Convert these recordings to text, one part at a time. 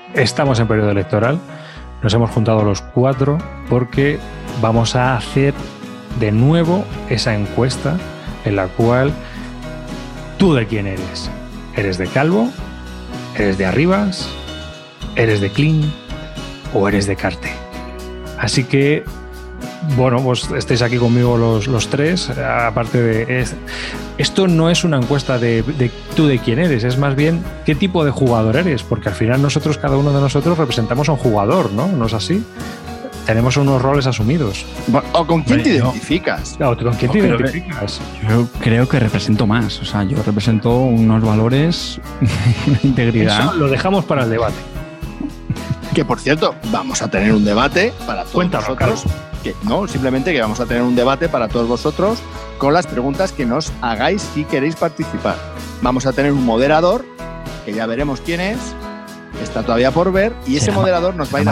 Estamos en periodo electoral, nos hemos juntado los 4 porque vamos a hacer de nuevo esa encuesta en la cual ¿tú de quién eres? ¿Eres de Calvo? ¿Eres de Arribas? ¿Eres de Clean? ¿O eres de Carte? Así que, bueno, pues estáis aquí conmigo los 3, aparte de... Esto no es una encuesta de tú de quién eres, es más bien qué tipo de jugador eres, porque al final cada uno de nosotros representamos a un jugador, ¿no? ¿No es así? Tenemos unos roles asumidos. ¿O con quién te identificas? Claro, ¿con quién te identificas? Yo creo que represento más, o sea, yo represento unos valores, una integridad. Eso lo dejamos para el debate. Que, por cierto, vamos a tener un debate para todos nosotros. Simplemente que vamos a tener un debate para todos vosotros con las preguntas que nos hagáis si queréis participar. Vamos a tener un moderador, que ya veremos quién es, está todavía por ver, y ese moderador nos va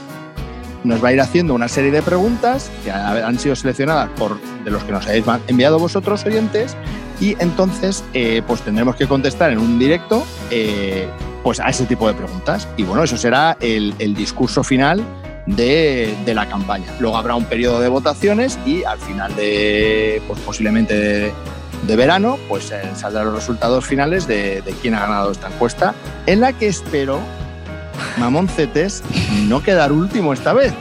a ir haciendo una serie de preguntas que han sido seleccionadas de los que nos habéis enviado vosotros, oyentes, y entonces pues tendremos que contestar en un directo pues a ese tipo de preguntas. Y bueno, eso será el discurso final de la campaña. Luego habrá un periodo de votaciones y al final pues posiblemente de verano, pues saldrán los resultados finales de quién ha ganado esta encuesta, en la que espero, Mamoncetes, no quedar último esta vez.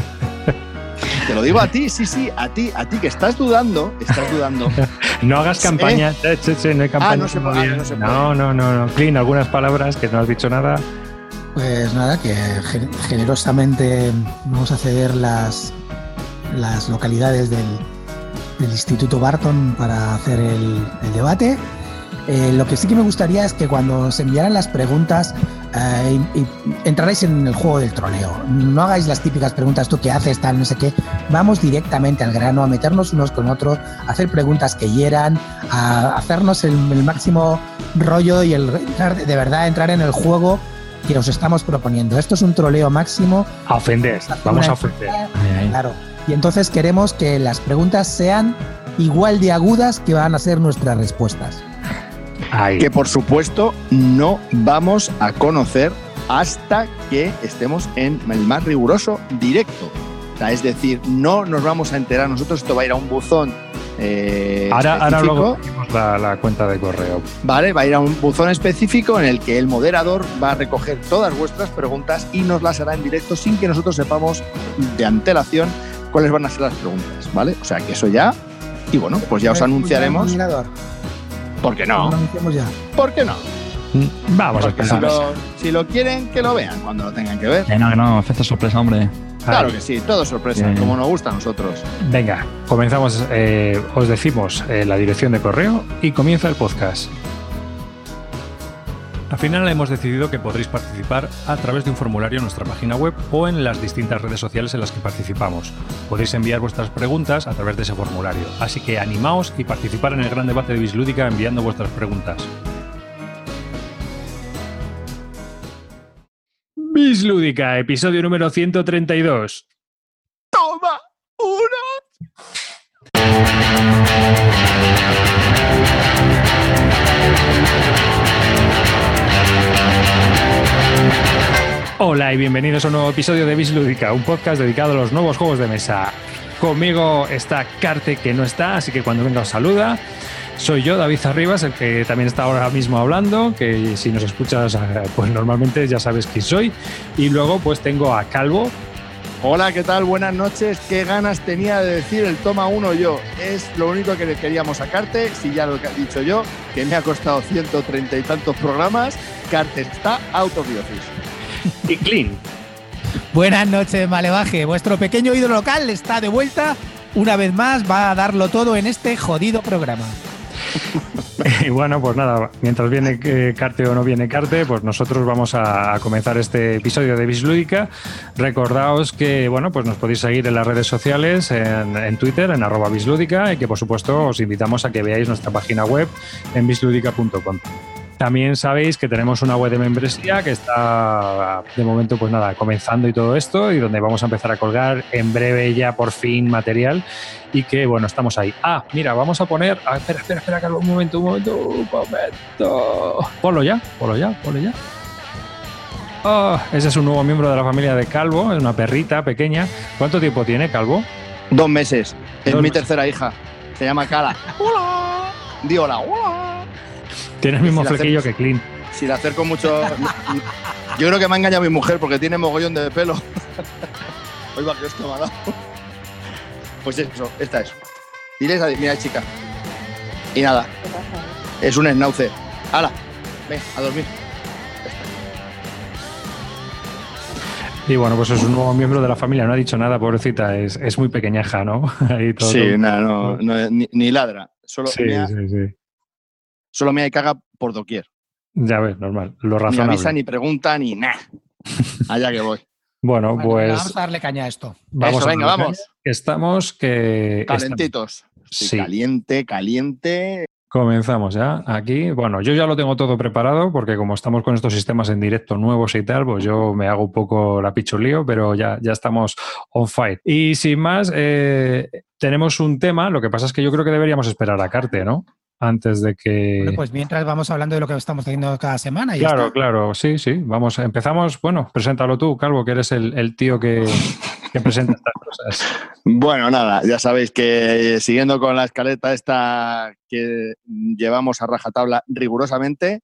Te lo digo a ti, sí, a ti que estás dudando. No hagas campaña, no hay campaña. No se puede. No. Clean, algunas palabras que no has dicho nada. Pues nada, que generosamente vamos a ceder las localidades del Instituto Barton para hacer el debate. Lo que sí que me gustaría es que cuando se enviaran las preguntas entrarais en el juego del troleo. No hagáis las típicas preguntas, ¿tú qué haces? Tal, no sé qué. Vamos directamente al grano, a meternos unos con otros, a hacer preguntas que hieran, a hacernos el máximo rollo y de verdad entrar en el juego que os estamos proponiendo. Esto es un troleo máximo. A ofender, vamos a ofender. Claro. Y entonces queremos que las preguntas sean igual de agudas que van a ser nuestras respuestas. Que por supuesto no vamos a conocer hasta que estemos en el más riguroso directo. O sea, es decir, no nos vamos a enterar nosotros, esto va a ir a un buzón ahora luego tenemos la cuenta de correo. Vale, va a ir a un buzón específico en el que el moderador va a recoger todas vuestras preguntas y nos las hará en directo sin que nosotros sepamos de antelación cuáles van a ser las preguntas, ¿vale? O sea, que eso ya... Y bueno, pues ya os anunciaremos... ¿Por qué no? ¿Por qué no? Vamos a empezar. Si lo quieren, que lo vean cuando lo tengan que ver. Que no, efecto sorpresa, hombre. Claro que sí, todo sorpresa, como nos gusta a nosotros. Venga, comenzamos. Os decimos la dirección de correo y comienza el podcast. Al final hemos decidido que podréis participar a través de un formulario en nuestra página web o en las distintas redes sociales en las que participamos. Podéis enviar vuestras preguntas a través de ese formulario, así que animaos y participar en el gran debate de Bislúdica enviando vuestras preguntas. Bislúdica, episodio número 132. ¡Toma! ¡Uno! Hola y bienvenidos a un nuevo episodio de Bislúdica, un podcast dedicado a los nuevos juegos de mesa. Conmigo está Carte, que no está, así que cuando venga os saluda. Soy yo, David Arribas, el que también está ahora mismo hablando, que si nos escuchas, pues normalmente ya sabes quién soy. Y luego pues tengo a Calvo. Hola, ¿qué tal? Buenas noches. Qué ganas tenía de decir el toma uno yo. Es lo único que le queríamos sacarte, si ya lo he dicho yo, que me ha costado 130 y tantos programas. Carte está out of the office. Y Clean. Buenas noches, Malevaje. Vuestro pequeño ídolo local está de vuelta. Una vez más va a darlo todo en este jodido programa. Y bueno, pues nada, mientras viene Carte o no viene Carte, pues nosotros vamos a comenzar este episodio de Bislúdica. Recordaos que, bueno, pues nos podéis seguir en las redes sociales, en Twitter, en @bislúdica, y que por supuesto os invitamos a que veáis nuestra página web en bisludica.com. También sabéis que tenemos una web de membresía que está de momento, pues nada, comenzando y todo esto, y donde vamos a empezar a colgar en breve ya por fin material, y que bueno, estamos ahí. Ah, mira, vamos a poner... Espera, Carlos, un momento. Ponlo ya. Oh, ese es un nuevo miembro de la familia de Calvo, es una perrita pequeña. ¿Cuánto tiempo tiene, Calvo? 2 meses. Es 2 mi meses. tercera hija. Se llama Cala. ¡Hola! Di hola. ¡Hola! Tiene el mismo Si la flequillo hacemos- que Clint. Si la acerco mucho... Yo creo que me ha engañado mi mujer porque tiene mogollón de pelo. Oiga, que esto me ha dado. Pues eso, esta es. Diles, mira, chica. Y nada, es un schnauzer. ¡Hala! Ven, a dormir. Y bueno, pues es un nuevo miembro de la familia. No ha dicho nada, pobrecita. Es muy pequeñaja, ¿no? Ahí todo. Sí, nada, ni ladra. Solo Sí, mea, sí. solo mea y caga por doquier. Ya ves, normal. Lo Ni razonable. avisa, ni pregunta, ni nada. Allá que voy. Bueno, Bueno, pues vamos a darle caña a esto. vamos Eso, a venga, darle vamos. caña. Estamos que... Calentitos. Sí. Sí, caliente. Comenzamos ya aquí. Bueno, yo ya lo tengo todo preparado porque como estamos con estos sistemas en directo nuevos y tal, pues yo me hago un poco la pichulío, pero ya estamos on fire. Y sin más, tenemos un tema. Lo que pasa es que yo creo que deberíamos esperar a Carte, ¿no? Antes de que... Bueno, pues mientras vamos hablando de lo que estamos haciendo cada semana. Y ya Claro, está. claro, sí. Vamos, empezamos. Bueno, preséntalo tú, Calvo, que eres el tío que presenta estas cosas. Bueno, nada, ya sabéis que siguiendo con la escaleta esta que llevamos a rajatabla rigurosamente,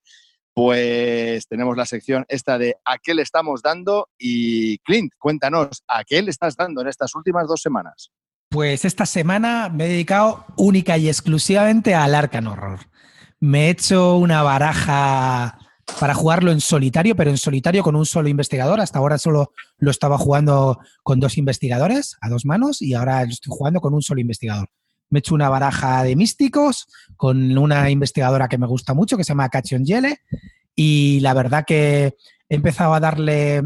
pues tenemos la sección esta de ¿a qué le estamos dando? Y Clint, cuéntanos, ¿a qué le estás dando en estas últimas 2 semanas? Pues esta semana me he dedicado única y exclusivamente al Arkham Horror. Me he hecho una baraja para jugarlo en solitario, pero en solitario con un solo investigador. Hasta ahora solo lo estaba jugando con 2 investigadores a 2 manos y ahora lo estoy jugando con un solo investigador. Me he hecho una baraja de místicos con una investigadora que me gusta mucho, que se llama Cation Yele, y la verdad que he empezado a darle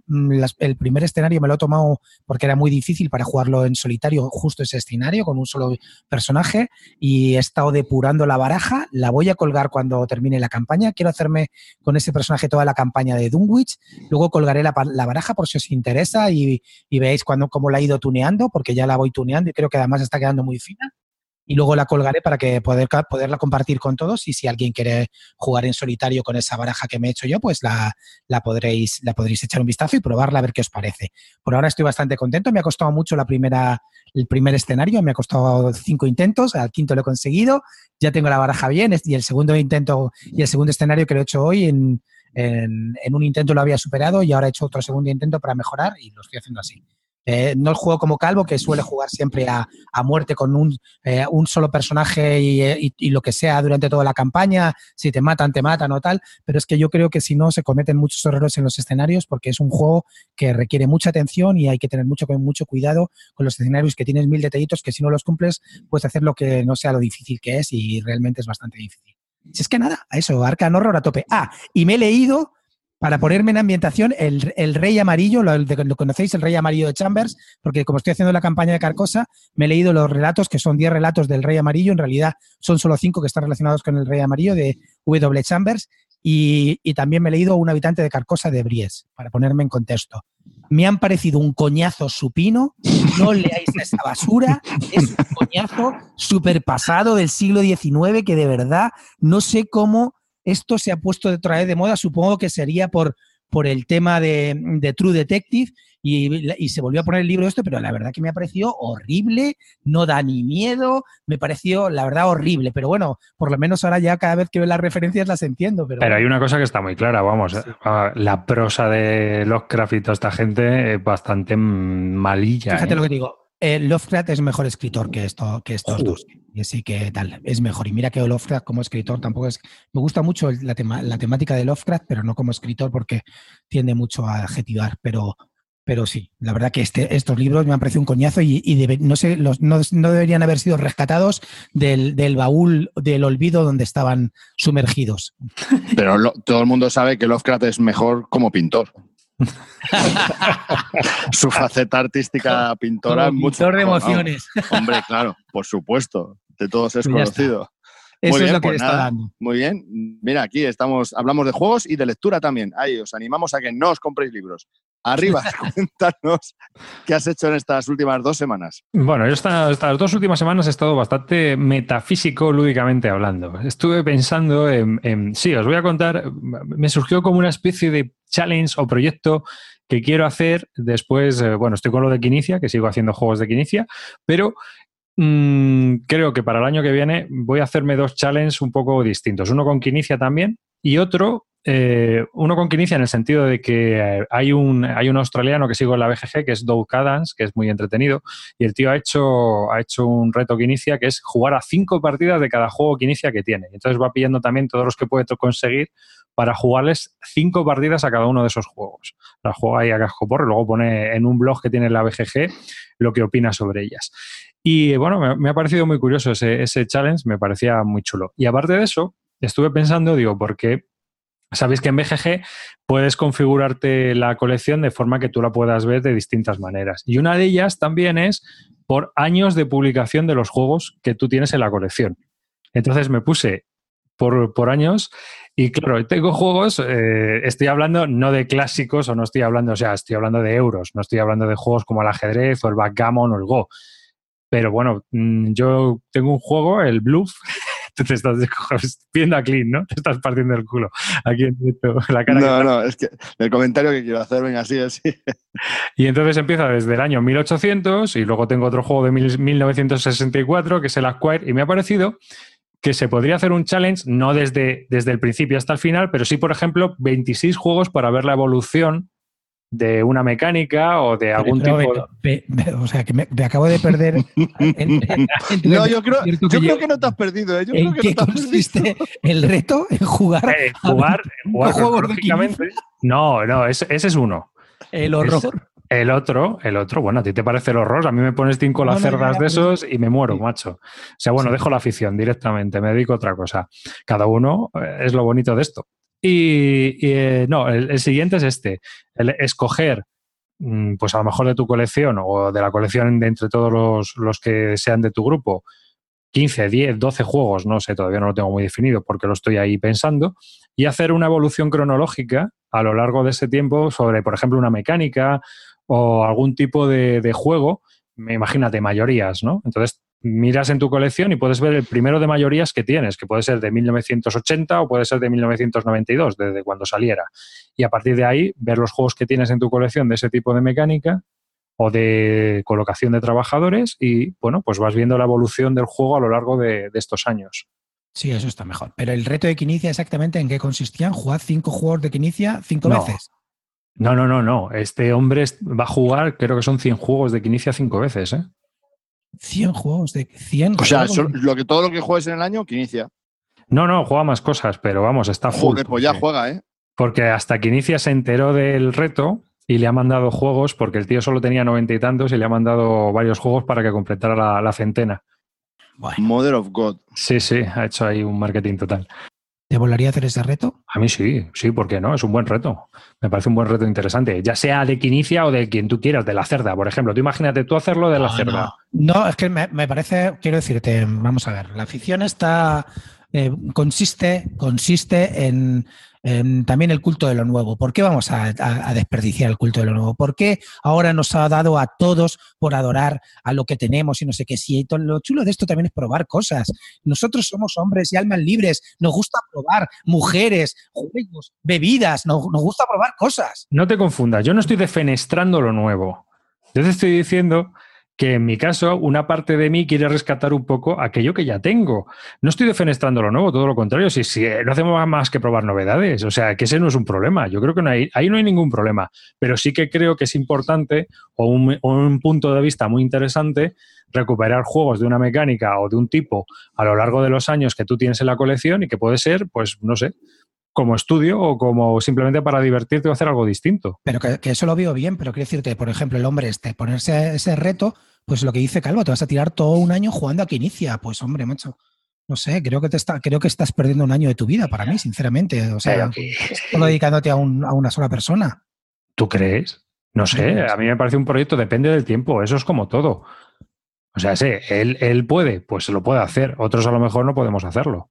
el primer escenario me lo he tomado porque era muy difícil para jugarlo en solitario, justo ese escenario con un solo personaje, y he estado depurando la baraja. La voy a colgar cuando termine la campaña. Quiero hacerme con ese personaje toda la campaña de Dunwich. Luego colgaré la baraja por si os interesa y veáis cómo la he ido tuneando, porque ya la voy tuneando y creo que además está quedando muy fina. Y luego la colgaré para que poderla compartir con todos, y si alguien quiere jugar en solitario con esa baraja que me he hecho yo, pues la podréis echar un vistazo y probarla a ver qué os parece. Por ahora estoy bastante contento. Me ha costado mucho el primer escenario, me ha costado 5 intentos, al quinto lo he conseguido, ya tengo la baraja bien, y el segundo intento y el segundo escenario que lo he hecho hoy en un intento lo había superado y ahora he hecho otro segundo intento para mejorar y lo estoy haciendo así. No el juego como Calvo, que suele jugar siempre a muerte con un solo personaje y lo que sea durante toda la campaña. Si te matan o tal, pero es que yo creo que si no se cometen muchos errores en los escenarios, porque es un juego que requiere mucha atención y hay que tener mucho cuidado con los escenarios, que tienes 1000 detallitos que si no los cumples puedes hacer lo que no sea lo difícil que es, y realmente es bastante difícil. Si es que nada, a eso, Arkham Horror a tope. Y me he leído, para ponerme en ambientación, el Rey Amarillo, lo conocéis, el Rey Amarillo de Chambers, porque como estoy haciendo la campaña de Carcosa, me he leído los relatos, que son 10 relatos del Rey Amarillo. En realidad son solo 5 que están relacionados con el Rey Amarillo de W. Chambers, y también me he leído Un habitante de Carcosa de Bries, para ponerme en contexto. Me han parecido un coñazo supino, no leáis esa basura, es un coñazo súper pasado del siglo XIX que de verdad no sé cómo esto se ha puesto otra vez de moda. Supongo que sería por el tema de True Detective y se volvió a poner el libro esto, pero la verdad que me ha parecido horrible, no da ni miedo, me pareció la verdad horrible, pero bueno, por lo menos ahora ya cada vez que veo las referencias las entiendo. Pero hay una cosa que está muy clara, vamos, sí. La prosa de Lovecraft y toda esta gente es bastante malilla. Fíjate lo que digo. Lovecraft es mejor escritor que estos dos. Y así que tal, es mejor. Y mira que Lovecraft como escritor tampoco es... Me gusta mucho la temática de Lovecraft, pero no como escritor porque tiende mucho a adjetivar. Pero sí, la verdad que estos libros me han parecido un coñazo y no sé, no deberían haber sido rescatados del baúl del olvido donde estaban sumergidos. Pero todo el mundo sabe que Lovecraft es mejor como pintor. Su faceta artística pintora como pintor de emociones. ¿no? Hombre, claro, por supuesto, de todos es pues conocido. Eso bien, es lo que pues le está nada, dando. muy bien. Mira, aquí hablamos de juegos y de lectura también. Ahí os animamos a que no os compréis libros. Arriba, cuéntanos qué has hecho en estas últimas 2 semanas. Bueno, yo estas 2 últimas semanas he estado bastante metafísico lúdicamente hablando. Estuve pensando sí, os voy a contar, me surgió como una especie de challenge o proyecto que quiero hacer después, bueno, estoy con lo de Quinicia, que sigo haciendo juegos de Quinicia, pero creo que para el año que viene voy a hacerme 2 challenges un poco distintos. Uno con Quinicia también y otro, uno con Quinicia en el sentido de que hay un australiano que sigo en la BGG, que es Doug Adams, que es muy entretenido, y el tío ha hecho un reto Quinicia que es jugar a 5 partidas de cada juego Quinicia que tiene. Entonces va pidiendo también todos los que puede conseguir para jugarles 5 partidas a cada uno de esos juegos. La juega ahí a cascoporro y luego pone en un blog que tiene la BGG lo que opina sobre ellas. Y bueno, me ha parecido muy curioso ese challenge, me parecía muy chulo. Y aparte de eso, estuve pensando, digo, porque sabéis que en BGG puedes configurarte la colección de forma que tú la puedas ver de distintas maneras. Y una de ellas también es por años de publicación de los juegos que tú tienes en la colección. Entonces me puse por años y claro, tengo juegos, estoy hablando no de clásicos o no estoy hablando, o sea, estoy hablando de euros, no estoy hablando de juegos como el ajedrez o el backgammon o el Go. Pero bueno, yo tengo un juego, el Bluff. Tú te estás viendo a Clint, ¿no? Te estás partiendo el culo. Aquí en la cara. No, es que el comentario que quiero hacer, venga, así. Y entonces empieza desde el año 1800 y luego tengo otro juego de 1964 que es el Acquire y me ha parecido que se podría hacer un challenge no desde el principio hasta el final, pero sí, por ejemplo, 26 juegos para ver la evolución de una mecánica o de algún tipo de... O sea, que me acabo de perder. No, yo creo que no te has perdido. ¿En qué consiste el reto? ¿En jugar juegos lógicamente? No, ese es uno. El horror. El otro, bueno, a ti te parece el horror, a mí me pones 5 lacerdas de esos y me muero, macho. O sea, bueno, dejo la afición directamente, me dedico a otra cosa. Cada uno es lo bonito de esto. No, el siguiente es el escoger, pues a lo mejor de tu colección o de la colección de entre todos los que sean de tu grupo, 15, 10, 12 juegos, no sé, todavía no lo tengo muy definido porque lo estoy ahí pensando, y hacer una evolución cronológica a lo largo de ese tiempo sobre, por ejemplo, una mecánica o algún tipo de juego, imagínate, mayorías, ¿no? Entonces miras en tu colección y puedes ver el primero de mayorías que tienes, que puede ser de 1980 o puede ser de 1992, desde cuando saliera. Y a partir de ahí, ver los juegos que tienes en tu colección de ese tipo de mecánica o de colocación de trabajadores y, bueno, pues vas viendo la evolución del juego a lo largo de estos años. Sí, eso está mejor. Pero el reto de Quinicia, ¿exactamente en qué consistían? ¿Jugar 5 juegos de Quinicia 5 veces? No. Este hombre va a jugar, creo que son 100 juegos de Quinicia 5 veces, ¿eh? 100 juegos de 100. O sea, todo lo que juegues en el año, Quinicia. No, juega más cosas, pero vamos, está full. Joder, pues ya juega, ¿eh? Porque hasta Quinicia se enteró del reto y le ha mandado juegos, porque el tío solo tenía 90 y tantos y le ha mandado varios juegos para que completara la centena. Bueno. Mother of God. Sí, ha hecho ahí un marketing total. ¿Te volaría hacer ese reto? A mí sí, ¿por qué no? Es un buen reto. Me parece un buen reto interesante. Ya sea de Quinicia o de quien tú quieras, de la cerda, por ejemplo. Tú imagínate tú hacerlo de la cerda. No, es que me parece, quiero decirte, vamos a ver, la afición está consiste en también el culto de lo nuevo. ¿Por qué vamos a desperdiciar el culto de lo nuevo? ¿Por qué ahora nos ha dado a todos por adorar a lo que tenemos y no sé qué? Si lo chulo de esto también es probar cosas. Nosotros somos hombres y almas libres. Nos gusta probar mujeres, juegos, bebidas. Nos gusta probar cosas. No te confundas. Yo no estoy defenestrando lo nuevo. Yo te estoy diciendo que en mi caso una parte de mí quiere rescatar un poco aquello que ya tengo. No estoy defenestrando lo nuevo, todo lo contrario. Si no hacemos más que probar novedades, o sea, que ese no es un problema. Yo creo que ahí no hay ningún problema, pero sí que creo que es importante o un punto de vista muy interesante recuperar juegos de una mecánica o de un tipo a lo largo de los años que tú tienes en la colección y que puede ser, pues, no sé, como estudio o como simplemente para divertirte o hacer algo distinto. Pero que eso lo veo bien, pero quiero decirte, por ejemplo, el hombre ponerse ese reto, pues lo que dice Calvo, te vas a tirar todo un año jugando a Quinicia. Pues hombre, macho, no sé, creo que estás perdiendo un año de tu vida para mí, sinceramente. O sea, solo dedicándote a una sola persona. ¿Tú crees? No sé, a mí me parece un proyecto, depende del tiempo, eso es como todo. O sea, él puede, pues se lo puede hacer, otros a lo mejor no podemos hacerlo.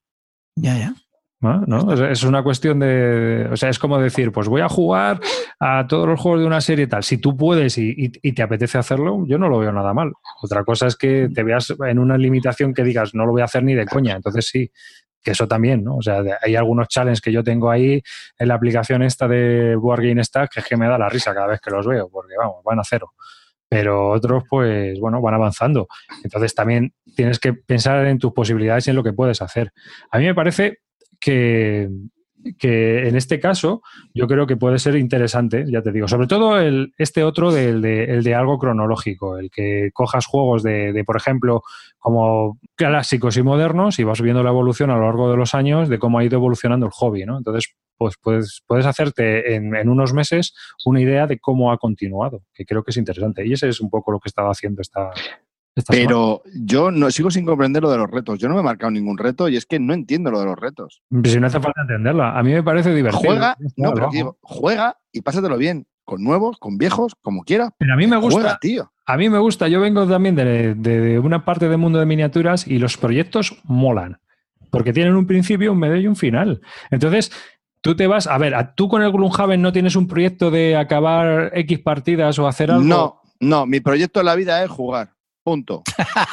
Ya. ¿No? Es una cuestión de... O sea, es como decir, pues voy a jugar a todos los juegos de una serie y tal. Si tú puedes y te apetece hacerlo, yo no lo veo nada mal. Otra cosa es que te veas en una limitación que digas, no lo voy a hacer ni de coña. Entonces sí, que eso también, ¿no? O sea, hay algunos challenges que yo tengo ahí en la aplicación esta de Board Game Stack que es que me da la risa cada vez que los veo, porque vamos, van a cero. Pero otros, pues, bueno, van avanzando. Entonces también tienes que pensar en tus posibilidades y en lo que puedes hacer. A mí me parece que en este caso yo creo que puede ser interesante, ya te digo, sobre todo este otro el de algo cronológico, el que cojas juegos de, por ejemplo, como clásicos y modernos y vas viendo la evolución a lo largo de los años de cómo ha ido evolucionando el hobby, ¿no? Entonces, pues puedes hacerte en unos meses una idea de cómo ha continuado, que creo que es interesante. Y ese es un poco lo que estaba haciendo esta Pero semana. Yo no sigo sin comprender lo de los retos. Yo no me he marcado ningún reto y es que no entiendo lo de los retos. Si no hace falta entenderla. A mí me parece divertido. Juega y pásatelo bien. Con nuevos, con viejos, como quieras. Pero a mí me gusta, juega, tío. A mí me gusta. Yo vengo también de una parte del mundo de miniaturas y los proyectos molan. Porque tienen un principio, un medio y un final. Entonces, tú te vas... A ver, tú con el Gloomhaven no tienes un proyecto de acabar X partidas o hacer algo... No. Mi proyecto en la vida es jugar. Punto.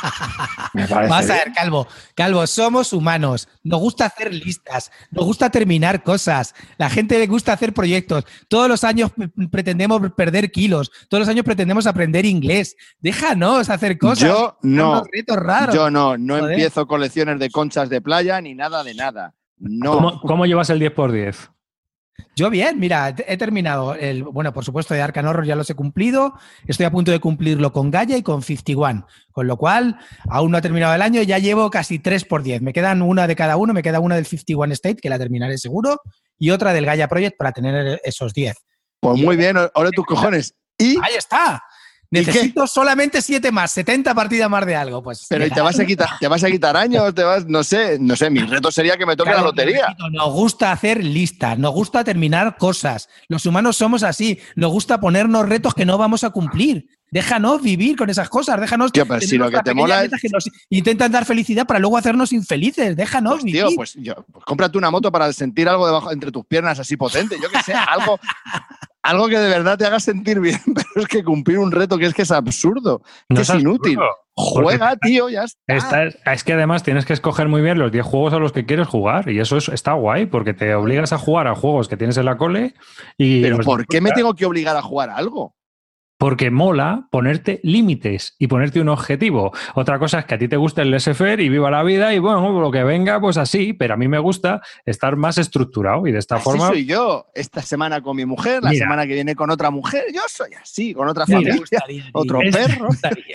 Vas a ver, Calvo, somos humanos, nos gusta hacer listas, nos gusta terminar cosas, la gente le gusta hacer proyectos, todos los años pretendemos perder kilos, todos los años pretendemos aprender inglés, déjanos hacer cosas. Yo no, retos raros. Yo no empiezo colecciones de conchas de playa ni nada de nada. No. ¿Cómo llevas el 10x10? Yo bien, mira, he terminado bueno, por supuesto, de Arkham Horror ya los he cumplido, estoy a punto de cumplirlo con Gaia y con 51, con lo cual aún no ha terminado el año, ya llevo casi 3x10, me quedan una de cada uno, me queda una del 51 State, que la terminaré seguro, y otra del Gaia Project para tener esos 10. Pues muy bien, ahora tus cojones. ¿Y? Ahí está. Necesito solamente 7 más, 70 partidas más de algo. Pues, pero ¿y te vas a quitar años? No sé, mi reto sería que me toque la lotería. Nos gusta hacer listas, nos gusta terminar cosas. Los humanos somos así, nos gusta ponernos retos que no vamos a cumplir. Déjanos vivir con esas cosas, déjanos... Tío, pero si lo que te mola es... que nos intentan dar felicidad para luego hacernos infelices, déjanos vivir. Tío, pues cómprate una moto para sentir algo debajo entre tus piernas así potente, yo que sé, algo que de verdad te haga sentir bien, pero es que cumplir un reto que es absurdo, que es inútil. Juega, tío, ya está. Es que además tienes que escoger muy bien los 10 juegos a los que quieres jugar y eso está guay porque te obligas a jugar a juegos que tienes en la cole y... Pero ¿por qué me tengo que obligar a jugar a algo? Porque mola ponerte límites y ponerte un objetivo. Otra cosa es que a ti te gusta el laissez-faire y viva la vida y bueno, lo que venga, pues así, pero a mí me gusta estar más estructurado y de esta forma... Así soy yo, esta semana con mi mujer, la semana que viene con otra mujer, yo soy así, con otra familia, otro perro.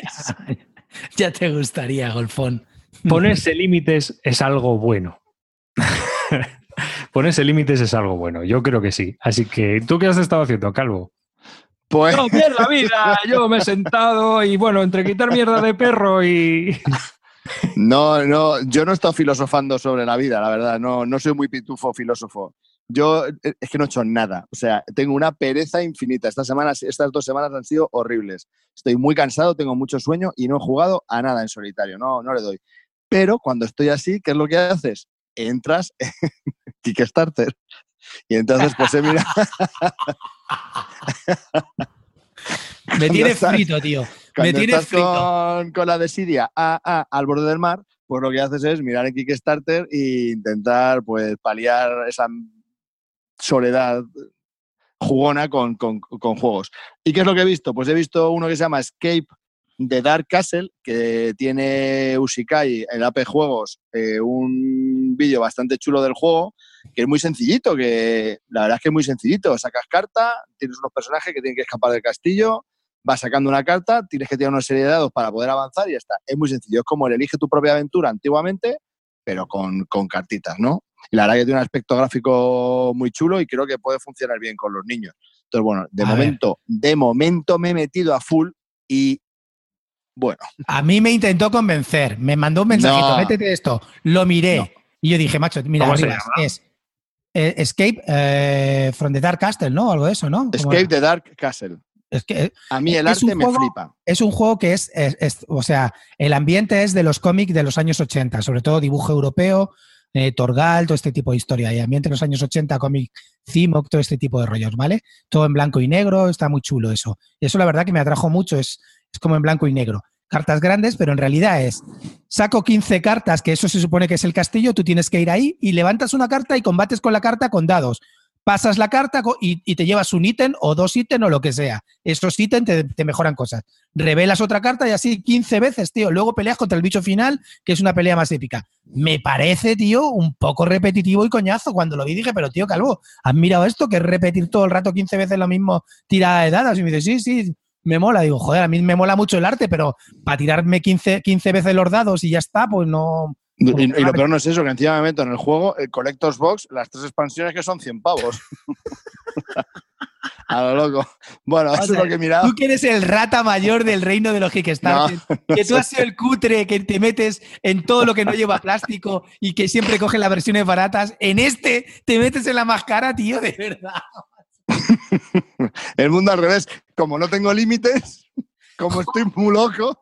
Ya te gustaría, Golfón. Ponerse límites es algo bueno. Ponerse límites es algo bueno, yo creo que sí. Así que, ¿tú qué has estado haciendo, Calvo? Pues... No, bien la vida, yo me he sentado y bueno, entre quitar mierda de perro y... No, yo no he estado filosofando sobre la vida, la verdad, no soy muy pitufo filósofo. Yo es que no he hecho nada, o sea, tengo una pereza infinita. Estas 2 semanas han sido horribles. Estoy muy cansado, tengo mucho sueño y no he jugado a nada en solitario, no le doy. Pero cuando estoy así, ¿qué es lo que haces? Entras en Kickstarter y entonces pues mira... Me tienes frito, tío. Me tienes frito. Con la desidia al borde del mar, pues lo que haces es mirar en Kickstarter e intentar pues paliar esa soledad jugona con juegos. ¿Y qué es lo que he visto? Pues he visto uno que se llama Escape de Dark Castle, que tiene Ushikai en AP Juegos, un vídeo bastante chulo del juego, que es muy sencillito, que la verdad es que es muy sencillito. Sacas carta, tienes unos personajes que tienen que escapar del castillo, vas sacando una carta, tienes que tirar una serie de dados para poder avanzar y ya está. Es muy sencillo, es como el Elige tu propia aventura antiguamente, pero con cartitas, ¿no? Y la verdad que tiene un aspecto gráfico muy chulo y creo que puede funcionar bien con los niños. Entonces, bueno, de momento me he metido a full y bueno. A mí me intentó convencer, me mandó un mensajito, métete esto, lo miré. No. Y yo dije, macho, mira, arriba, es Escape from the Dark Castle, ¿no? Algo de eso, ¿no? Escape the Dark Castle. Es que, a mí el arte me flipa. Es un juego que o sea, el ambiente es de los cómics de los años 80, sobre todo dibujo europeo, Torgal, todo este tipo de historia. Y ambiente en los años 80, cómic Cimoc, todo este tipo de rollos, ¿vale? Todo en blanco y negro, está muy chulo eso. Y eso la verdad que me atrajo mucho, es como en blanco y negro. Cartas grandes, pero en realidad saco 15 cartas, que eso se supone que es el castillo, tú tienes que ir ahí y levantas una carta y combates con la carta con dados. Pasas la carta y te llevas un ítem o 2 ítems o lo que sea. Esos ítems te mejoran cosas. Revelas otra carta y así 15 veces, tío. Luego peleas contra el bicho final, que es una pelea más épica. Me parece, tío, un poco repetitivo y coñazo. Cuando lo vi dije, pero tío, Calvo, ¿has mirado esto? Que es repetir todo el rato 15 veces lo mismo tirada de dados. Y me dice, sí, me mola. Digo, joder, a mí me mola mucho el arte, pero para tirarme 15 veces los dados y ya está, pues no... Y lo peor no es eso, que encima me meto en el juego, el Collector's Box, las 3 expansiones que son 100 pavos. A lo loco. Bueno, eso es lo que he mirado. Tú que eres el rata mayor del reino de los Kickstarter, que tú has sido el cutre que te metes en todo lo que no lleva plástico y que siempre coges las versiones baratas. En este te metes en la más cara, tío, de verdad. El mundo al revés. Como no tengo límites, como estoy muy loco...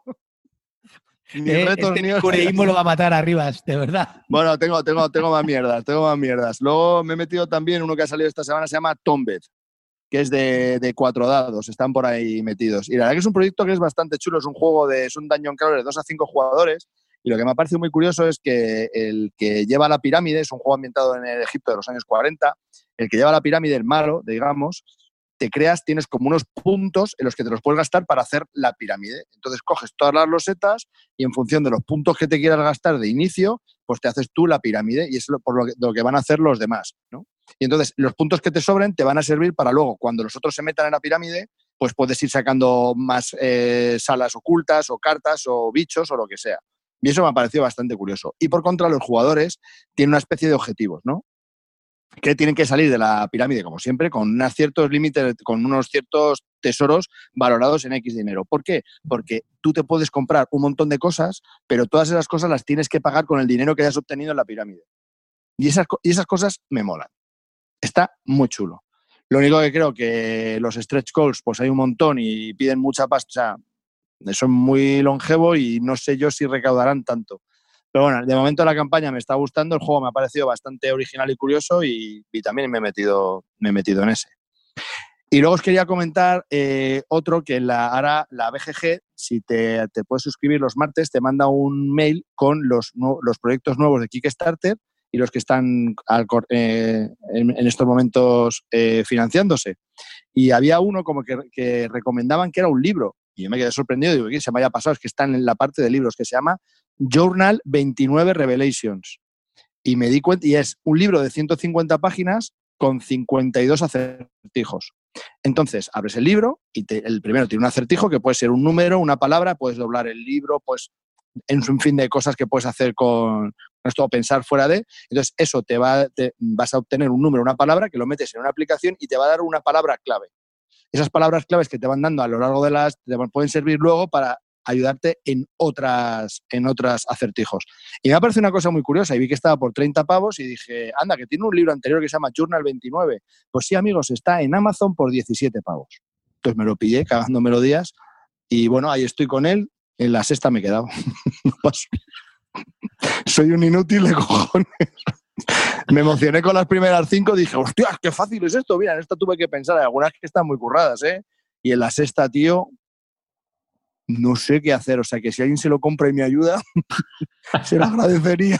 Este cureísmo lo va a matar arriba, de verdad. Bueno, tengo más mierdas. Luego me he metido también uno que ha salido esta semana, se llama Tombed, que es de 4 dados, están por ahí metidos. Y la verdad que es un proyecto que es bastante chulo, es un juego es un dungeon crawler de 2 a 5 jugadores, y lo que me ha parecido muy curioso es que el que lleva la pirámide, es un juego ambientado en el Egipto de los años 40, el que lleva la pirámide, el malo, digamos, tienes como unos puntos en los que te los puedes gastar para hacer la pirámide. Entonces coges todas las losetas y en función de los puntos que te quieras gastar de inicio, pues te haces tú la pirámide y es por lo que van a hacer los demás, ¿no? Y entonces los puntos que te sobren te van a servir para luego, cuando los otros se metan en la pirámide, pues puedes ir sacando más salas ocultas o cartas o bichos o lo que sea. Y eso me ha parecido bastante curioso. Y por contra, los jugadores tienen una especie de objetivos, ¿no? Que tienen que salir de la pirámide, como siempre, con unos ciertos límites, con unos ciertos tesoros valorados en X dinero. ¿Por qué? Porque tú te puedes comprar un montón de cosas, pero todas esas cosas las tienes que pagar con el dinero que hayas obtenido en la pirámide. Y esas cosas me molan. Está muy chulo. Lo único que creo que los stretch goals, pues hay un montón y piden mucha pasta. O sea, son muy longevos y no sé yo si recaudarán tanto. Pero bueno, de momento la campaña me está gustando, el juego me ha parecido bastante original y curioso y también me he metido en ese. Y luego os quería comentar otro que ahora la BGG, si te puedes suscribir los martes, te manda un mail con los proyectos nuevos de Kickstarter y los que están en estos momentos financiándose. Y había uno como que recomendaban que era un libro. Y yo me quedé sorprendido, digo, ¿qué se me haya pasado? Es que está en la parte de libros, que se llama Journal 29 Revelations. Y me di cuenta, y es un libro de 150 páginas con 52 acertijos. Entonces, abres el libro y el primero tiene un acertijo que puede ser un número, una palabra, puedes doblar el libro, pues en un fin de cosas que puedes hacer con esto o pensar fuera de. Entonces, eso vas a obtener un número, una palabra, que lo metes en una aplicación y te va a dar una palabra clave. Esas palabras claves que te van dando a lo largo te pueden servir luego para ayudarte en otras acertijos. Y me ha parecido una cosa muy curiosa y vi que estaba por 30 pavos y dije, anda, que tiene un libro anterior que se llama Journal 29. Pues sí, amigos, está en Amazon por 17 pavos. Entonces me lo pillé, cagando melodías, y bueno, ahí estoy con él. En la sexta me he quedado. No paso. Soy un inútil de cojones. Me emocioné con las primeras 5, dije, hostia, qué fácil es esto. Mira, en esta tuve que pensar, hay algunas que están muy curradas, ¿eh? Y en la sexta, tío, no sé qué hacer. O sea, que si alguien se lo compra y me ayuda, se lo agradecería.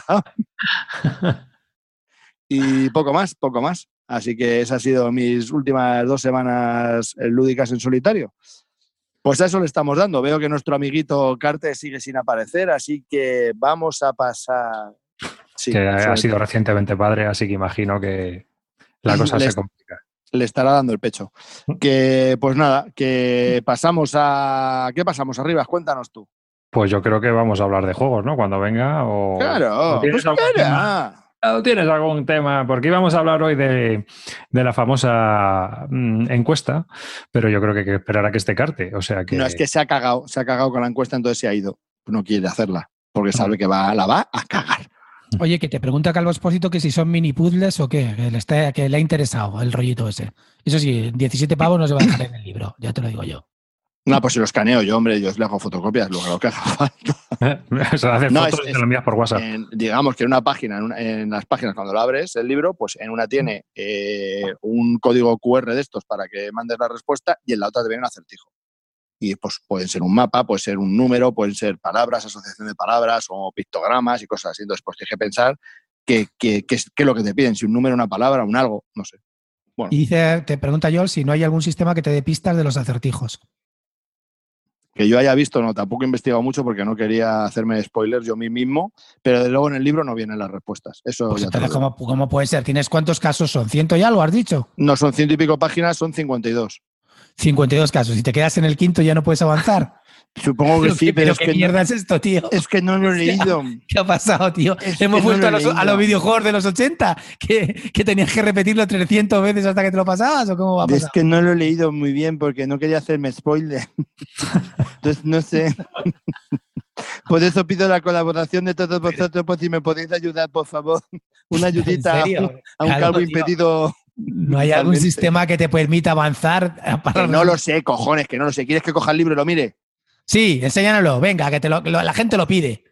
Y poco más. Así que esas han sido mis últimas 2 semanas lúdicas en solitario. Pues a eso le estamos dando. Veo que nuestro amiguito Carte sigue sin aparecer, así que vamos a pasar... Sí, que ha sido recientemente padre, así que imagino que la cosa se complica. Le estará dando el pecho. Que pues nada, que pasamos a... ¿Qué pasamos arriba? Cuéntanos tú. Pues yo creo que vamos a hablar de juegos, ¿no? Cuando venga o... Claro, ¿Tienes algún tema? Porque íbamos a hablar hoy de la famosa encuesta, pero yo creo que hay que esperar a que esté Carte. O sea que... No, es que se ha cagado con la encuesta, entonces se ha ido. No quiere hacerla, porque sabe que la va a cagar. Oye, que te pregunta Calvo Espósito que si son mini puzzles o qué, que le ha interesado el rollito ese. Eso sí, 17 pavos no se va a dejar en el libro, ya te lo digo yo. No, pues si lo escaneo yo, hombre, yo os le hago fotocopias, lo que haga falta. O sea, haces fotos y te lo envías por WhatsApp. Digamos que en una página, en las páginas cuando lo abres, el libro, pues en una tiene un código QR de estos para que mandes la respuesta y en la otra te viene un acertijo. Y pues pueden ser un mapa, puede ser un número, pueden ser palabras, asociación de palabras o pictogramas y cosas así. Entonces, pues tienes que pensar qué es lo que te piden, si un número, una palabra, un algo, no sé. Bueno. Y te pregunta Joel si no hay algún sistema que te dé pistas de los acertijos. Que yo haya visto, no, tampoco he investigado mucho porque no quería hacerme spoilers yo mismo, pero de luego en el libro no vienen las respuestas. Eso pues ya entonces, ¿cómo puede ser? ¿Tienes cuántos casos son? ¿100 y algo has dicho? No, son 100 y pico páginas, son 52. 52 casos. Si te quedas en el quinto ya no puedes avanzar. Supongo que sí, pero es ¿qué que mierda es esto, tío? Es que no lo he leído. ¿Qué ha pasado, tío? Hemos vuelto a los videojuegos de los 80, que tenías que repetirlo 300 veces hasta que te lo pasabas, ¿o cómo va a pasar? Es que no lo he leído muy bien porque no quería hacerme spoiler. Entonces, no sé. Por eso pido la colaboración de todos vosotros, por si me podéis ayudar, por favor. Una ayudita a un calvo impedido. ¿No hay algún sistema que te permita avanzar? Que no lo sé, cojones, que no lo sé. ¿Quieres que coja el libro y lo mire? Sí, enséñanoslo. Venga, que la gente lo pide.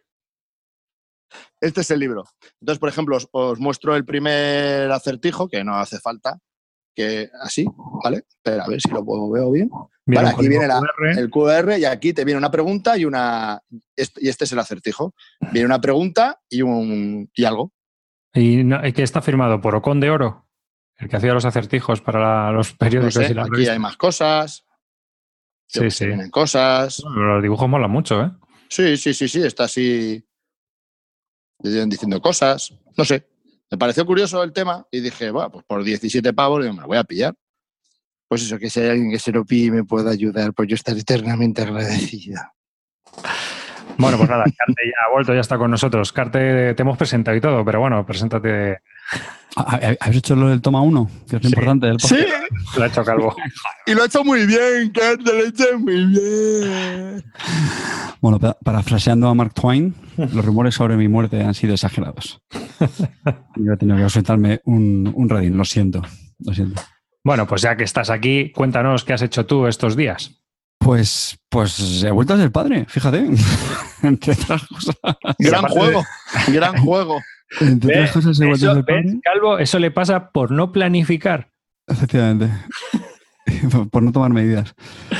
Este es el libro. Entonces, por ejemplo, os muestro el primer acertijo, que no hace falta, que así, ¿vale? Espera, a ver si lo veo bien. Vale, aquí viene el QR y aquí te viene una pregunta y este es el acertijo. Viene una pregunta y algo. ¿Y que está firmado por Ocon de Oro? El que hacía los acertijos para los periódicos. No sé, y las aquí revistas. Hay más cosas. Sí. Vienen cosas. Bueno, los dibujos molan mucho, ¿eh? Sí. Está así diciendo cosas. No sé. Me pareció curioso el tema y dije, bueno, pues por 17 pavos me lo voy a pillar. Pues eso, que si hay alguien que se lo pille y me pueda ayudar, pues yo estaré eternamente agradecida. Bueno, pues nada, Carte ya ha vuelto, ya está con nosotros. Carte, te hemos presentado y todo, pero bueno, preséntate. ¿Habéis hecho lo del toma 1? Que es lo importante del podcast. Sí, lo ha hecho Calvo. Y lo ha hecho muy bien, Carte, lo ha hecho muy bien. Bueno, parafraseando a Mark Twain, los rumores sobre mi muerte han sido exagerados. Yo he tenido que ausentarme un radín, lo siento. Bueno, pues ya que estás aquí, cuéntanos qué has hecho tú estos días. Pues he vuelto a ser padre, fíjate. Entre otras cosas. Gran juego. Entre otras cosas he vuelto a ser padre. Calvo, eso le pasa por no planificar. Efectivamente. Por no tomar medidas.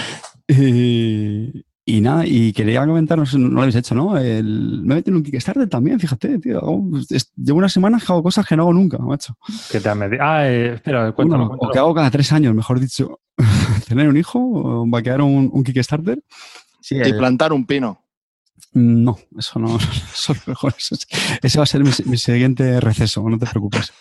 Y nada, y quería comentaros, no lo habéis hecho, ¿no? Me he metido en un Kickstarter también, fíjate, tío. Llevo unas semanas que hago cosas que no hago nunca, macho. ¿Qué te has metido? Espera, cuéntalo. O que hago cada 3 años, mejor dicho. Tener un hijo, o vaquear un Kickstarter. Sí, y plantar un pino. No, eso no. Eso es mejor. Ese va a ser mi siguiente receso, no te preocupes.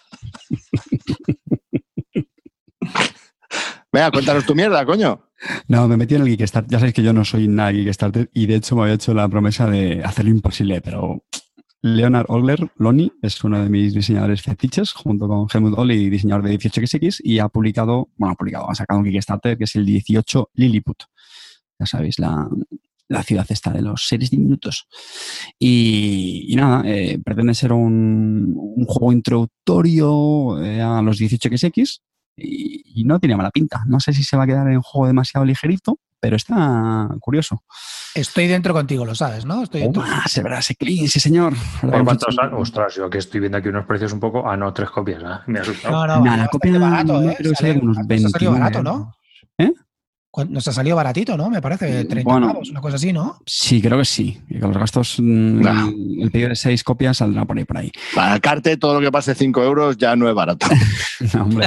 Venga, cuéntanos tu mierda, coño. No, me metí en el Kickstarter. Ya sabéis que yo no soy nada Kickstarter y de hecho me había hecho la promesa de hacer lo imposible, pero Leonard Ogler, Lonnie, es uno de mis diseñadores fetiches, junto con Helmut Olli, diseñador de 18XX, y ha sacado un Kickstarter que es el 18 Lilliput. Ya sabéis, la ciudad esta de los seres diminutos. Y nada, pretende ser un juego introductorio a los 18XX y no tiene mala pinta. No sé si se va a quedar en un juego demasiado ligerito, pero está curioso. Estoy dentro contigo, lo sabes, ¿no? Estoy dentro. Se verá ese clean, sí señor. ¿Por cuántos? Ostras, yo que estoy viendo aquí unos precios un poco... 3 copias, ¿eh? Me ha asustado. No, la copia barato, ¿eh? Creo que sale unos 20. Nos ha salido barato, ¿no? ¿Eh? Nos ha salido baratito, ¿no? Me parece 30 pavos, una cosa así, ¿no? Sí, creo que sí. Y con los gastos, el pedido de 6 copias saldrá por ahí. Para el Carte, todo lo que pase 5 euros ya no es barato. No, hombre.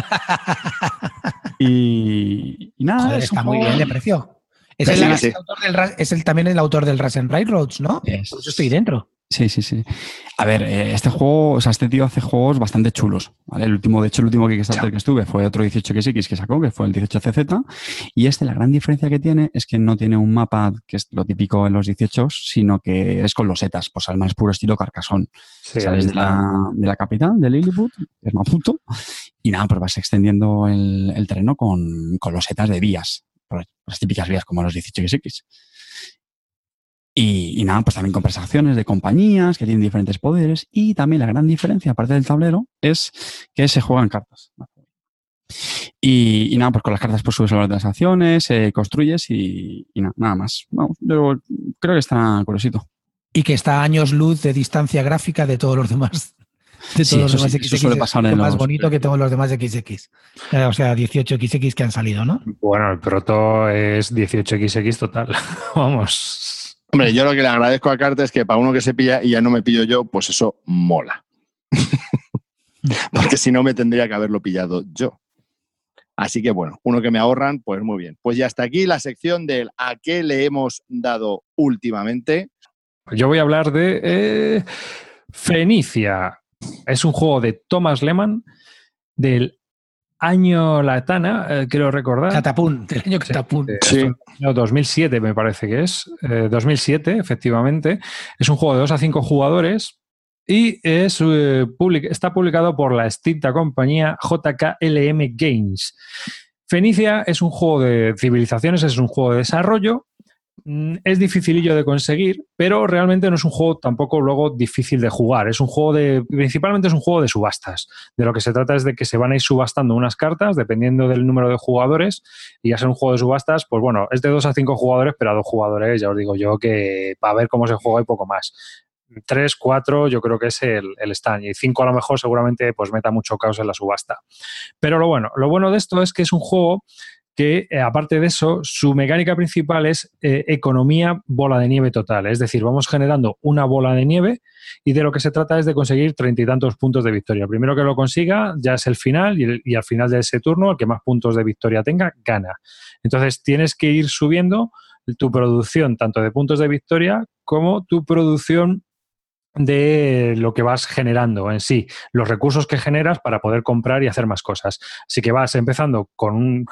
y nada. Joder, está muy bien de precio. Es también el autor del Rush and Railroads, ¿no? Por eso estoy dentro. Sí. A ver, este juego, este tío hace juegos bastante chulos, ¿vale? El último Kickstarter que estuve fue otro 18XX que sacó, que fue el 18CZ, y la gran diferencia que tiene es que no tiene un mapa, que es lo típico en los 18, sino que es con losetas, pues al más puro estilo Carcassonne. Sí, sales de la capital, de Lilliput, que es Maputo, y nada, pues vas extendiendo el terreno con losetas de vías, las típicas vías como los 18XX. Y nada, pues también conversaciones de compañías que tienen diferentes poderes y también la gran diferencia, aparte del tablero, es que se juegan cartas. Y nada, pues con las cartas pues subes el valor de las acciones, construyes y nada más. Vamos, yo creo que está curiosito. Y que está a años luz de distancia gráfica de todos los demás. De todos los demás XX. Eso suele pasar en más los... bonito que todos los demás XX. O sea, 18XX que han salido, ¿no? Bueno, el proto es 18XX total. Vamos. Hombre, yo lo que le agradezco a Carta es que para uno que se pilla y ya no me pillo yo, pues eso mola. Porque si no me tendría que haberlo pillado yo. Así que bueno, uno que me ahorran, pues muy bien. Pues ya está aquí la sección del ¿a qué le hemos dado últimamente? Yo voy a hablar de Fenicia. Es un juego de Thomas Lehmann del año Latana, quiero recordar. Catapún, del año Catapún. Sí. No, 2007 me parece que es. 2007, efectivamente. Es un juego de 2 a 5 jugadores y está publicado por la extinta compañía JKLM Games. Fenicia es un juego de civilizaciones, es un juego de desarrollo. Es dificilillo de conseguir, pero realmente no es un juego tampoco luego difícil de jugar. Es un juego principalmente es un juego de subastas. De lo que se trata es de que se van a ir subastando unas cartas dependiendo del número de jugadores y ya sea un juego de subastas, pues bueno, es de 2 a 5 jugadores, pero a 2 jugadores ya os digo yo que para ver cómo se juega y poco más. 3, 4 yo creo que es el stand y 5 a lo mejor seguramente pues meta mucho caos en la subasta. Pero lo bueno de esto es que es un juego que, aparte de eso, su mecánica principal es economía bola de nieve total. Es decir, vamos generando una bola de nieve y de lo que se trata es de conseguir 30 y tantos puntos de victoria. El primero que lo consiga ya es el final y al final de ese turno, el que más puntos de victoria tenga, gana. Entonces, tienes que ir subiendo tu producción, tanto de puntos de victoria como tu producción de lo que vas generando en sí, los recursos que generas para poder comprar y hacer más cosas. Así que vas empezando con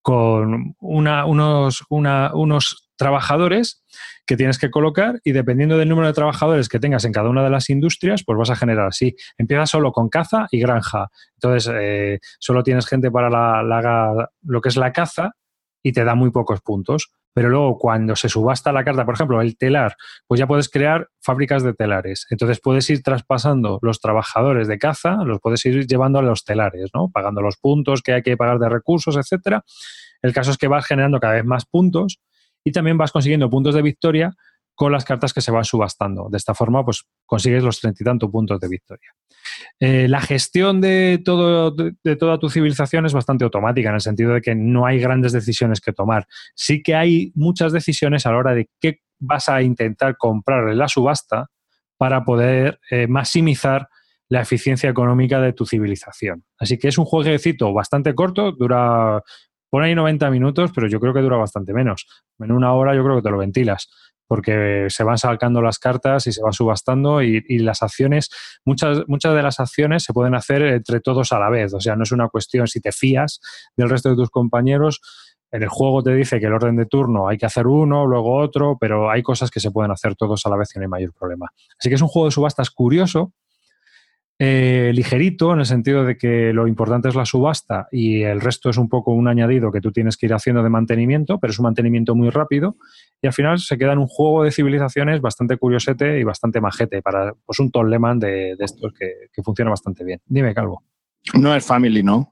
unos trabajadores que tienes que colocar y dependiendo del número de trabajadores que tengas en cada una de las industrias, pues vas a generar así. Empiezas solo con caza y granja. Entonces, solo tienes gente para lo que es la caza y te da muy pocos puntos. Pero luego cuando se subasta la carta, por ejemplo, el telar, pues ya puedes crear fábricas de telares. Entonces puedes ir traspasando los trabajadores de caza, los puedes ir llevando a los telares, ¿no? Pagando los puntos que hay que pagar de recursos, etcétera. El caso es que vas generando cada vez más puntos y también vas consiguiendo puntos de victoria con las cartas que se van subastando. De esta forma, pues consigues los 30 y tantos puntos de victoria. La gestión de toda tu civilización es bastante automática en el sentido de que no hay grandes decisiones que tomar. Sí que hay muchas decisiones a la hora de qué vas a intentar comprar en la subasta para poder maximizar la eficiencia económica de tu civilización. Así que es un jueguecito bastante corto, dura por ahí 90 minutos, pero yo creo que dura bastante menos. En 1 hora yo creo que te lo ventilas, porque se van sacando las cartas y se va subastando y las acciones, muchas de las acciones se pueden hacer entre todos a la vez. O sea, no es una cuestión si te fías del resto de tus compañeros. En el juego te dice que el orden de turno hay que hacer uno, luego otro, pero hay cosas que se pueden hacer todos a la vez y no hay mayor problema. Así que es un juego de subastas curioso, ligerito, en el sentido de que lo importante es la subasta y el resto es un poco un añadido que tú tienes que ir haciendo de mantenimiento, pero es un mantenimiento muy rápido y al final se queda en un juego de civilizaciones bastante curiosete y bastante majete para pues un Tom Lehmann de estos que funciona bastante bien. Dime, Calvo. No es Family, ¿no?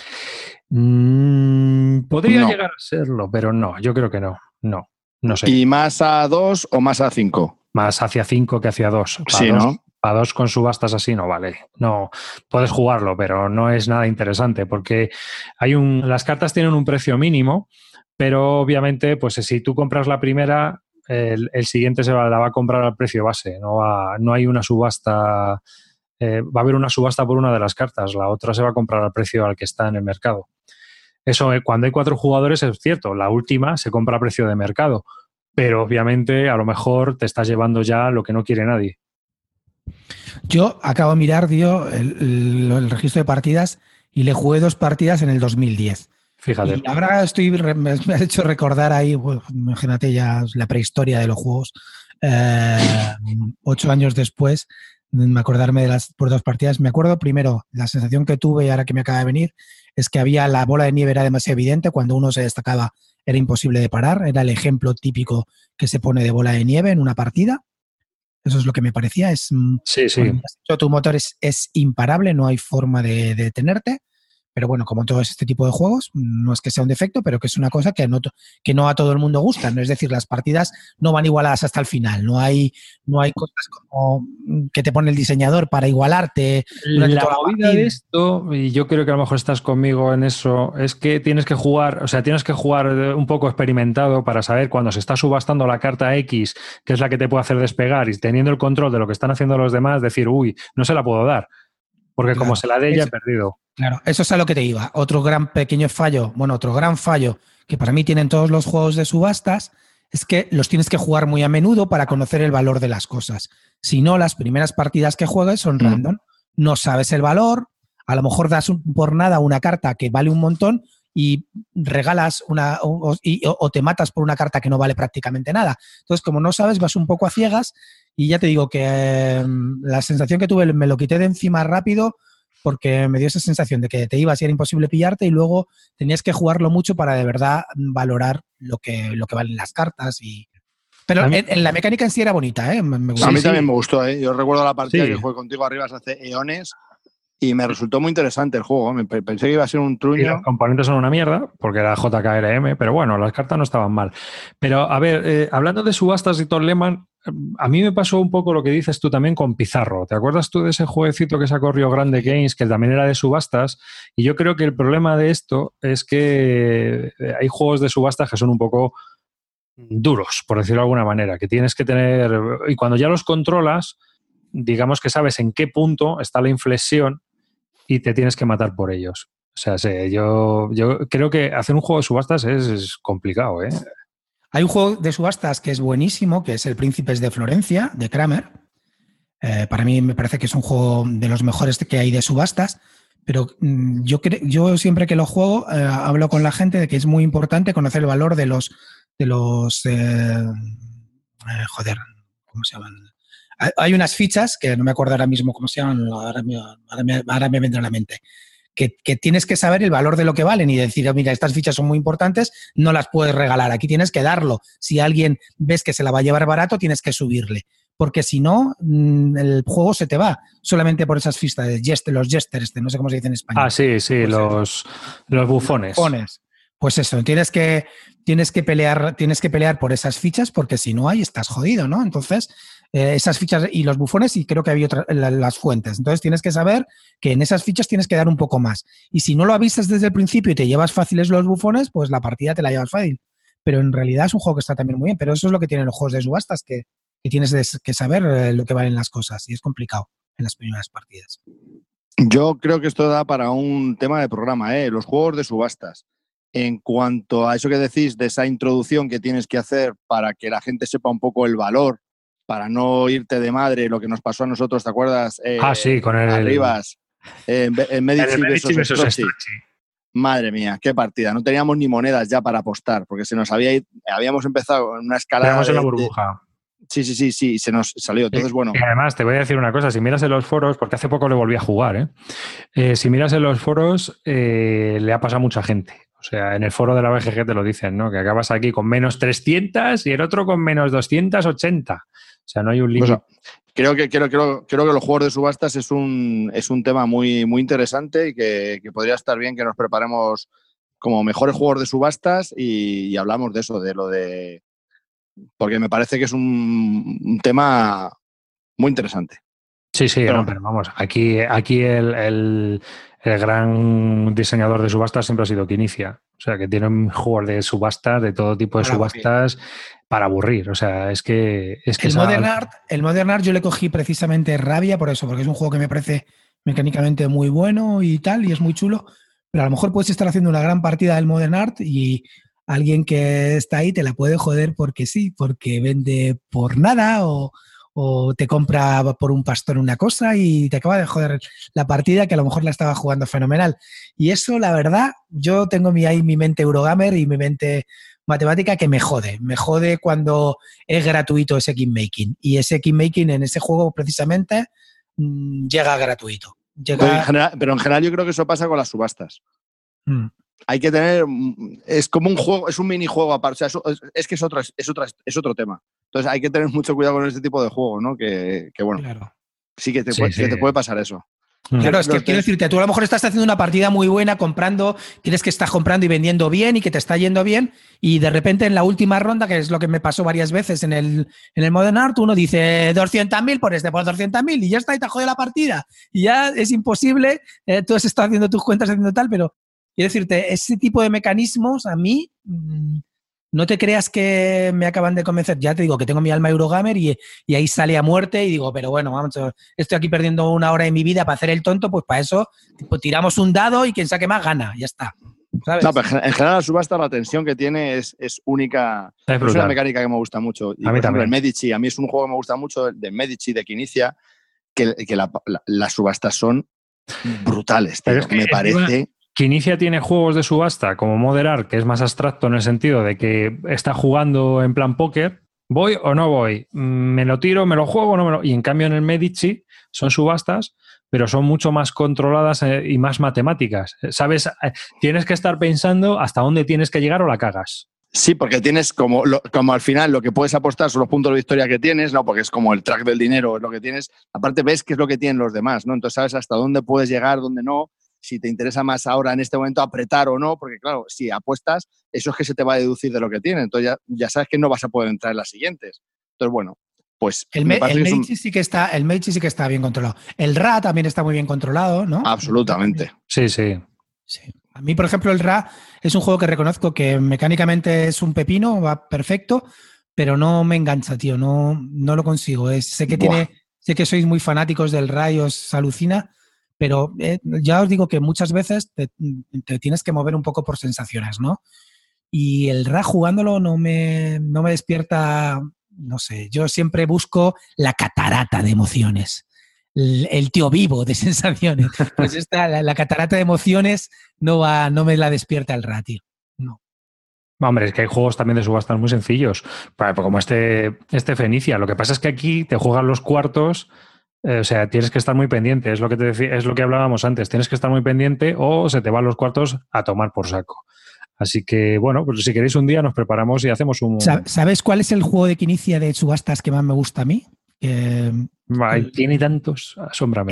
Podría llegar a serlo, pero no, yo creo que no. No sé. ¿Y más a 2 o más a 5? Más hacia 5 que hacia 2. Sí, ¿no? Para 2 con subastas así no vale. No, puedes jugarlo, pero no es nada interesante porque las cartas tienen un precio mínimo, pero obviamente, pues si tú compras la primera, el siguiente la va a comprar al precio base. No hay una subasta. Va a haber una subasta por una de las cartas, la otra se va a comprar al precio al que está en el mercado. Eso, cuando hay 4 jugadores es cierto, la última se compra a precio de mercado, pero obviamente a lo mejor te estás llevando ya lo que no quiere nadie. Yo acabo de mirar, tío, el registro de partidas y le jugué 2 partidas en el 2010. Fíjate. Y ahora me has hecho recordar ahí, bueno, imagínate ya la prehistoria de los juegos, 8 años después, me acordarme por 2 partidas. Me acuerdo primero, la sensación que tuve y ahora que me acaba de venir, es que la bola de nieve era demasiado evidente, cuando uno se destacaba era imposible de parar, era el ejemplo típico que se pone de bola de nieve en una partida. Eso es lo que me parecía. Sí. Tu motor es imparable, no hay forma de detenerte. Pero bueno, como todo este tipo de juegos, no es que sea un defecto, pero que es una cosa que no a todo el mundo gusta, ¿no? Es decir, las partidas no van igualadas hasta el final, no hay cosas como que te pone el diseñador para igualarte durante toda la movida de esto, y yo creo que a lo mejor estás conmigo en eso, es que tienes que jugar un poco experimentado para saber cuando se está subastando la carta X, que es la que te puede hacer despegar, y teniendo el control de lo que están haciendo los demás, decir, uy, no se la puedo dar, porque como se la dé ya he perdido. Claro, eso es a lo que te iba. Otro gran fallo que para mí tienen todos los juegos de subastas es que los tienes que jugar muy a menudo para conocer el valor de las cosas. Si no, las primeras partidas que juegues son random. No sabes el valor, a lo mejor das por nada una carta que vale un montón y regalas o te matas por una carta que no vale prácticamente nada. Entonces, como no sabes, vas un poco a ciegas y ya te digo que la sensación que tuve, me lo quité de encima rápido porque me dio esa sensación de que te ibas y era imposible pillarte y luego tenías que jugarlo mucho para de verdad valorar lo que valen las cartas. Pero en la mecánica en sí era bonita, ¿eh? Me gustó. A mí también me gustó, ¿eh? Yo recuerdo la partida que jugué contigo arriba hace eones y me resultó muy interesante el juego. Pensé que iba a ser un truño. Y los componentes son una mierda, porque era JKLM, pero bueno, las cartas no estaban mal. Pero, a ver, hablando de subastas y Todd Lehman, a mí me pasó un poco lo que dices tú también con Pizarro. ¿Te acuerdas tú de ese jueguecito que sacó Rio Grande Games, que también era de subastas? Y yo creo que el problema de esto es que hay juegos de subastas que son un poco duros, por decirlo de alguna manera, que tienes que tener... Y cuando ya los controlas, digamos que sabes en qué punto está la inflexión y te tienes que matar por ellos. O sea, yo creo que hacer un juego de subastas es complicado, ¿eh? Hay un juego de subastas que es buenísimo, que es El Príncipes de Florencia, de Kramer. Para mí me parece que es un juego de los mejores que hay de subastas, pero yo siempre que lo juego hablo con la gente de que es muy importante conocer el valor de los ¿cómo se llaman? Hay unas fichas, que no me acuerdo ahora mismo cómo se llaman, ahora me vendrá a la mente, que tienes que saber el valor de lo que valen y decir, mira, estas fichas son muy importantes, no las puedes regalar, aquí tienes que darlo. Si alguien ves que se la va a llevar barato, tienes que subirle, porque si no, el juego se te va solamente por esas fichas de los jesters, no sé cómo se dice en español. Ah, sí, pues los bufones. Pues eso, tienes que pelear por esas fichas porque si no hay, estás jodido, ¿no? Entonces, esas fichas y los bufones, y creo que había las fuentes. Entonces, tienes que saber que en esas fichas tienes que dar un poco más. Y si no lo avisas desde el principio y te llevas fáciles los bufones, pues la partida te la llevas fácil. Pero en realidad es un juego que está también muy bien. Pero eso es lo que tienen los juegos de subastas, que tienes que saber lo que valen las cosas. Y es complicado en las primeras partidas. Yo creo que esto da para un tema de programa, los juegos de subastas. En cuanto a eso que decís, de esa introducción que tienes que hacer para que la gente sepa un poco el valor, para no irte de madre, lo que nos pasó a nosotros, ¿te acuerdas? Sí, con el Arribas, en Medici versus Strozzi. Madre mía, qué partida. No teníamos ni monedas ya para apostar, porque se nos habíamos empezado en una escalada. Teníamos en la burbuja. Sí, se nos salió. Entonces, bueno. Y además, te voy a decir una cosa, si miras en los foros, porque hace poco le volví a jugar, si miras en los foros, le ha pasado a mucha gente. O sea, en el foro de la BGG te lo dicen, ¿no? Que acabas aquí con menos 300 y el otro con menos 280. O sea, no hay un límite. Creo que los juegos de subastas es un tema muy, muy interesante y que podría estar bien que nos preparemos como mejores juegos de subastas y hablamos de eso, de lo de... Porque me parece que es un tema muy interesante. Sí, pero vamos, aquí el gran diseñador de subastas siempre ha sido Quinicia. O sea, que tiene un juego de subastas, de todo tipo de subastas, para aburrir. O sea, es que el Modern Art yo le cogí precisamente rabia por eso, porque es un juego que me parece mecánicamente muy bueno y tal, y es muy chulo, pero a lo mejor puedes estar haciendo una gran partida del Modern Art y alguien que está ahí te la puede joder porque sí, porque vende por nada o te compra por un pastor una cosa y te acaba de joder la partida que a lo mejor la estaba jugando fenomenal. Y eso, la verdad, yo tengo ahí mi mente Eurogamer y mi mente matemática que me jode. Me jode cuando es gratuito ese Kingmaking. Y ese Kingmaking en ese juego precisamente llega gratuito. Pero en general yo creo que eso pasa con las subastas. Hay que tener... Es como un juego, es un minijuego aparte. O sea, es que es otro tema. Entonces hay que tener mucho cuidado con este tipo de juego, ¿no? Que bueno, claro. Sí que te puede pasar eso. Claro, es que quiero decirte, tú a lo mejor estás haciendo una partida muy buena comprando, tienes que estar comprando y vendiendo bien y que te está yendo bien, y de repente en la última ronda, que es lo que me pasó varias veces en el Modern Art, uno dice 200.000 por por 200.000 y ya está, y te jode la partida. Y ya es imposible, tú has estado haciendo tus cuentas, haciendo tal, pero quiero decirte, ese tipo de mecanismos a mí... no te creas que me acaban de convencer. Ya te digo que tengo mi alma Eurogamer y ahí sale a muerte y digo, pero bueno, vamos, estoy aquí perdiendo una hora de mi vida para hacer el tonto, pues para eso pues tiramos un dado y quien saque más gana, ya está. ¿Sabes? No, pero en general la subasta, la tensión que tiene es única. Es una mecánica que me gusta mucho. Y, a mí también. El Medici, a mí es un juego que me gusta mucho, de Medici, de Quinicia, que las subastas son brutales, tío. Es que me parece... Quinicia tiene juegos de subasta como Modern Art, que es más abstracto en el sentido de que está jugando en plan póker. ¿Voy o no voy? ¿Me lo tiro, me lo juego o no me lo...? Y en cambio en el Medici son subastas, pero son mucho más controladas y más matemáticas. ¿Sabes? Tienes que estar pensando hasta dónde tienes que llegar o la cagas. Sí, porque tienes como al final lo que puedes apostar son los puntos de victoria que tienes, ¿no? Porque es como el track del dinero, es lo que tienes. Aparte ves qué es lo que tienen los demás, ¿no? Entonces sabes hasta dónde puedes llegar, dónde no. Si te interesa más ahora en este momento apretar o no, porque claro, si apuestas, eso es que se te va a deducir de lo que tiene. Entonces ya sabes que no vas a poder entrar en las siguientes. Entonces, bueno, pues... El Medici sí que está bien controlado. El Ra también está muy bien controlado, ¿no? Absolutamente. Sí. A mí, por ejemplo, el Ra es un juego que reconozco que mecánicamente es un pepino, va perfecto, pero no me engancha, tío. No lo consigo. Sé que sois muy fanáticos del Ra y os alucina, pero ya os digo que muchas veces te tienes que mover un poco por sensaciones, ¿no? Y el Ra jugándolo no me despierta, no sé, yo siempre busco la catarata de emociones, el tío vivo de sensaciones. Pues la catarata de emociones no me la despierta el Ra, tío. No. Hombre, es que hay juegos también de subastas muy sencillos, como este Fenicia. Lo que pasa es que aquí te juegan los cuartos. O sea, tienes que estar muy pendiente, es lo que te decía, es lo que hablábamos antes, tienes que estar muy pendiente o se te van los cuartos a tomar por saco. Así que, bueno, pues si queréis un día nos preparamos y hacemos un... ¿Sabes cuál es el juego de Quinicia de subastas que más me gusta a mí? Tiene tantos, asómbrame.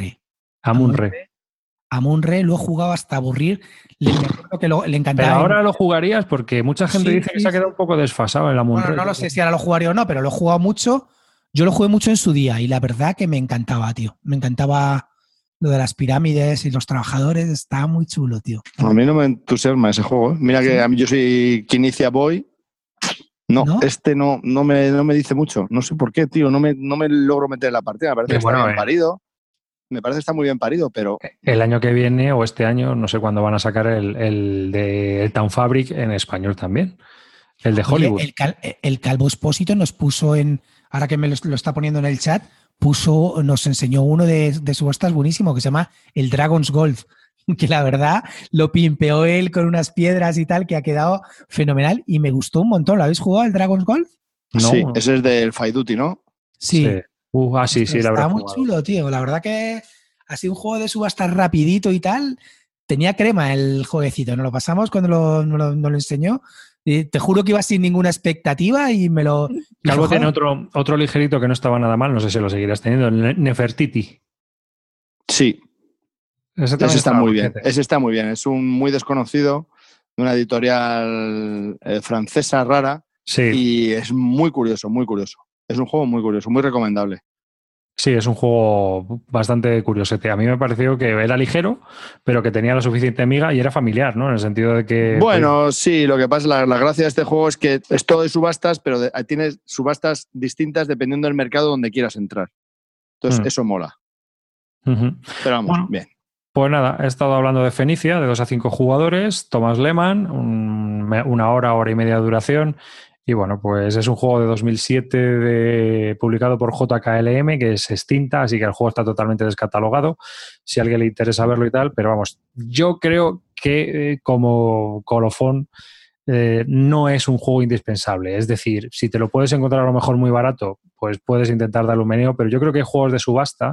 Amun-Re lo he jugado hasta aburrir. Le encantaba. Pero ahora lo jugarías porque mucha gente dice que se ha quedado un poco desfasado el Amun-Re. Bueno, no lo sé si ahora lo jugaría o no, pero lo he jugado mucho. Yo lo jugué mucho en su día y la verdad que me encantaba, tío. Me encantaba lo de las pirámides y los trabajadores. Estaba muy chulo, tío. A mí no me entusiasma ese juego. Mira que a mí yo soy Quinicia Boy. No, este no me dice mucho. No sé por qué, tío. No me logro meter en la partida. Me parece que está bien parido. Me parece que está muy bien parido, pero... El año que viene o este año, no sé cuándo van a sacar el de Town Fabric en español también. El de Hollywood. El Calvo Espósito nos puso ahora que me lo está poniendo en el chat, nos enseñó uno de subastas buenísimo que se llama el Dragon's Golf, que la verdad lo pimpeó él con unas piedras y tal, que ha quedado fenomenal y me gustó un montón. ¿Lo habéis jugado el Dragon's Golf? No. Sí, ese es del Fight Duty, ¿no? Sí. Sí, la verdad. Está muy chulo, tío. La verdad que ha sido un juego de subastas rapidito y tal. Tenía crema el jueguecito. Nos lo pasamos cuando nos lo enseñó. Y te juro que iba sin ninguna expectativa y me lo... Calvo tiene otro ligerito que no estaba nada mal, no sé si lo seguirás teniendo, el Nefertiti. Sí. Ese está muy bien. Ese está muy bien. Es un muy desconocido de una editorial francesa rara. Sí. Y es muy curioso, muy curioso. Es un juego muy curioso, muy recomendable. Sí, es un juego bastante curiosete. A mí me pareció que era ligero, pero que tenía la suficiente miga y era familiar, ¿no? En el sentido de que... Bueno, sí, lo que pasa, la gracia de este juego es que es todo de subastas, pero tienes subastas distintas dependiendo del mercado donde quieras entrar. Entonces, eso mola. Pero vamos, bien. Pues nada, he estado hablando de Fenicia, de 2 a 5 jugadores, Thomas Lehmann, una hora y media de duración. Y bueno, pues es un juego de 2007 publicado por JKLM, que es extinta, así que el juego está totalmente descatalogado, si a alguien le interesa verlo y tal, pero vamos, yo creo que como colofón no es un juego indispensable, es decir, si te lo puedes encontrar a lo mejor muy barato, pues puedes intentar darle un meneo, pero yo creo que hay juegos de subasta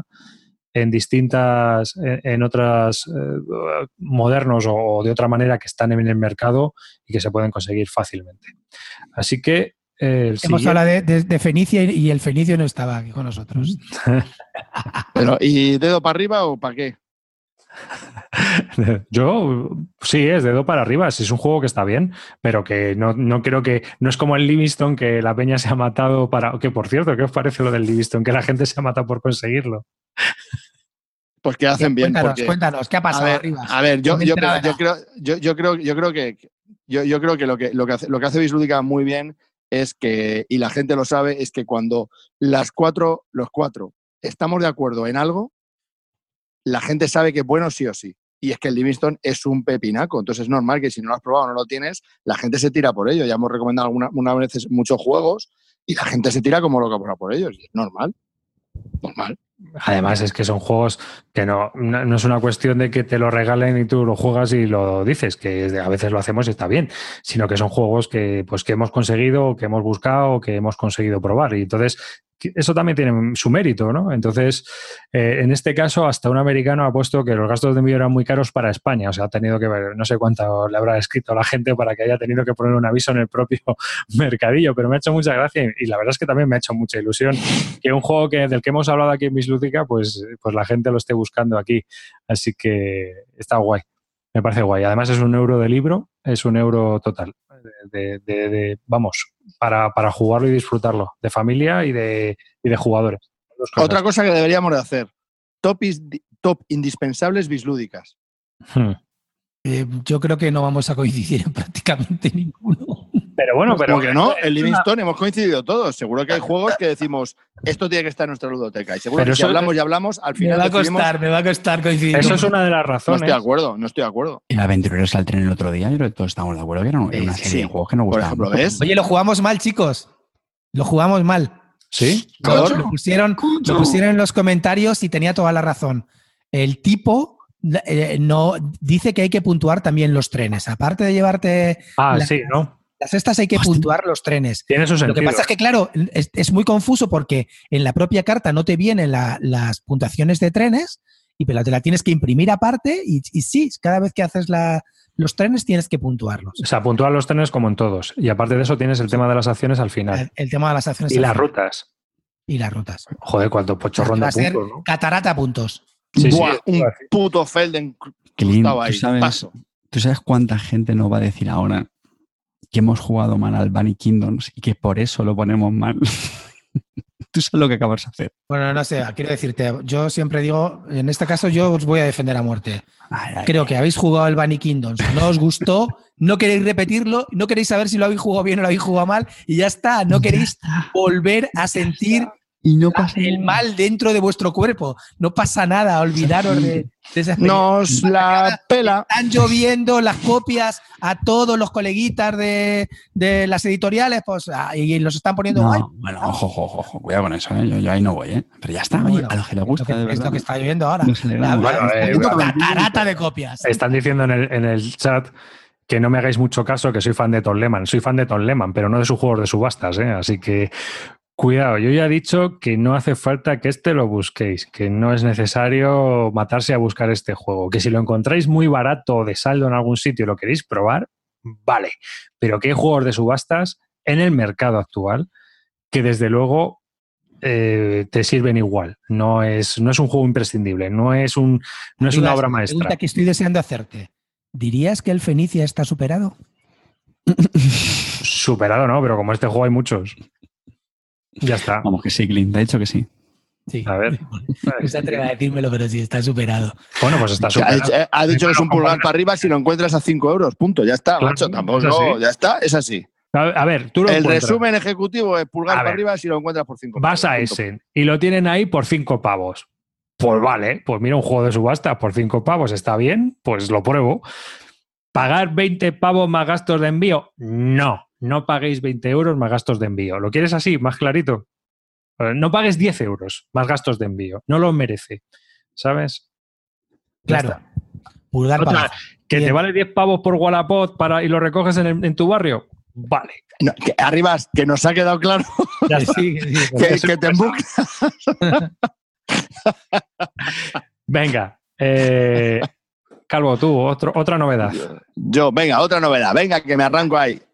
en otras modernos o de otra manera que están en el mercado y que se pueden conseguir fácilmente. Así que Hemos hablado de Fenicia y el fenicio no estaba aquí con nosotros. Pero, ¿y dedo para arriba o para qué? Yo sí, es dedo para arriba. Sí, es un juego que está bien, pero que no creo que. No es como el Livingston, que la peña se ha matado para. Que por cierto, ¿qué os parece lo del Livingston? Que la gente se ha matado por conseguirlo. Pues que hacen bien. Cuéntanos, ¿qué ha pasado arriba? A ver, yo creo que lo que hace Bislúdica muy bien es que, y la gente lo sabe, es que cuando los cuatro estamos de acuerdo en algo, la gente sabe que es bueno sí o sí. Y es que el Livingston es un pepinaco. Entonces es normal que si no lo has probado o no lo tienes, la gente se tira por ello. Ya hemos recomendado algunas veces muchos juegos y la gente se tira como loca por ellos. Y es normal. Normal. Además es que son juegos que no es una cuestión de que te lo regalen y tú lo juegas y lo dices, que a veces lo hacemos y está bien, sino que son juegos que hemos conseguido, que hemos buscado, que hemos conseguido probar. Y entonces eso también tiene su mérito, ¿no? Entonces, en este caso, hasta un americano ha puesto que los gastos de envío eran muy caros para España. O sea, ha tenido que ver, no sé cuánto le habrá escrito a la gente para que haya tenido que poner un aviso en el propio mercadillo, pero me ha hecho mucha gracia y la verdad es que también me ha hecho mucha ilusión que un juego del que hemos hablado aquí en Bislúdica, pues la gente lo esté buscando aquí. Así que está guay. Me parece guay. Además es €1 de libro, es €1 total. Vamos, para jugarlo y disfrutarlo, de familia y de jugadores. Otra cosa que deberíamos de hacer, top indispensables bislúdicas. Yo creo que no vamos a coincidir en prácticamente ninguno. Pero bueno, pero que no, el Livingston hemos coincidido todos. Seguro que hay juegos que decimos, esto tiene que estar en nuestra ludoteca. Y seguro que si hablamos, al final me va a costar coincidir. Eso es una de las razones. No estoy de acuerdo. El Aventureros al tren el otro día, yo creo que todos estamos de acuerdo que era una serie de juegos que nos gustaban. Por ejemplo, ¿ves? Oye, lo jugamos mal, chicos. Lo jugamos mal. ¿Sí? Lo pusieron en los comentarios y tenía toda la razón. El tipo no dice que hay que puntuar también los trenes. Aparte de llevarte las cestas, hay que puntuar los trenes. Tiene su sentido. Lo que pasa es que, claro, es muy confuso porque en la propia carta no te vienen las puntuaciones de trenes, pero te la tienes que imprimir aparte y sí, cada vez que haces los trenes tienes que puntuarlos. O sea, puntúan los trenes como en todos. Y aparte de eso tienes el tema de las acciones al final. El tema de las acciones y las rutas. Y las rutas. Joder, cuánto pochorrón de puntos, ¿no? Catarata puntos. Sí, un puto Felden cruzado ahí. ¿Tú sabes cuánta gente nos va a decir ahora que hemos jugado mal al Bunny Kingdoms y que por eso lo ponemos mal? Tú sabes lo que acabas de hacer. Bueno, no sé, quiero decirte, yo siempre digo, en este caso yo os voy a defender a muerte. Creo que habéis jugado el Bunny Kingdoms, no os gustó, no queréis repetirlo, no queréis saber si lo habéis jugado bien o lo habéis jugado mal y ya está, no queréis volver a sentir y no pasa el mal dentro de vuestro cuerpo. No pasa nada, olvidaros de esa experiencia. Nos la pela. Están lloviendo las copias a todos los coleguitas de las editoriales, pues, y los están poniendo guay. Bueno, ojo, cuidado con eso, ¿eh? Yo ahí no voy, ¿eh? Pero ya está, oye, a los que les gusta. Es lo que está lloviendo ahora. Catarata de copias. Están diciendo en el chat que no me hagáis mucho caso, que soy fan de Tom Lehmann. Soy fan de Tom Lehmann, pero no de sus juegos de subastas, ¿eh? Así que cuidado, yo ya he dicho que no hace falta que lo busquéis, que no es necesario matarse a buscar este juego, que si lo encontráis muy barato o de saldo en algún sitio y lo queréis probar, vale, pero que hay juegos de subastas en el mercado actual que desde luego te sirven igual. No es un juego imprescindible, no es una obra maestra. La pregunta que estoy deseando hacerte, ¿dirías que el Fenicia está superado? Superado no, pero como este juego hay muchos. Ya está. Vamos que sí, Clint, de hecho que sí. Sí. A ver. No se atreve a decírmelo, pero sí, está superado. Bueno, pues está superado. Ha dicho que es un pulgar para arriba si lo encuentras a 5 euros, punto, ya está, claro, macho, tampoco, ya está, es así. A ver, tú lo El encuentras. resumen ejecutivo es pulgar para arriba si lo encuentras por 5 Vas a Essen y lo tienen ahí por 5 pavos. Pues vale, pues mira, un juego de subasta por 5 pavos está bien, pues lo pruebo. ¿Pagar 20 pavos más gastos de envío? No paguéis 20 euros más gastos de envío. ¿Lo quieres así, más clarito? No pagues 10 euros más gastos de envío. No lo merece. ¿Sabes? Claro. Pulgar para abajo. ¿Que te vale 10 pavos por Wallapop y lo recoges en tu barrio? Vale. No, que arriba, que nos ha quedado claro. Ya sí, que te embuclas. Venga. Calvo, tú, otra novedad. Venga, otra novedad. Venga, que me arranco ahí.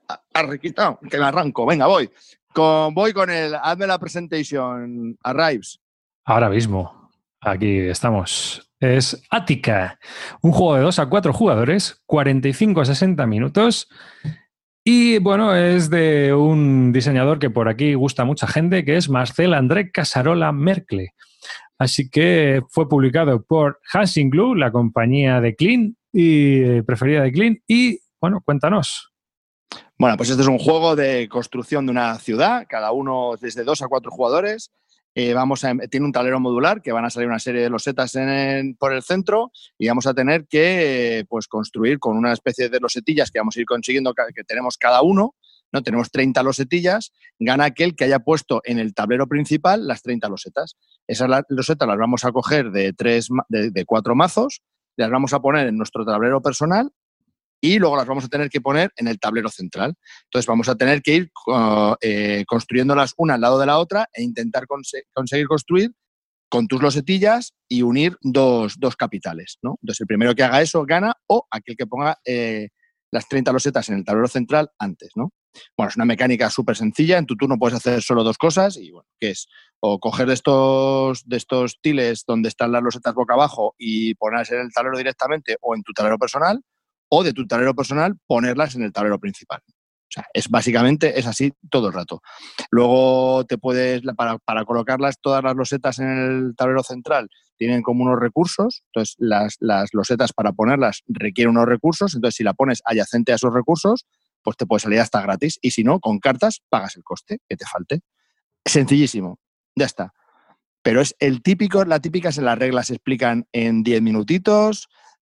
Arrequitado, que me arranco. Venga, voy. Voy con el hazme la presentation, Arrives. Ahora mismo, aquí estamos. Es Attica, un juego de 2 a 4 jugadores, 45 a 60 minutos. Y bueno, es de un diseñador que por aquí gusta a mucha gente, que es Marcel André Casarola Mercle. Así que fue publicado por Hansing Glue, la compañía de Clean y preferida de Clean. Y bueno, cuéntanos. Bueno, pues este es un juego de construcción de una ciudad, cada uno desde 2 a 4 jugadores. Tiene un tablero modular que van a salir una serie de losetas por el centro y vamos a tener que pues, construir con una especie de losetillas que vamos a ir consiguiendo, que tenemos cada uno, ¿no? Tenemos 30 losetillas, gana aquel que haya puesto en el tablero principal las 30 losetas. Esas losetas las vamos a coger de 4 mazos, las vamos a poner en nuestro tablero personal y luego las vamos a tener que poner en el tablero central. Entonces vamos a tener que ir construyéndolas una al lado de la otra e intentar conseguir construir con tus losetillas y unir dos capitales, ¿no? Entonces el primero que haga eso gana, o aquel que ponga las 30 losetas en el tablero central antes, ¿no? Bueno, es una mecánica súper sencilla. En tu turno puedes hacer solo 2 cosas y, bueno, que es o coger de estos tiles donde están las losetas boca abajo y ponerlas en el tablero directamente o en tu tablero personal, o de tu tablero personal ponerlas en el tablero principal. O sea, básicamente es así todo el rato. Luego para colocarlas todas las losetas en el tablero central, tienen como unos recursos. Entonces, las losetas para ponerlas requieren unos recursos. Entonces, si la pones adyacente a esos recursos, pues te puede salir hasta gratis. Y si no, con cartas pagas el coste que te falte. Sencillísimo. Ya está. Pero es la típica, las reglas se explican en 10 minutitos.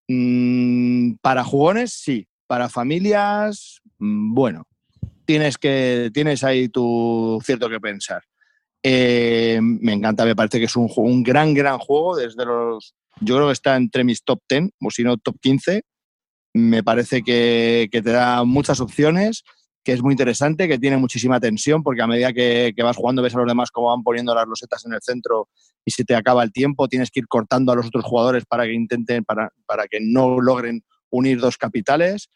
Para jugones, sí. Para familias, bueno, tienes ahí tu cierto que pensar. Me encanta, me parece que es un gran juego. Yo creo que está entre mis top 10, o si no, top 15. Me parece que te da muchas opciones, que es muy interesante, que tiene muchísima tensión, porque a medida que vas jugando ves a los demás cómo van poniendo las losetas en el centro y se te acaba el tiempo, tienes que ir cortando a los otros jugadores para que intenten, para que no logren unir 2 capitales,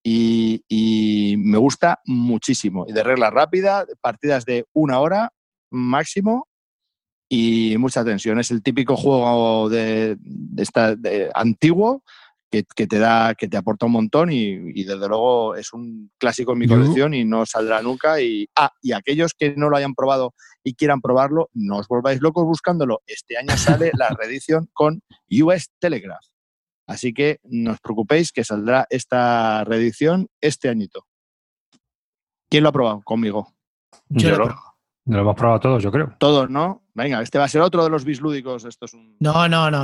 y me gusta muchísimo. Y de regla rápida, partidas de 1 hora máximo y mucha tensión. Es el típico juego de antiguo, que te aporta un montón y desde luego es un clásico en mi colección y no saldrá nunca. Y aquellos que no lo hayan probado y quieran probarlo, no os volváis locos buscándolo. Este año sale la reedición con US Telegraph. Así que no os preocupéis, que saldrá esta reedición este añito. ¿Quién lo ha probado conmigo? Yo lo hemos probado todos, yo creo. Todos, ¿no? Venga, este va a ser otro de los bislúdicos. Esto es un... No.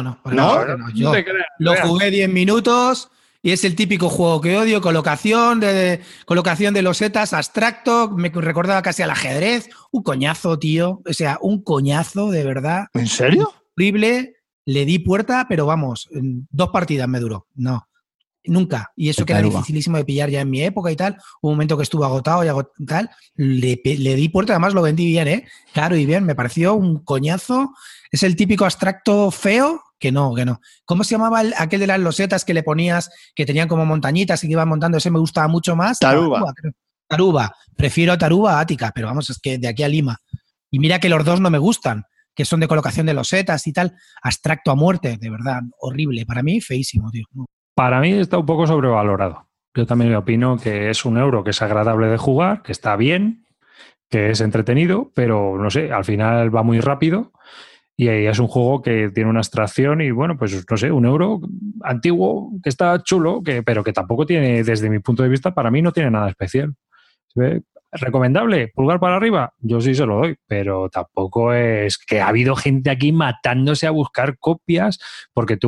Yo lo jugué 10 minutos y es el típico juego que odio. Colocación de losetas, abstracto. Me recordaba casi al ajedrez. Un coñazo, tío. O sea, un coñazo, de verdad. ¿En serio? Horrible. Le di puerta, pero vamos, 2 partidas me duró. No, nunca. Y eso que era dificilísimo de pillar ya en mi época y tal. Un momento que estuvo agotado y tal. Le di puerta, además lo vendí bien, ¿eh? Claro y bien. Me pareció un coñazo. Es el típico abstracto feo. Que no. ¿Cómo se llamaba aquel de las losetas que le ponías, que tenían como montañitas y que iban montando? Ese me gustaba mucho más. Taruba. Prefiero Taruba a Attica, pero vamos, es que de aquí a Lima. Y mira que los 2 no me gustan, que son de colocación de losetas y tal. Abstracto a muerte, de verdad. Horrible. Para mí, feísimo, tío. Para mí está un poco sobrevalorado. Yo también opino que es un euro que es agradable de jugar, que está bien, que es entretenido, pero no sé, al final va muy rápido. Y es un juego que tiene una abstracción y, bueno, pues no sé, un euro antiguo que está chulo, pero que tampoco tiene, desde mi punto de vista, para mí no tiene nada especial. ¿Recomendable? ¿Pulgar para arriba? Yo sí se lo doy, pero tampoco es que ha habido gente aquí matándose a buscar copias porque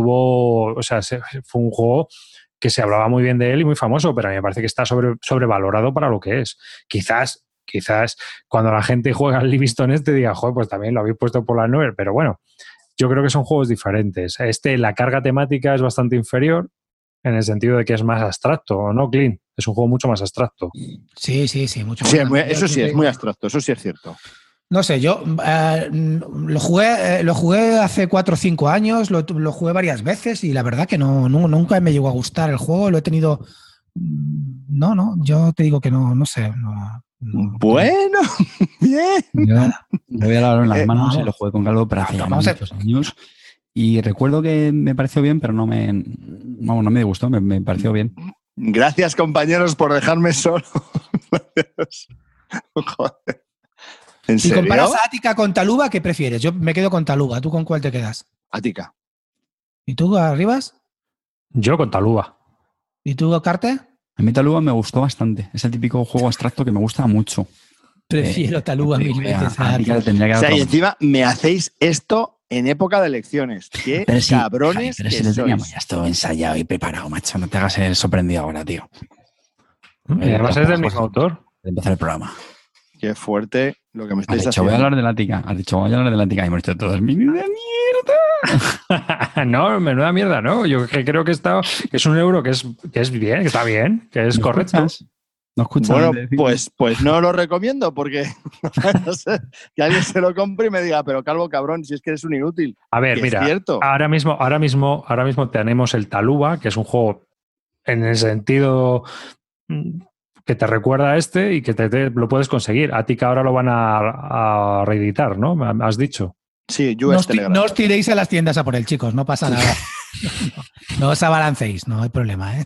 fue un juego que se hablaba muy bien de él y muy famoso, pero a mí me parece que está sobrevalorado para lo que es. Quizás cuando la gente juega al Livingston diga, joder, pues también lo habéis puesto por las 9, pero bueno, yo creo que son juegos diferentes. La carga temática es bastante inferior en el sentido de que es más abstracto, ¿no, Clint? Es un juego mucho más abstracto. Sí, mucho más. Sí, eso sí, es muy abstracto, eso sí es cierto. No sé, yo lo jugué hace 4 o 5 años, lo jugué varias veces y la verdad que nunca me llegó a gustar el juego. Lo he tenido No, yo te digo que no sé. No. Bueno, bien. Yo voy a darlo en las manos y lo jugué con Calvo, pero hace ya Vamos a- muchos años. Y recuerdo que me pareció bien, pero no me disgustó, me pareció bien. Gracias, compañeros, por dejarme solo. Joder. ¿En Si serio? comparas a Ática con Taluba, ¿qué prefieres? Yo me quedo con Taluba. ¿Tú con cuál te quedas? Ática. ¿Y tú, Arribas? Yo con Taluba. ¿Y tú, Carte? A mí Taluba me gustó bastante. Es el típico juego abstracto que me gusta mucho. Prefiero Taluba mil veces a Ática Ática. tendría que O dar sea, y otra- encima me hacéis esto en época de elecciones. Qué Pero sí, cabrones pero que si lo teníamos sois. ya todo ensayado y preparado, macho. No te hagas el sorprendido ahora, tío. Y además es del mismo autor. De empezar el programa. Qué fuerte lo que me Has estáis dicho, voy a haciendo. hablar de la Ática. Has dicho, voy a hablar de la Ática. Y hemos dicho todos, mini de mierda. No, menuda mierda, ¿no? Yo que creo que es un euro que es bien, que está bien, que es ¿No correcto. escuchas? ¿No escuchas? Bueno, de decir? pues no lo recomiendo porque no sé, que alguien se lo compre y me diga, pero Calvo, cabrón, si es que eres un inútil. A ver, Que mira, es cierto. ahora mismo tenemos el Taluba, que es un juego en el sentido que te recuerda a este y que te lo puedes conseguir. Ática ahora lo van a reeditar, ¿no? Has dicho. Sí, No US os, Telegram. no os tiréis a las tiendas a por él, chicos. No pasa nada. No os abalancéis. No hay problema, ¿eh?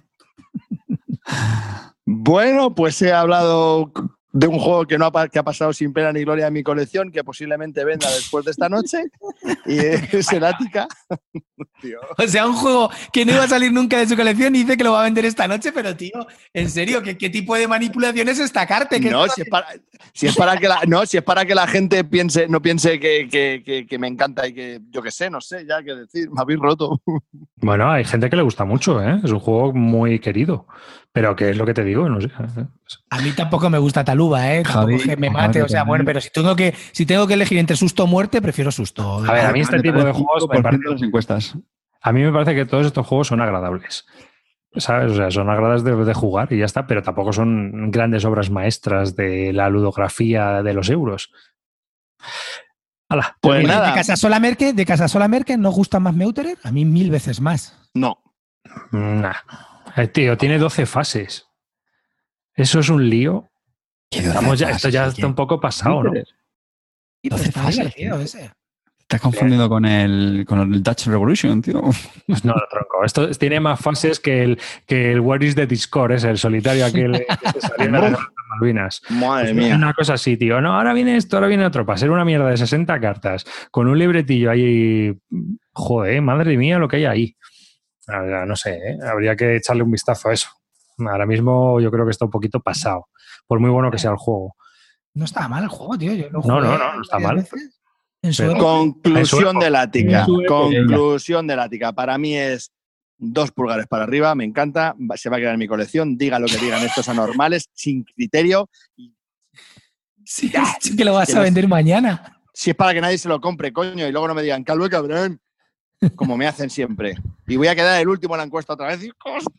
Bueno, pues he hablado de un juego que ha pasado sin pena ni gloria en mi colección, que posiblemente venda después de esta noche, y es el Ática. Tío. O sea, un juego que no iba a salir nunca de su colección y dice que lo va a vender esta noche, pero tío, en serio, ¿qué tipo de manipulación es esta carta? No, si es para que la gente no piense que me encanta y que yo qué sé, no sé, ya qué decir, me habéis roto. Bueno, hay gente que le gusta mucho, ¿eh? Es un juego muy querido. Pero ¿qué es lo que te digo? No sé. A mí tampoco me gusta Taluba, ¿eh? Tampoco Javi, es que me mate, Javi, o sea, bueno, pero si tengo que elegir entre susto o muerte, prefiero susto. A ver, a mí este tipo de juegos me 5% parece, de las encuestas. a mí me parece que todos estos juegos son agradables. ¿Sabes? O sea, son agradables de jugar y ya está, pero tampoco son grandes obras maestras de la ludografía de los euros. ¡Hala! Pues Oye, nada. de Casasola Merkel ¿no gusta más Meuterer? A mí 1000 veces más. No. Nah. Tío, tiene 12 fases. Eso es un lío. Esto ya está un poco pasado, ¿no? Sí, pero 12 está fases, divertido tío. ese. Estás confundido con el Dutch Revolution, tío. Pues no, tronco. Esto tiene más fases que el Where is the Discord, es el solitario aquel que te salió en las Malvinas. Madre Pues mía. una cosa así, tío. No, ahora viene esto, ahora viene otro. Para ser una mierda de 60 cartas, con un libretillo ahí. Joder, madre mía, lo que hay ahí. No sé, ¿eh? Habría que echarle un vistazo a eso. Ahora mismo yo creo que está un poquito pasado, por muy bueno que sea el juego. No está mal el juego, tío. Yo lo No, jugué no está varias mal. veces. En su Pero- época. Conclusión del Ática. En su época. Conclusión del Ática. Para mí es 2 pulgares para arriba. Me encanta. Se va a quedar en mi colección. Diga lo que digan estos anormales, sin criterio. Sí, sí que lo vas a vender mañana. Si es para que nadie se lo compre, coño, y luego no me digan, Calvo, cabrón. Como me hacen siempre. Y voy a quedar el último en la encuesta otra vez.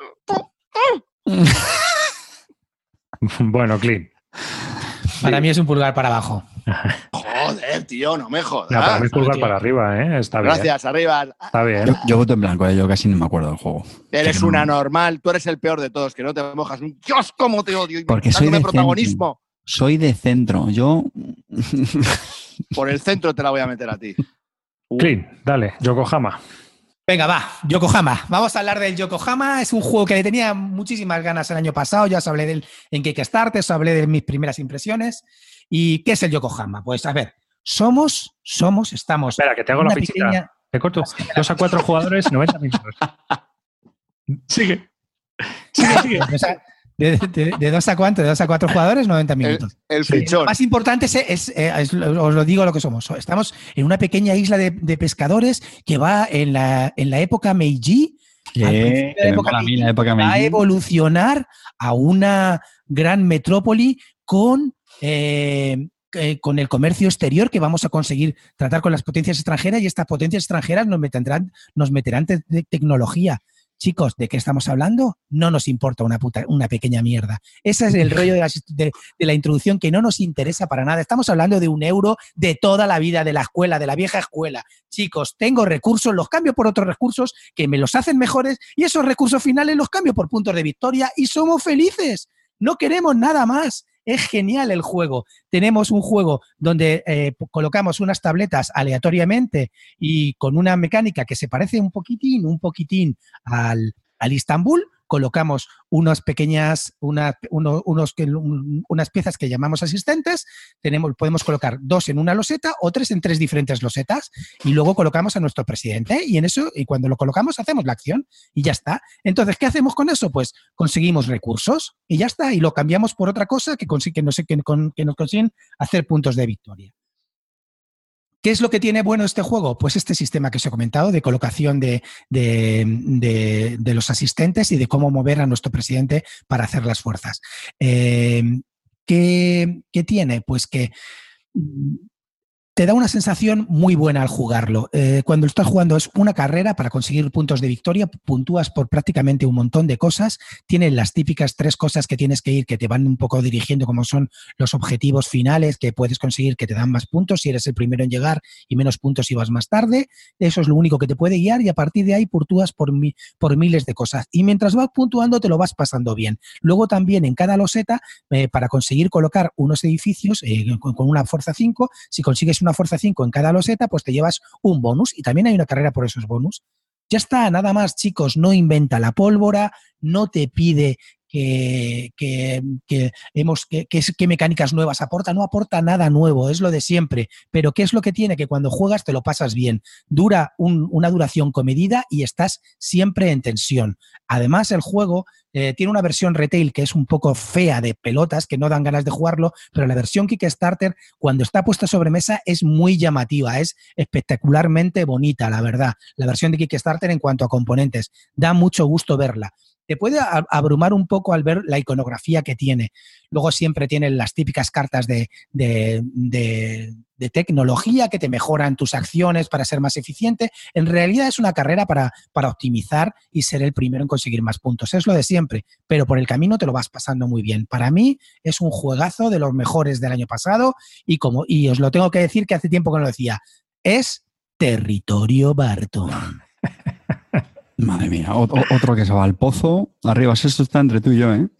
Bueno, Clint. Para mí es un pulgar para abajo. Joder, tío, no me jodas. No, para mí es pulgar tío. para arriba, ¿eh? Está bien. Gracias, arriba. Está bien. Yo voto en blanco, yo casi no me acuerdo del juego. Eres Que no- un anormal, tú eres el peor de todos, que no te mojas. Dios, cómo te odio. Y Porque soy dándome de protagonismo. Soy de centro. Yo. Por el centro te la voy a meter a ti. Clint, dale, Yokohama. Venga, va, Yokohama. Vamos a hablar del Yokohama. Es un juego que le tenía muchísimas ganas el año pasado. Ya os hablé de él en Kickstarter, os hablé de mis primeras impresiones. ¿Y qué es el Yokohama? Pues a ver, estamos. Espera, que te hago en la una fichita. pequeña- Te corto. 2 a 4 jugadores, 90 minutos. Sigue. Sigue. O sea, ¿de 2 a cuánto? De 2 a 4 jugadores, 90 minutos. El Sí. Lo fichón. más importante os lo digo lo que somos. Estamos en una pequeña isla de pescadores que va en la época Meiji. Al principio de que me mola a mí la época va a Meiji. evolucionar a una gran metrópoli con el comercio exterior que vamos a conseguir tratar con las potencias extranjeras, y estas potencias extranjeras nos meterán tecnología Chicos, ¿de qué estamos hablando? No nos importa una pequeña mierda. Ese es el rollo de la introducción, que no nos interesa para nada. Estamos hablando de 1 euro de toda la vida, de la escuela, de la vieja escuela. Chicos, tengo recursos, los cambio por otros recursos que me los hacen mejores y esos recursos finales los cambio por puntos de victoria y somos felices. No queremos nada más. Es genial el juego. Tenemos un juego donde colocamos unas tabletas aleatoriamente y con una mecánica que se parece un poquitín al Istanbul. Colocamos unas piezas que llamamos asistentes. Podemos colocar 2 en una loseta o 3 en 3 diferentes losetas y luego colocamos a nuestro presidente y cuando lo colocamos hacemos la acción y ya está. Entonces, ¿qué hacemos con eso? Pues conseguimos recursos y ya está, y lo cambiamos por otra cosa que nos consiguen hacer puntos de victoria. ¿Qué es lo que tiene bueno este juego? Pues este sistema que os he comentado de colocación de los asistentes y de cómo mover a nuestro presidente para hacer las fuerzas. ¿Qué tiene? Pues que te da una sensación muy buena al jugarlo. Cuando estás jugando es una carrera para conseguir puntos de victoria, puntúas por prácticamente un montón de cosas, tienes las típicas 3 cosas que tienes que ir, que te van un poco dirigiendo, como son los objetivos finales que puedes conseguir, que te dan más puntos si eres el primero en llegar y menos puntos si vas más tarde. Eso es lo único que te puede guiar y a partir de ahí puntúas por miles de cosas. Y mientras vas puntuando te lo vas pasando bien. Luego también en cada loseta, para conseguir colocar unos edificios con una fuerza 5, si consigues una fuerza 5 en cada loseta, pues te llevas un bonus y también hay una carrera por esos bonus. Ya está, nada más, chicos, no inventa la pólvora, no te pide qué mecánicas nuevas aporta, no aporta nada nuevo, es lo de siempre. Pero ¿qué es lo que tiene? Que cuando juegas te lo pasas bien. Dura una duración comedida y estás siempre en tensión. Además, el juego tiene una versión retail que es un poco fea de pelotas, que no dan ganas de jugarlo, pero la versión Kickstarter, cuando está puesta sobre mesa, es muy llamativa, es espectacularmente bonita, la verdad. La versión de Kickstarter en cuanto a componentes, da mucho gusto verla. Te puede abrumar un poco al ver la iconografía que tiene. Luego siempre tienen las típicas cartas de tecnología que te mejoran tus acciones para ser más eficiente. En realidad es una carrera para optimizar y ser el primero en conseguir más puntos. Es lo de siempre, pero por el camino te lo vas pasando muy bien. Para mí es un juegazo de los mejores del año pasado y os lo tengo que decir que hace tiempo que no lo decía. Es Territorio Barton. Madre mía, otro que se va al pozo. Arriba, esto está entre tú y yo, ¿eh?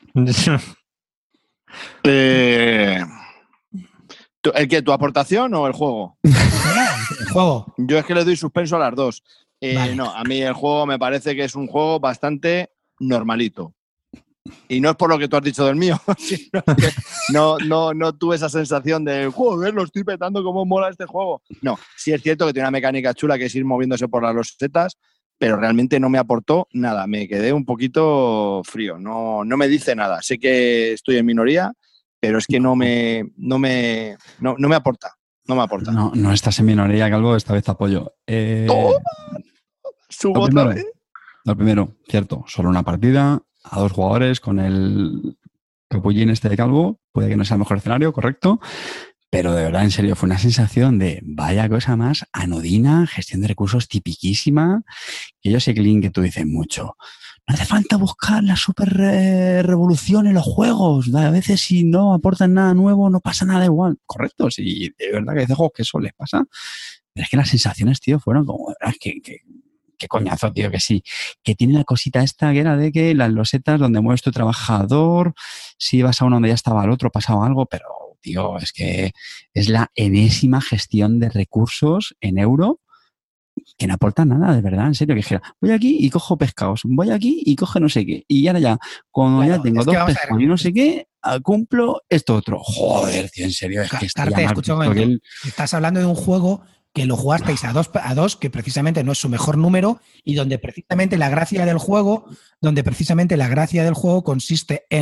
¿Tu aportación o el juego? El juego. Yo es que le doy suspenso a las dos. Vale. No, a mí el juego me parece que es un juego bastante normalito. Y no es por lo que tú has dicho del mío, sino que no tuve esa sensación de joder, lo estoy petando, cómo mola este juego. No, sí es cierto que tiene una mecánica chula que es ir moviéndose por las losetas, pero realmente no me aportó nada. Me quedé un poquito frío, no me dice nada. Sé que estoy en minoría, pero es que no me aporta. No me aporta. No estás en minoría, Calvo, esta vez apoyo. ¡Toma! ¿Subo otra vez? Lo primero, cierto, solo una partida a 2 jugadores con el capullín este de Calvo. Puede que no sea el mejor escenario, correcto. Pero de verdad, en serio, fue una sensación de vaya cosa más anodina, gestión de recursos tipiquísima. Que yo sé, Clint, que tú dices mucho. No hace falta buscar la super revolución en los juegos. A veces si no aportan nada nuevo, no pasa nada igual. Correcto, sí, de verdad que hay juegos que eso les pasa. Pero es que las sensaciones, tío, fueron como... Qué coñazo, tío, que sí. Que tiene la cosita esta que era de que las losetas donde mueves tu trabajador, si ibas a uno donde ya estaba el otro, pasaba algo, pero... Tío, es que es la enésima gestión de recursos en euro que no aporta nada, de verdad, en serio. Que dijera, voy aquí y cojo pescados, voy aquí y coge no sé qué. Y ahora ya, cuando ya tengo 2 pescados y no sé qué, cumplo esto otro. Joder, tío, en serio, es que está ya mal. Estás hablando de un juego que lo jugasteis a dos, que precisamente no es su mejor número, y donde precisamente la gracia del juego consiste en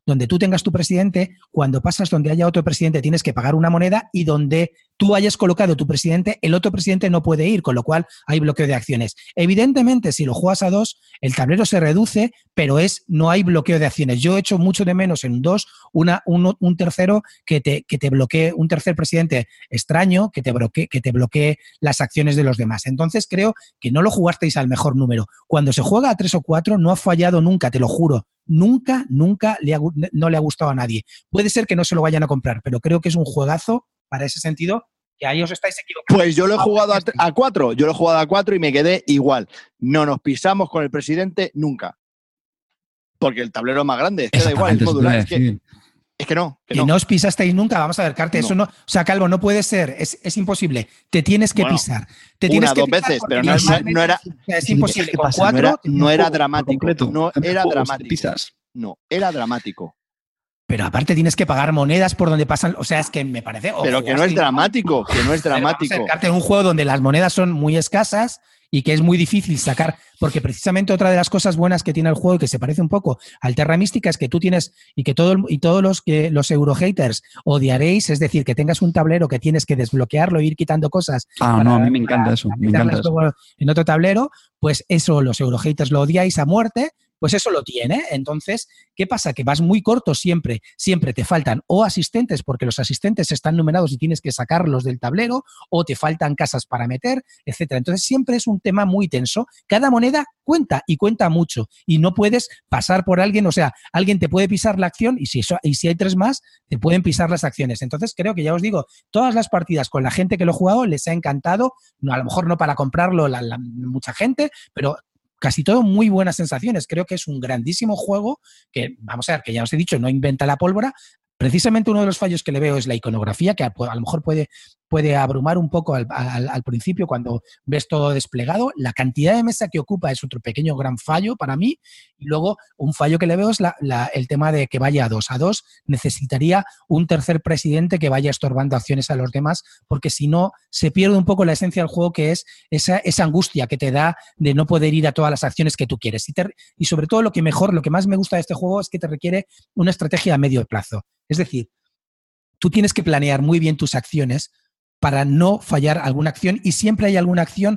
donde tú tengas tu presidente, cuando pasas donde haya otro presidente tienes que pagar una moneda y donde tú hayas colocado tu presidente, el otro presidente no puede ir, con lo cual hay bloqueo de acciones. Evidentemente, si lo juegas a 2, el tablero se reduce, pero no hay bloqueo de acciones. Yo echo mucho de menos en 2 un tercero que te bloquee, un tercer presidente extraño que te bloquee las acciones de los demás. Entonces creo que no lo jugasteis al mejor número. Cuando se juega a 3 o 4 no ha fallado nunca, te lo juro. Nunca no le ha gustado a nadie. Puede ser que no se lo vayan a comprar, pero creo que es un juegazo para ese sentido, que ahí os estáis equivocando. Pues yo lo he jugado a 4, yo lo he jugado a 4 y me quedé igual. No nos pisamos con el presidente nunca. Porque el tablero es más grande, es que da igual, es modular. Es que no. Que no os pisasteis nunca, vamos a ver, Carte, no. Eso no, o sea, Calvo, no puede ser, es imposible. Te tienes que pisar. Te tienes dos veces, pero no era. Es imposible. Con 4 no era dramático. No era dramático. No, era dramático. Pero aparte tienes que pagar monedas por donde pasan, o sea, es que me parece... Pero que no es dramático, que no es dramático. Carte es un juego donde las monedas son muy escasas y que es muy difícil sacar, porque precisamente otra de las cosas buenas que tiene el juego y que se parece un poco al Terra Mística es que tú tienes, y que todos los Eurohaters odiaréis, es decir, que tengas un tablero que tienes que desbloquearlo e ir quitando cosas. A mí me encanta eso. Me encanta eso. En otro tablero, pues eso los Eurohaters lo odiáis a muerte. Pues eso lo tiene. Entonces, ¿qué pasa? Que vas muy corto siempre. Siempre te faltan o asistentes, porque los asistentes están numerados y tienes que sacarlos del tablero, o te faltan casas para meter, etcétera. Entonces, siempre es un tema muy tenso. Cada moneda cuenta y cuenta mucho. Y no puedes pasar por alguien, o sea, alguien te puede pisar la acción y si hay 3 más, te pueden pisar las acciones. Entonces, creo que ya os digo, todas las partidas con la gente que lo ha jugado les ha encantado. No, a lo mejor no para comprarlo mucha gente, pero casi todo muy buenas sensaciones. Creo que es un grandísimo juego que, vamos a ver, que ya os he dicho, no inventa la pólvora. Precisamente uno de los fallos que le veo es la iconografía, que a lo mejor puede abrumar un poco al principio cuando ves todo desplegado. La cantidad de mesa que ocupa es otro pequeño gran fallo para mí. Y luego un fallo que le veo es el tema de que vaya a 2. A 2 necesitaría un tercer presidente que vaya estorbando acciones a los demás, porque si no se pierde un poco la esencia del juego, que es esa angustia que te da de no poder ir a todas las acciones que tú quieres. Y sobre todo lo que más me gusta de este juego es que te requiere una estrategia a medio plazo. Es decir, tú tienes que planear muy bien tus acciones para no fallar alguna acción, y siempre hay alguna acción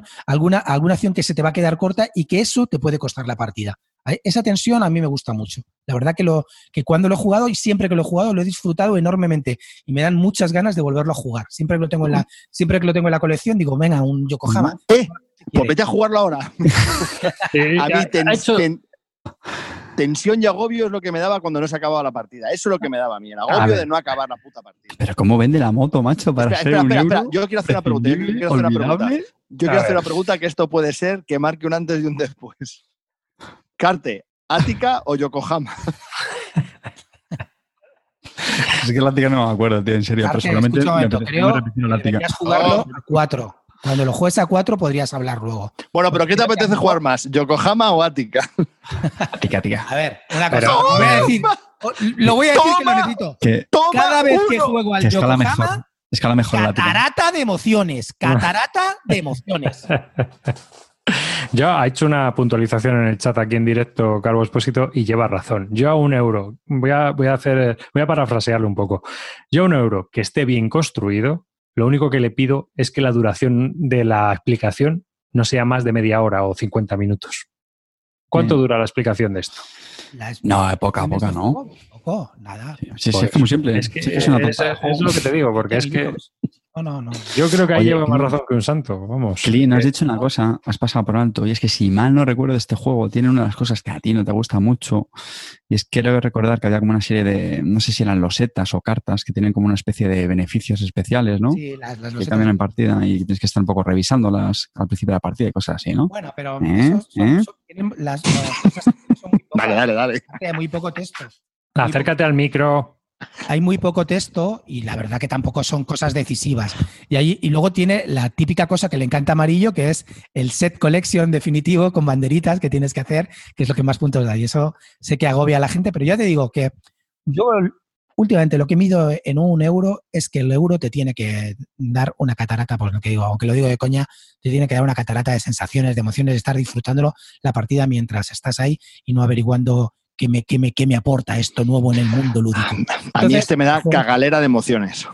que se te va a quedar corta y que eso te puede costar la partida. Esa tensión a mí me gusta mucho. La verdad que cuando lo he jugado y siempre que lo he jugado lo he disfrutado enormemente y me dan muchas ganas de volverlo a jugar. Siempre que lo tengo en la colección digo, venga, un Yokohama. Pues vete a jugarlo ahora. A mí tensión y agobio es lo que me daba cuando no se acacababa la partida. Eso es lo que me daba a mí, el agobio de no acabar la puta partida. Pero ¿cómo vende la moto, macho? Espera. Yo quiero hacer una pregunta. Yo quiero hacer una pregunta, que esto puede ser que marque un antes y un después. Carte, ¿Ática o Yokohama? Es que el Ática no me acuerdo, tío, en serio. Carte, personalmente creo que deberías jugarlo a 4. Cuando lo juegues a 4 podrías hablar luego. Bueno, pero ¿qué te apetece jugar más? ¿Yokohama o Ática? Ática. A ver, una cosa. Lo voy a decir que lo necesito. Cada vez que juego al Yokohama, escala mejor catarata de emociones. Catarata de emociones. Yo ha hecho una puntualización en el chat aquí en directo, Calvo Expósito, y lleva razón. Yo a €1, voy a parafrasearlo un poco. Yo a €1 que esté bien construido, lo único que le pido es que la duración de la explicación no sea más de media hora o 50 minutos. ¿Cuánto dura la explicación de esto? No, poca, ¿no? Poco, nada. Sí, es como siempre. Es lo que te digo, porque es que... No. Yo creo que ahí lleva más razón que un santo, vamos. Clean, has dicho una cosa, has pasado por alto, y es que si mal no recuerdo de este juego, tiene una de las cosas que a ti no te gusta mucho, y es que quiero recordar que había como una serie de, no sé si eran losetas o cartas, que tienen como una especie de beneficios especiales, ¿no? Sí, las losetas. Que cambian en partida y tienes que estar un poco revisándolas al principio de la partida y cosas así, ¿no? Bueno, pero las cosas son muy pocas. Dale. Hay muy poco texto. Acércate al micro. Hay muy poco texto y la verdad que tampoco son cosas decisivas. Y luego tiene la típica cosa que le encanta a Amarillo, que es el set collection definitivo con banderitas que tienes que hacer, que es lo que más puntos da. Y eso sé que agobia a la gente, pero ya te digo que yo últimamente lo que mido en €1 es que el euro te tiene que dar una catarata, por lo que digo, aunque lo digo de coña, te tiene que dar una catarata de sensaciones, de emociones, de estar disfrutándolo la partida mientras estás ahí y no averiguando ¿Qué me aporta esto nuevo en el mundo lúdico? Entonces, a mí me da cagalera de emociones.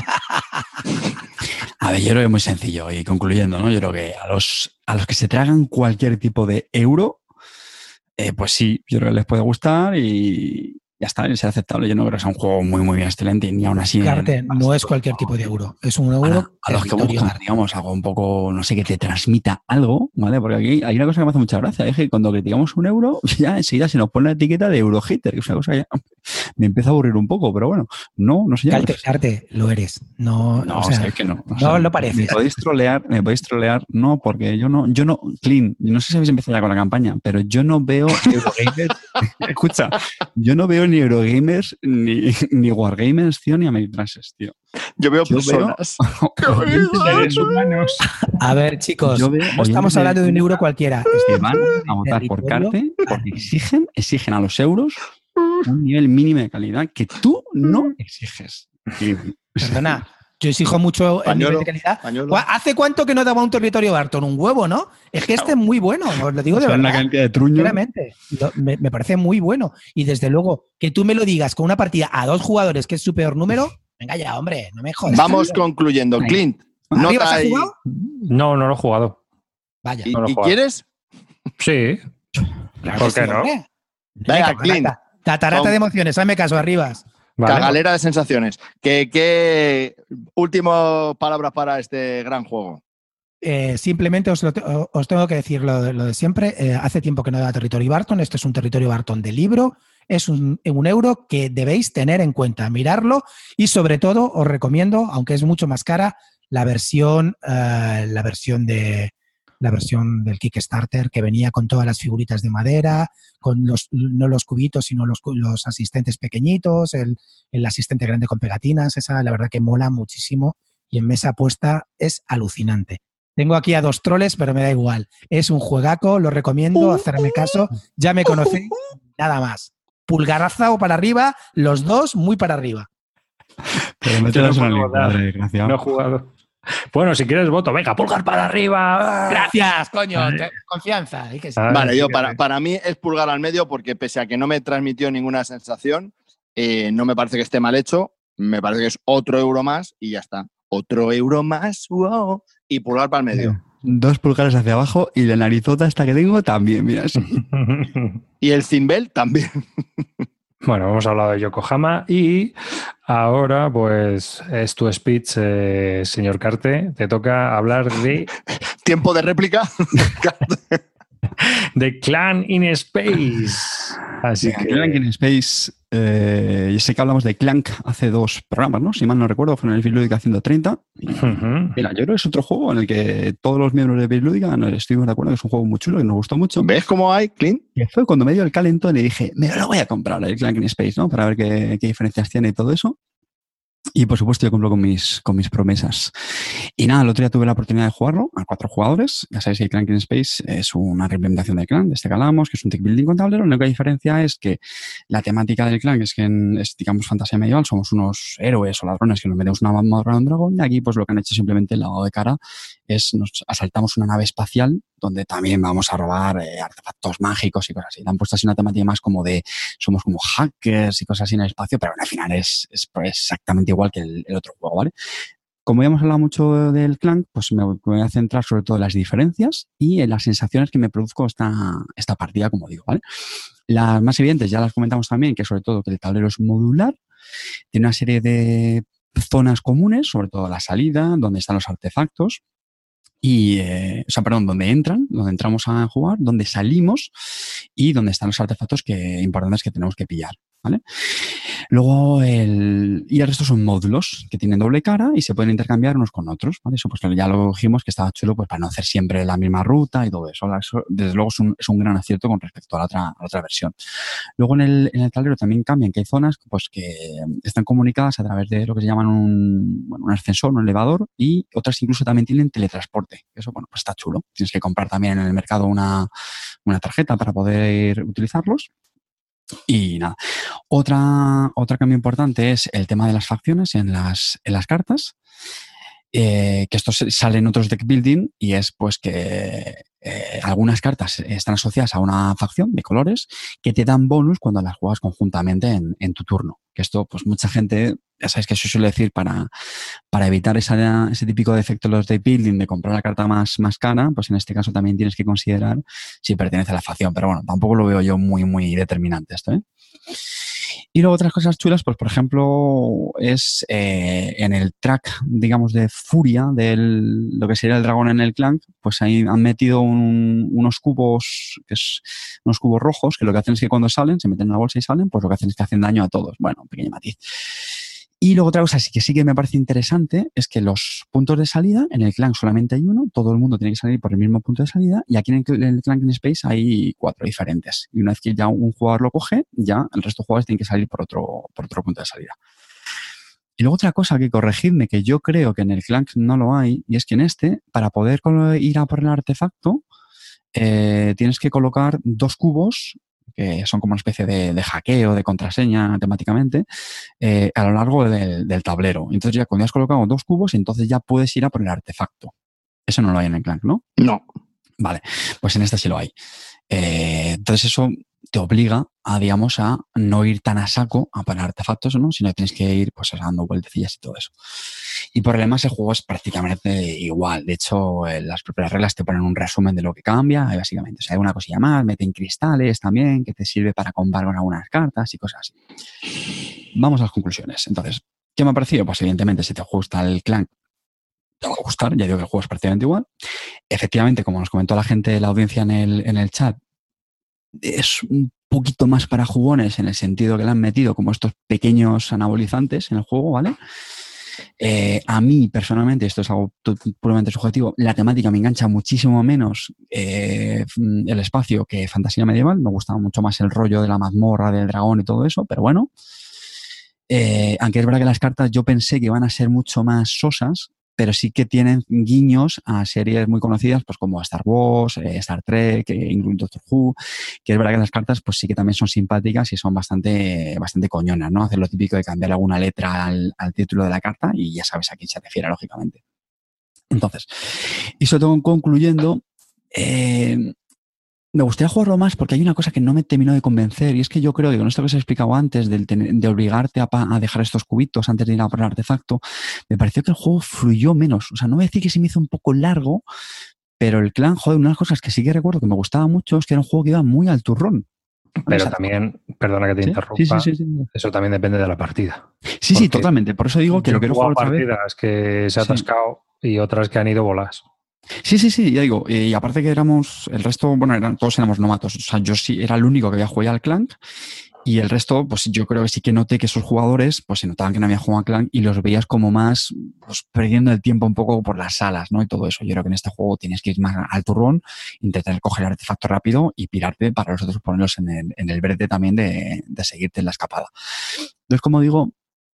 A ver, yo creo que es muy sencillo. Y concluyendo, ¿no? Yo creo que a los que se tragan cualquier tipo de euro, pues sí, yo creo que les puede gustar y ya está, y ser aceptable. Yo no creo que sea un juego muy, muy excelente, ni aún así. Carte, no es cualquier tipo de euro, es un euro. A los que buscan, digamos, algo un poco, no sé, que te transmita algo, ¿vale? Porque aquí hay una cosa que me hace mucha gracia, es que cuando criticamos un euro, ya enseguida se nos pone la etiqueta de Eurohitter, que es una cosa que ya me empieza a aburrir un poco, pero bueno, no sé. Carte, lo eres. No, o sea, es que no. No lo pareces. Me podéis trolear, no, porque yo no, Clean, no sé si habéis empezado ya con la campaña, pero yo no veo Eurogamers, escucha, yo no veo ni Eurogamers, ni Wargamers, tío, ni Ameritrases, tío. Yo veo personas. Seres humanos. A ver, chicos, no estamos hablando de un euro cualquiera. Que van a votar por Carte porque exigen a los euros un nivel mínimo de calidad que tú no exiges. Perdona, yo exijo mucho el nivel de calidad. ¿Hace cuánto que no daba un territorio Barton? Un huevo, ¿no? Es que este es muy bueno, os lo digo de verdad. Una cantidad de truño. Sinceramente, me parece muy bueno. Y desde luego, que tú me lo digas con una partida a 2 jugadores, que es su peor número, venga ya, hombre, no me jodas. Vamos concluyendo. Clint, ¿Arriba has jugado? No lo he jugado. Vaya. ¿Y quieres? Sí. Claro ¿Por qué no? Venga, Clint. Catarata de emociones, hazme caso, Arribas. Vale. Cagalera de sensaciones. ¿Qué últimas palabras para este gran juego? Simplemente os tengo que decir lo de siempre. Hace tiempo que no da territorio Barton. Esto es un territorio Barton de libro. Es un euro que debéis tener en cuenta, mirarlo y sobre todo os recomiendo, aunque es mucho más cara, la versión del Kickstarter que venía con todas las figuritas de madera, con no los cubitos, sino los asistentes pequeñitos, el asistente grande con pegatinas. Esa la verdad que mola muchísimo y en mesa puesta es alucinante. Tengo aquí a 2 troles, pero me da igual. Es un juegaco, lo recomiendo, hacerme caso. Ya me conocéis, nada más. Pulgarazo para arriba, los 2 muy para arriba. Pero no he jugado. Bueno, si quieres voto, venga, pulgar para arriba. Gracias, coño, confianza. Vale, yo para mí es pulgar al medio porque pese a que no me transmitió ninguna sensación, no me parece que esté mal hecho, me parece que es otro euro más y ya está. Otro euro más, wow, y pulgar para el medio. 2 pulgares hacia abajo y la narizota esta que tengo también, mira así. Y el cimbel también. Bueno, hemos hablado de Yokohama y ahora pues es tu speech, señor Carte. Te toca hablar de... Tiempo de réplica. de Clan in Space. Así que... Clank in Space, yo sé que hablamos de Clank hace 2 programas, ¿no? Si mal no recuerdo, fue en el Bislúdica 130. Mira, yo creo que es otro juego en el que todos los miembros de Bislúdica estuvimos de acuerdo que es un juego muy chulo, que nos gustó mucho. ¿Ves cómo hay, Clint? Y fue cuando me dio el calentón y dije, me lo voy a comprar, el Clank in Space, ¿no? Para ver qué diferencias tiene y todo eso. Y por supuesto yo cumplo con mis promesas. Y nada, el otro día tuve la oportunidad de jugarlo a 4 jugadores. Ya sabéis que Clank in Space es una reimplementación de Clank, de este que hablamos, que es un deck building con tablero. La única diferencia es que la temática del Clank es que es, digamos, fantasía medieval. Somos unos héroes o ladrones que nos metemos una mazmorra de un dragón. Y aquí pues lo que han hecho simplemente el lavado de cara es nos asaltamos una nave espacial donde también vamos a robar artefactos mágicos y cosas así. Le han puesto así una temática más como de somos como hackers y cosas así en el espacio, pero al final es exactamente igual que el otro juego, ¿vale? Como ya hemos hablado mucho del Clank, pues me voy a centrar sobre todo en las diferencias y en las sensaciones que me produzco esta partida, como digo, ¿vale? Las más evidentes ya las comentamos también, que sobre todo que el tablero es modular, tiene una serie de zonas comunes, sobre todo la salida, donde están los artefactos, y, donde entramos a jugar, donde salimos y donde están los artefactos importantes que tenemos que pillar, ¿vale? Luego, el resto son módulos que tienen doble cara y se pueden intercambiar unos con otros, ¿vale? Eso pues ya lo dijimos que estaba chulo pues para no hacer siempre la misma ruta y todo eso. Desde luego es un gran acierto con respecto a la otra versión. Luego en el tablero también cambian, que hay zonas pues que están comunicadas a través de lo que se llaman un ascensor, un elevador, y otras incluso también tienen teletransporte. Eso, bueno, pues está chulo. Tienes que comprar también en el mercado una tarjeta para poder utilizarlos. Y nada, otra cambio importante es el tema de las facciones en las cartas, que esto sale en otros deck building y es pues que algunas cartas están asociadas a una facción de colores que te dan bonus cuando las juegas conjuntamente en tu turno. Que esto, pues mucha gente, ya sabéis que eso suele decir para evitar ese típico defecto de los deck building de comprar la carta más cara, pues en este caso también tienes que considerar si pertenece a la facción. Pero bueno, tampoco lo veo yo muy determinante esto, ¿eh? Y luego otras cosas chulas, pues por ejemplo, es en el track, digamos, de furia de lo que sería el dragón en el clank, pues ahí han metido unos cubos, unos cubos rojos, que lo que hacen es que cuando salen, se meten en la bolsa y salen, pues lo que hacen es que hacen daño a todos. Bueno, un pequeño matiz. Y luego otra cosa sí que me parece interesante es que los puntos de salida, en el clank solamente hay uno, todo el mundo tiene que salir por el mismo punto de salida, y aquí en el clank in space hay 4 diferentes. Y una vez que ya un jugador lo coge, ya el resto de jugadores tienen que salir por otro punto de salida. Y luego otra cosa que corregidme, que yo creo que en el clank no lo hay, y es que en este, para poder ir a por el artefacto, tienes que colocar 2 cubos que son como una especie de hackeo, de contraseña temáticamente, a lo largo del tablero. Entonces ya cuando has colocado 2 cubos, entonces ya puedes ir a por el artefacto. Eso no lo hay en el clank, ¿no? No. Vale, pues en este sí lo hay. Entonces eso te obliga digamos, a no ir tan a saco a poner artefactos, ¿no? Sino que tienes que ir pues dando vueltecillas y todo eso. Y por el demás el juego es prácticamente igual. De hecho, las propias reglas te ponen un resumen de lo que cambia, básicamente. O sea, hay una cosilla más, meten cristales también, que te sirve para combar con algunas cartas y cosas así. Vamos a las conclusiones. Entonces, ¿qué me ha parecido? Pues evidentemente, si te gusta el clank, te va a gustar. Ya digo que el juego es prácticamente igual. Efectivamente, como nos comentó la gente de la audiencia en el chat, es un poquito más para jugones en el sentido que le han metido como estos pequeños anabolizantes en el juego, ¿vale? A mí, personalmente, esto es algo puramente subjetivo, la temática me engancha muchísimo menos el espacio que fantasía medieval. Me gusta mucho más el rollo de la mazmorra, del dragón y todo eso, pero bueno. Aunque es verdad que las cartas yo pensé que iban a ser mucho más sosas, pero sí que tienen guiños a series muy conocidas, pues como Star Wars, Star Trek, incluso Doctor Who, que es verdad que las cartas pues sí que también son simpáticas y son bastante coñonas, ¿no? Hacer lo típico de cambiar alguna letra al título de la carta y ya sabes a quién se refiere, lógicamente. Entonces, y sobre todo concluyendo, me gustaría jugarlo más porque hay una cosa que no me terminó de convencer y es que yo creo que con esto que os he explicado antes de obligarte a dejar estos cubitos antes de ir a por el artefacto, me pareció que el juego fluyó menos. O sea, no voy a decir que se me hizo un poco largo, pero el clan, joder, una de las cosas que sí que recuerdo que me gustaba mucho es que era un juego que iba muy al turrón. Pero o sea, también, perdona que te interrumpa, sí. Eso también depende de la partida. Sí, totalmente. Por eso digo que lo quiero jugar otra vez. Partidas que se ha atascado y otras que han ido bolas. Sí, ya digo, y aparte que éramos, el resto, bueno, todos éramos novatos, o sea, yo sí era el único que había jugado al clank y el resto, pues yo creo que sí que noté que esos jugadores, pues se notaban que no habían jugado al clank y los veías como más, pues perdiendo el tiempo un poco por las salas, ¿no? Y todo eso. Yo creo que en este juego tienes que ir más al turrón, intentar coger el artefacto rápido y pirarte para los otros ponerlos en el brete también de seguirte en la escapada. Entonces, como digo,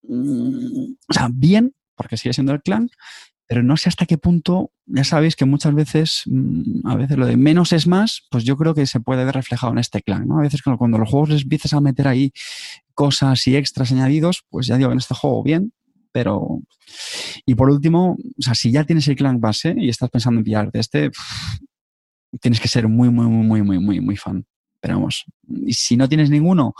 o sea, bien, porque sigue siendo el clank, pero no sé hasta qué punto, ya sabéis que muchas veces, a veces lo de menos es más, pues yo creo que se puede ver reflejado en este clan, ¿no? A veces cuando los juegos les empiezas a meter ahí cosas y extras añadidos, pues ya digo que en este juego bien, pero... Y por último, o sea, si ya tienes el clan base y estás pensando en pillarte tienes que ser muy fan. Pero vamos, y si no tienes ninguno...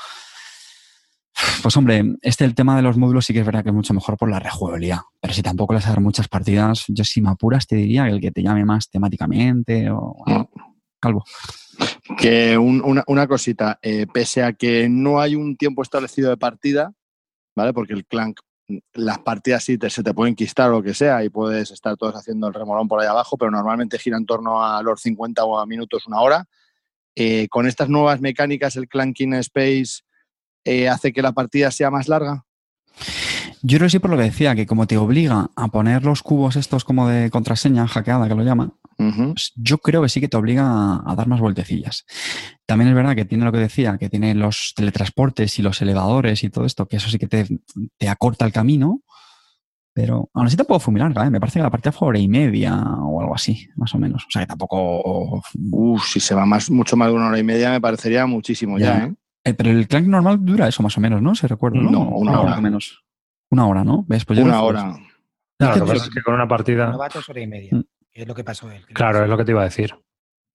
Pues hombre, el tema de los módulos sí que es verdad que es mucho mejor por la rejugabilidad, pero si tampoco le vas a dar muchas partidas, yo si me apuras te diría que el que te llame más temáticamente o... Calvo. Que una cosita, pese a que no hay un tiempo establecido de partida, ¿vale? Porque el clank, las partidas sí se te pueden quistar o lo que sea y puedes estar todos haciendo el remolón por ahí abajo, pero normalmente gira en torno a los 50 o a minutos, una hora. Con estas nuevas mecánicas, el Clanking Space... ¿hace que la partida sea más larga? Yo creo que sí, por lo que decía, que como te obliga a poner los cubos estos como de contraseña hackeada, que lo llaman, pues yo creo que sí que te obliga a dar más vueltecillas. También es verdad que tiene lo que decía, que tiene los teletransportes y los elevadores y todo esto, que eso sí que te acorta el camino, pero aún así tampoco fue muy larga, ¿eh? Me parece que la partida fue 1:30 o algo así, más o menos. O sea que tampoco... si se va mucho más de 1 hora y media me parecería muchísimo ya, ¿eh? Pero el clank normal dura eso más o menos, ¿no? Se recuerda, ¿no? No, una hora. Menos. 1 hora, ¿no? ¿Ves? Pues una hora. Claro, lo que pasa es que con una partida... Novatos 1:30, es lo que pasó él. Claro, es lo que te iba a decir.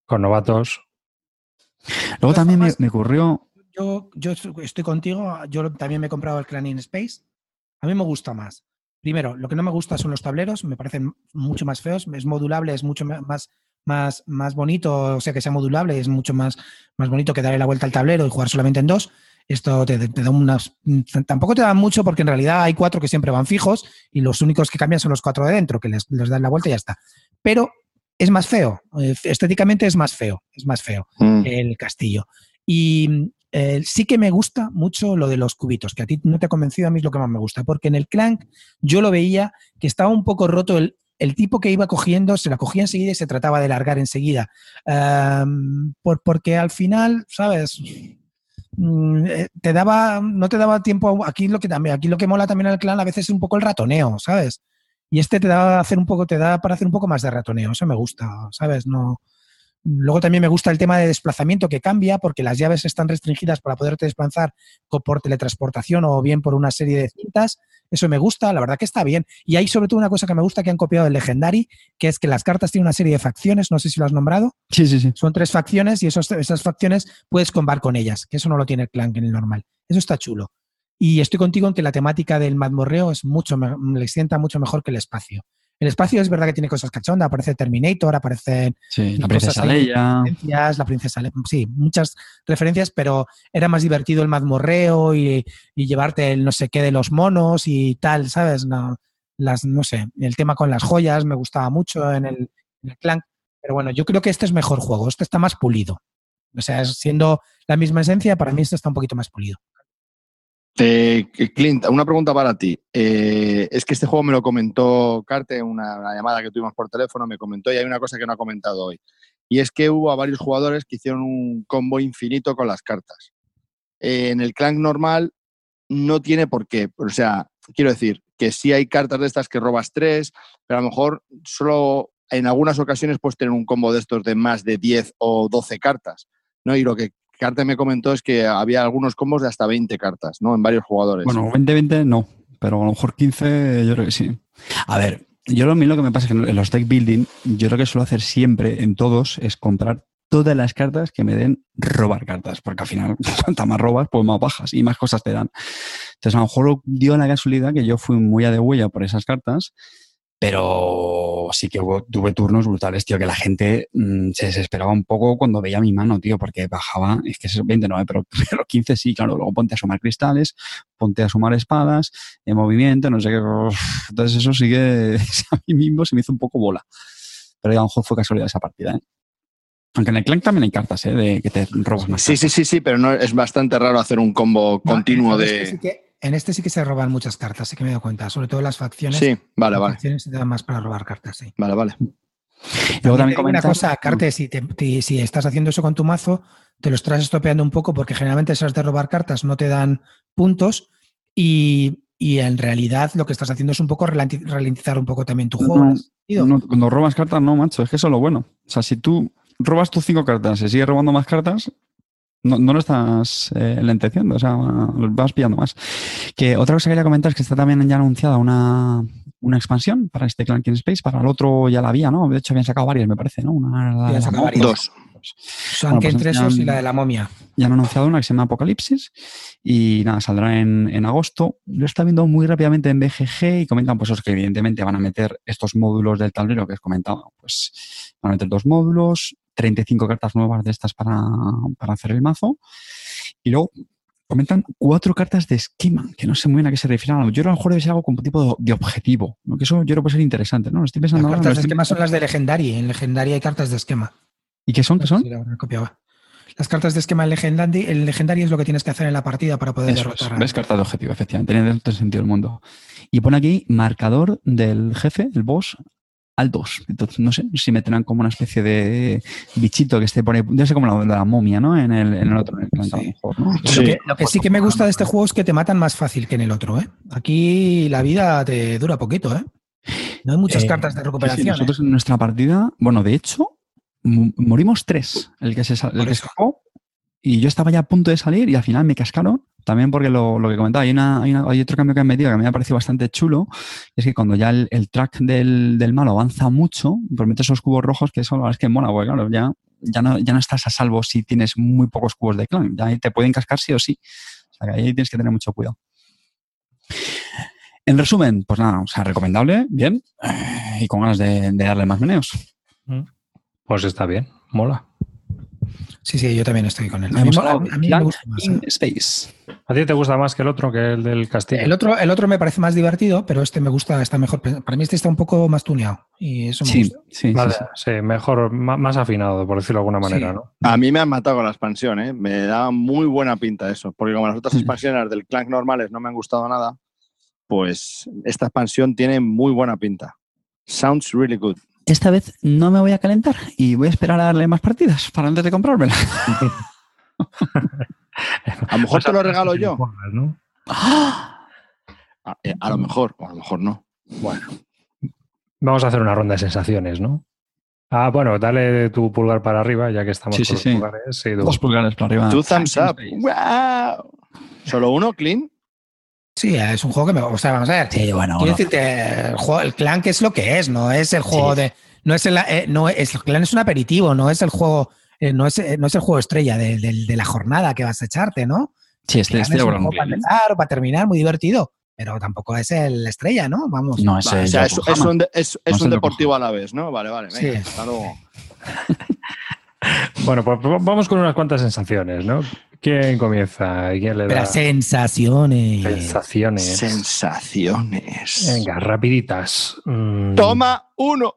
con novatos. Luego también me ocurrió... Yo estoy contigo, yo también me he comprado el Clan in Space. A mí me gusta más. Primero, lo que no me gusta son los tableros, me parecen mucho más feos. Es modulable, es mucho más bonito, o sea que sea modulable, es mucho más bonito que darle la vuelta al tablero y jugar solamente en 2. Esto te da unas... Tampoco te da mucho porque en realidad hay 4 que siempre van fijos y los únicos que cambian son los 4 de dentro, que les dan la vuelta y ya está. Pero es más feo, estéticamente es más feo el castillo. Y sí que me gusta mucho lo de los cubitos, que a ti no te ha convencido, a mí es lo que más me gusta, porque en el Clank yo lo veía que estaba un poco roto el tipo que iba cogiendo, se la cogía enseguida y se trataba de largar enseguida. Porque al final, ¿sabes? No te daba tiempo. Aquí lo que mola también al Clan a veces es un poco el ratoneo, ¿sabes? Y te da para hacer un poco más de ratoneo, eso me gusta, ¿sabes? No. Luego también me gusta el tema de desplazamiento que cambia porque las llaves están restringidas para poderte desplazar por teletransportación o bien por una serie de cintas. Eso me gusta, la verdad que está bien. Y hay sobre todo una cosa que me gusta que han copiado del Legendary, que es que las cartas tienen una serie de facciones, no sé si lo has nombrado. Sí. Son 3 facciones y esas facciones puedes combar con ellas, que eso no lo tiene el Clank en el normal. Eso está chulo. Y estoy contigo en que la temática del mazmorreo le sienta mucho mejor que el espacio. El espacio es verdad que tiene cosas cachondas, aparece Terminator, aparecen la princesa Leia. La princesa Leia, sí, muchas referencias, pero era más divertido el mazmorreo y llevarte el no sé qué de los monos y tal, ¿sabes? No sé, el tema con las joyas me gustaba mucho en el Clank, pero bueno, yo creo que este es mejor juego, este está más pulido. O sea, siendo la misma esencia, para mí este está un poquito más pulido. Clint, una pregunta para ti. Es que este juego me lo comentó Carte en una llamada que tuvimos por teléfono, me comentó y hay una cosa que no ha comentado hoy. Y es que hubo a varios jugadores que hicieron un combo infinito con las cartas. En el Clank normal no tiene por qué. O sea, quiero decir que sí hay cartas de estas que robas 3, pero a lo mejor solo en algunas ocasiones puedes tener un combo de estos de más de 10 o 12 cartas, ¿no? Y lo que Carte me comentó es que había algunos combos de hasta 20 cartas, ¿no? En varios jugadores. Bueno, 20 no, pero a lo mejor 15 yo creo que sí. A ver, yo lo que me pasa es que en los deck building, yo lo que suelo hacer siempre en todos es comprar todas las cartas que me den robar cartas, porque al final, cuanta más robas, pues más bajas y más cosas te dan. Entonces, a lo mejor dio la casualidad que yo fui muy a de huella por esas cartas, pero sí que tuve turnos brutales, tío, que la gente se desesperaba un poco cuando veía mi mano, tío, porque bajaba, es que es 20 no, pero 15 sí, claro, luego ponte a sumar cristales, ponte a sumar espadas, en movimiento, no sé qué, entonces eso sí que a mí mismo se me hizo un poco bola, pero a lo mejor fue casualidad esa partida, ¿eh? Aunque en el Clank también hay cartas, de que te robas más. Sí, pero no es bastante raro hacer un combo continuo de... En este sí que se roban muchas cartas, sí que me he dado cuenta. Sobre todo las facciones. Sí, vale. Las facciones se te dan más para robar cartas, sí. Vale. Luego también una cosa, Carte, si estás haciendo eso con tu mazo, te lo estás estropeando un poco porque generalmente esas de robar cartas no te dan puntos y en realidad lo que estás haciendo es un poco ralentizar un poco también tu juego. No, cuando robas cartas, no, macho, es que eso es lo bueno. O sea, si tú robas tus 5 cartas y sigues robando más cartas, no lo estás lenteciendo, o sea, lo vas pillando más. Que otra cosa que quería comentar es que está también ya anunciada una expansión para este Clank in Space, para el otro ya la había, ¿no? De hecho habían sacado varias, me parece, ¿no? Habían sacado varias. 2. Son que entre esos y la de la momia. Ya han anunciado una que se llama Apocalipsis y nada, saldrá en agosto. Lo está viendo muy rápidamente en BGG y comentan pues que evidentemente van a meter estos módulos del tablero que os comentaba, pues van a meter 2 módulos, 35 cartas nuevas de estas para hacer el mazo y luego comentan 4 cartas de esquema, que no sé muy bien a qué se refieren. Yo a lo mejor debe ser algo como tipo de objetivo, ¿no? Que eso yo creo que puede ser interesante, ¿no? Estoy pensando las cartas de esquema son las de Legendary. En Legendary hay cartas de esquema. ¿Y qué son? Las cartas de esquema en Legendary es lo que tienes que hacer en la partida para poder derrotar. ¿Ves? Cartas de objetivo, efectivamente. Tiene todo el sentido del mundo. Y pone aquí marcador del jefe, el boss, al 2. Entonces, no sé si meterán como una especie de bichito que esté por ahí. Debe ser como la momia, ¿no? En el otro, en el Clank, a lo mejor, ¿no? Sí. Lo que sí que me gusta de este juego es que te matan más fácil que en el otro, ¿eh? Aquí la vida te dura poquito, ¿eh? No hay muchas cartas de recuperación. Sí, nosotros en nuestra partida, bueno, de hecho, morimos 3. El que escapó, y yo estaba ya a punto de salir y al final me cascaron. También porque lo que comentaba, hay otro cambio que han metido que me ha parecido bastante chulo, es que cuando ya el track del malo avanza mucho, pues metes esos cubos rojos que eso la verdad es que mola, porque claro, ya ya no estás a salvo si tienes muy pocos cubos de clan. Ya ahí te pueden cascar sí o sí. O sea, que ahí tienes que tener mucho cuidado. En resumen, pues nada, o sea, recomendable, bien, y con ganas de darle más meneos. Pues está bien, mola. Sí, yo también estoí con él. A mí me gusta más. Space. ¿A ti te gusta más que el otro, que el del castillo? El otro me parece más divertido, pero este me gusta, está mejor. Para mí este está un poco más tuneado y eso me gusta. Sí, mejor, más afinado, por decirlo de alguna manera, ¿no? A mí me han matado con la expansión, ¿eh? Me da muy buena pinta eso, porque como las otras expansiones del Clank normales no me han gustado nada, pues esta expansión tiene muy buena pinta. Sounds really good. Esta vez no me voy a calentar y voy a esperar a darle más partidas para antes de comprármela. A lo mejor te lo regalo yo. ¿No? A lo mejor, o a lo mejor no. Bueno, vamos a hacer una ronda de sensaciones, ¿no? Bueno, dale tu pulgar para arriba, ya que estamos con los pulgares. Sí, 2 pulgares para arriba. 2 thumbs up. ¡Wow! ¿Solo uno, Clean? Sí, es un juego que me gusta. Vamos a ver. Sí, bueno. Quiero decirte, el Clank es lo que es, no es el juego de. No es el Clank es un aperitivo, no es el juego. No es el juego estrella de la jornada que vas a echarte, ¿no? Sí, es un juego para empezar o para terminar, muy divertido. Pero tampoco es el estrella, ¿no? Vamos. No, es un deportivo a la vez, ¿no? Vale, venga, sí. Hasta luego. Bueno, pues vamos con unas cuantas sensaciones, ¿no? ¿Quién comienza? ¿Quién le da? Sensaciones. Sensaciones. Venga, rapiditas. Toma 1.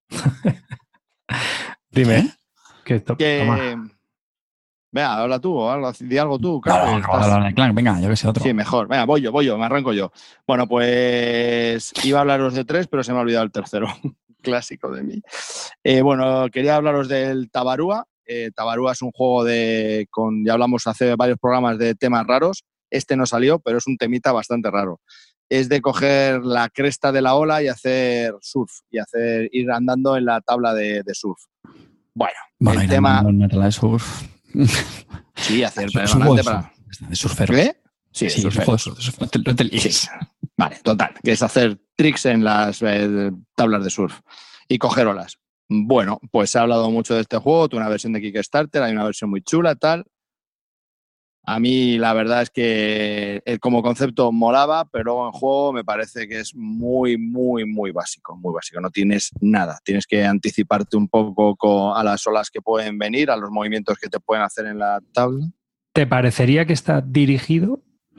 Dime. Toma. Venga, habla tú, di algo tú. Claro, venga, yo que sé otro. Sí, mejor. Venga, voy yo, me arranco yo. Bueno, pues iba a hablaros de 3, pero se me ha olvidado el tercero. Clásico de mí. Bueno, quería hablaros del Tabarúa. Tabarúa es un juego ya hablamos hace varios programas de temas raros. Este no salió, pero es un temita bastante raro. Es de coger la cresta de la ola y hacer surf, y ir andando en la tabla de surf. Bueno, el tema... en la tabla de surf. Sí, hacer de surfero. ¿Qué? Sí, es un juego de surf. Sí. Vale, total, que es hacer tricks en las tablas de surf y coger olas. Bueno, pues se ha hablado mucho de este juego, tuve una versión de Kickstarter, hay una versión muy chula, tal. A mí la verdad es que como concepto molaba, pero luego en juego me parece que es muy, muy, muy básico, muy básico. No tienes nada, tienes que anticiparte un poco a las olas que pueden venir, a los movimientos que te pueden hacer en la tabla. ¿Te parecería que está dirigido?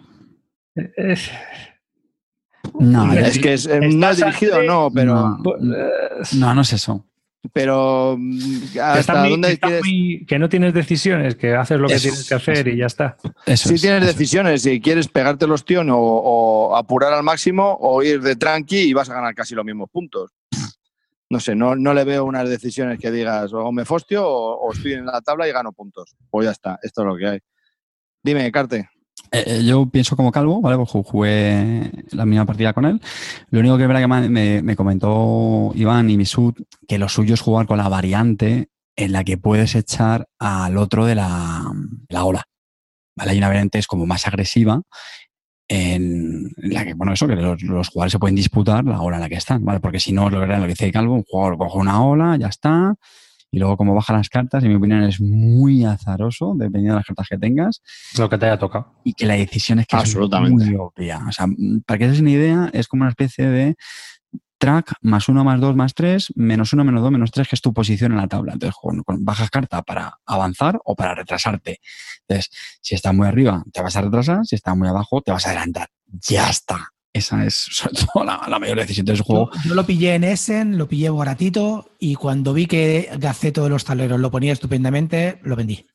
No, es que no es dirigido, no, pero... No es eso. Pero ¿hasta dónde quieres? Que no tienes decisiones, que haces lo que tienes que hacer y ya está. Si tienes decisiones, si quieres pegarte el ostión o apurar al máximo o ir de tranqui y vas a ganar casi los mismos puntos. No sé, no le veo unas decisiones que digas o me fostio o estoy en la tabla y gano puntos. Pues ya está, esto es lo que hay. Dime, Carte. Yo pienso como Calvo, ¿vale? Pues jugué la misma partida con él. Lo único que es verdad que me comentó Iván y Misut que lo suyo es jugar con la variante en la que puedes echar al otro de la ola. ¿Vale? Hay una variante es como más agresiva en la que, bueno, eso, que los jugadores se pueden disputar la ola en la que están, ¿vale? Porque si no, lo que dice Calvo, un jugador coge una ola, ya está. Y luego, como bajan las cartas, en mi opinión es muy azaroso, dependiendo de las cartas que tengas. Lo que te haya tocado. Y que la decisión es que es muy obvia. O sea, para que te des una idea, es como una especie de track +1, +2, +3, -1, -2, -3, que es tu posición en la tabla. Entonces, bajas carta para avanzar o para retrasarte. Entonces, si estás muy arriba, te vas a retrasar. Si estás muy abajo, te vas a adelantar. Ya está. Esa es, sobre todo, la mayor decisión del juego. Yo lo pillé en Essen, lo pillé baratito y cuando vi que Gaceto de los Tableros lo ponía estupendamente, lo vendí.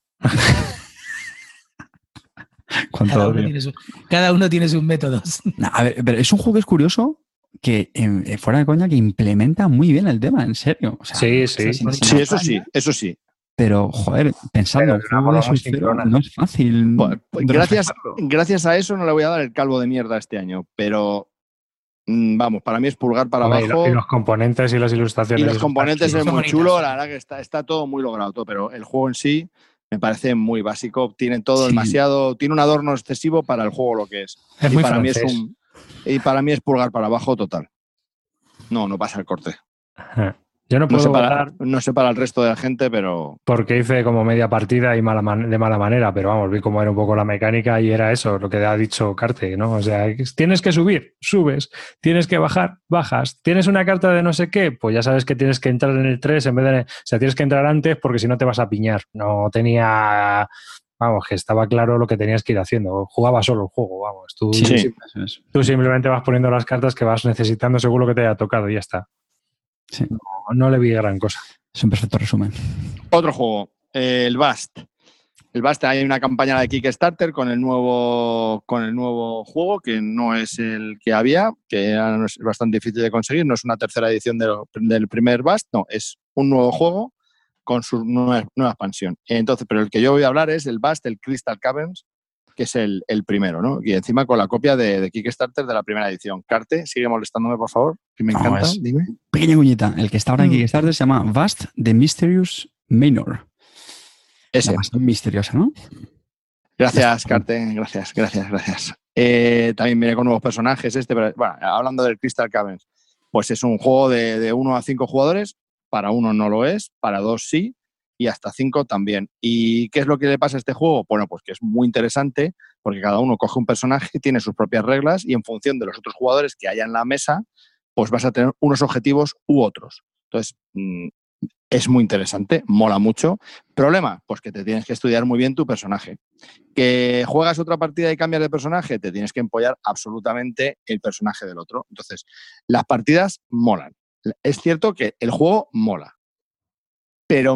Cada uno tiene sus métodos. A ver, pero es un juego que es curioso, que fuera de coña, que implementa muy bien el tema, en serio. O sea, sí, eso sí. Pero, joder, pensando en juego de surfero no es fácil. Pues gracias a eso no le voy a dar el calvo de mierda este año, pero vamos, para mí es pulgar para abajo. Y los componentes y las ilustraciones. Y los componentes es muy chulo, la verdad que está todo muy logrado, todo, pero el juego en sí me parece muy básico, tiene todo demasiado, tiene un adorno excesivo para el juego lo que es. Es muy francés. Y para mí es pulgar para abajo total. No pasa el corte. Yo no puedo votar. No sé para el resto de la gente, pero... Porque hice como media partida y de mala manera, pero vamos, vi cómo era un poco la mecánica y era eso, lo que ha dicho Carte, ¿no? O sea, tienes que subir, subes, tienes que bajar, bajas, tienes una carta de no sé qué, pues ya sabes que tienes que entrar en el 3 en vez de... O sea, tienes que entrar antes porque si no te vas a piñar. No tenía... Vamos, que estaba claro lo que tenías que ir haciendo. Jugaba solo el juego, vamos. Tú simplemente vas poniendo las cartas que vas necesitando según lo que te haya tocado y ya está. Sí. No le vi gran cosa. Es un perfecto resumen. Otro juego, el Bast. El Bast, hay una campaña de Kickstarter con el nuevo juego, que no es el que había, que es bastante difícil de conseguir. No es una tercera edición del primer Bast, no, es un nuevo juego con su nueva expansión. Entonces, pero el que yo voy a hablar es el Bast, el Crystal Caverns, que es el primero, ¿no? Y encima con la copia de Kickstarter de la primera edición. Carte, sigue molestándome, por favor, que me encanta, dime. Pequeña cuñita, el que está ahora en Kickstarter se llama Vast the Mysterious Manor. Ese. Bastante misteriosa, ¿no? Gracias, Carte, gracias. También viene con nuevos personajes pero bueno, hablando del Crystal Caverns, pues es un juego de 1 a 5 jugadores, para 1 no lo es, para 2 sí, y hasta 5 también. ¿Y qué es lo que le pasa a este juego? Bueno, pues que es muy interesante porque cada uno coge un personaje, tiene sus propias reglas y en función de los otros jugadores que haya en la mesa, pues vas a tener unos objetivos u otros. Entonces, es muy interesante, mola mucho. ¿Problema? Pues que te tienes que estudiar muy bien tu personaje. ¿Que juegas otra partida y cambias de personaje? Te tienes que empollar absolutamente el personaje del otro. Entonces, las partidas molan. Es cierto que el juego mola, pero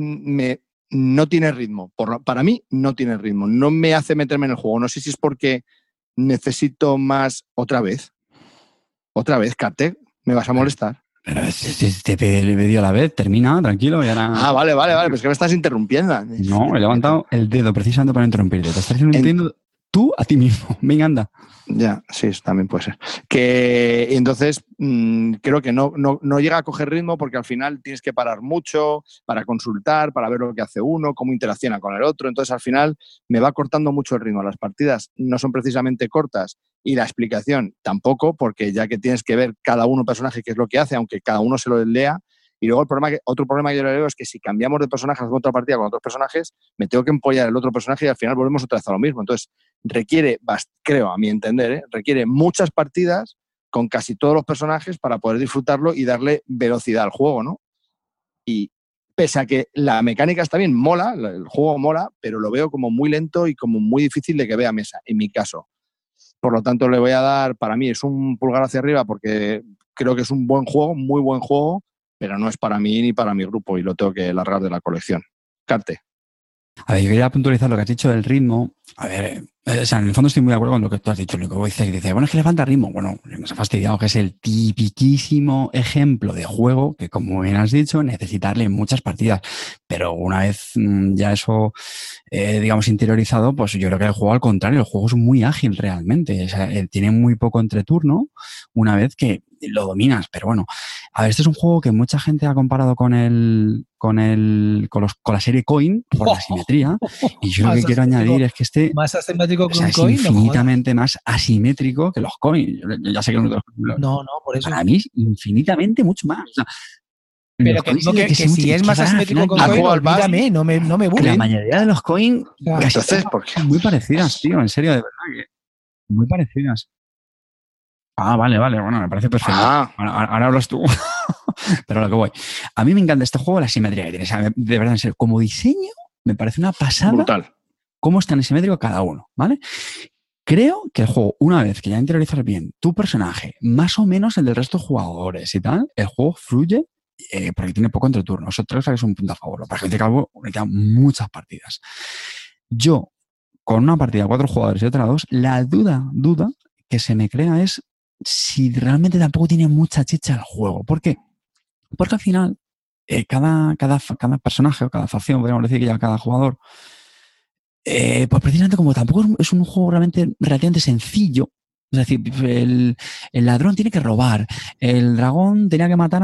no tiene ritmo. Para mí no tiene ritmo. No me hace meterme en el juego. No sé si es porque necesito más otra vez. Otra vez, Carte, me vas a molestar. Pero te dio a la vez, termina, tranquilo. Y ahora... Ah, vale, pero es que me estás interrumpiendo. No, he levantado el dedo precisamente para interrumpirte. Te estás interrumpiendo tú a ti mismo. Venga, anda. Ya, sí, eso también puede ser. Que entonces creo que no llega a coger ritmo porque al final tienes que parar mucho para consultar, para ver lo que hace uno, cómo interacciona con el otro. Entonces al final me va cortando mucho el ritmo. Las partidas no son precisamente cortas y la explicación tampoco, porque ya que tienes que ver cada uno personaje qué es lo que hace, aunque cada uno se lo lea. Y luego otro problema que yo le veo es que si cambiamos de personaje, hacemos otra partida con otros personajes, me tengo que empollar el otro personaje y al final volvemos otra vez a lo mismo. Entonces, creo, a mi entender, requiere muchas partidas con casi todos los personajes para poder disfrutarlo y darle velocidad al juego, ¿no? Y pese a que la mecánica está bien, mola, el juego mola, pero lo veo como muy lento y como muy difícil de que vea mesa, en mi caso. Por lo tanto, le voy a dar, para mí es un pulgar hacia arriba porque creo que es un buen juego, muy buen juego, pero no es para mí ni para mi grupo y lo tengo que largar de la colección. Carte. A ver, yo quería puntualizar lo que has dicho del ritmo. A ver, o sea, en el fondo estoy muy de acuerdo con lo que tú has dicho. Lo que dices, bueno, es que le falta ritmo. Bueno, nos ha fastidiado que es el tipiquísimo ejemplo de juego que, como bien has dicho, necesitarle muchas partidas. Pero una vez ya eso, digamos, interiorizado, pues yo creo que el juego, al contrario, el juego es muy ágil realmente. O sea, tiene muy poco entreturno una vez que lo dominas. Pero bueno, a ver, este es un juego que mucha gente ha comparado con la serie Coin por la simetría. Y yo lo que quiero añadir es que este más asimétrico que un es Coin, infinitamente más asimétrico que los Coin. Yo ya sé que no, por eso. Para mí es infinitamente mucho más. O sea, pero que digo que si es más asimétrico que un Coin, olvídame, no me burlen. La mayoría de los Coin casi son muy parecidas, tío, en serio, de verdad que muy parecidas. Ah, vale, bueno, me parece perfecto. Ahora hablas tú. Pero a lo que voy. A mí me encanta este juego, la simetría que tiene. O sea, de verdad, en serio, como diseño, me parece una pasada. Brutal. Cómo es tan asimétrico cada uno, ¿vale? Creo que el juego, una vez que ya interiorizas bien tu personaje, más o menos el del resto de jugadores y tal, el juego fluye porque tiene poco entreturno. Eso creo que es un punto a favor. Para que cabo, necesita muchas partidas. Yo, con una partida de 4 jugadores y otra 2, la duda que se me crea es si realmente tampoco tiene mucha chicha el juego. ¿Por qué? Porque al final, cada personaje o cada facción, podríamos decir que ya cada jugador, pues precisamente como tampoco es un juego realmente relativamente sencillo, es decir, el ladrón tiene que robar, el dragón tenía que matar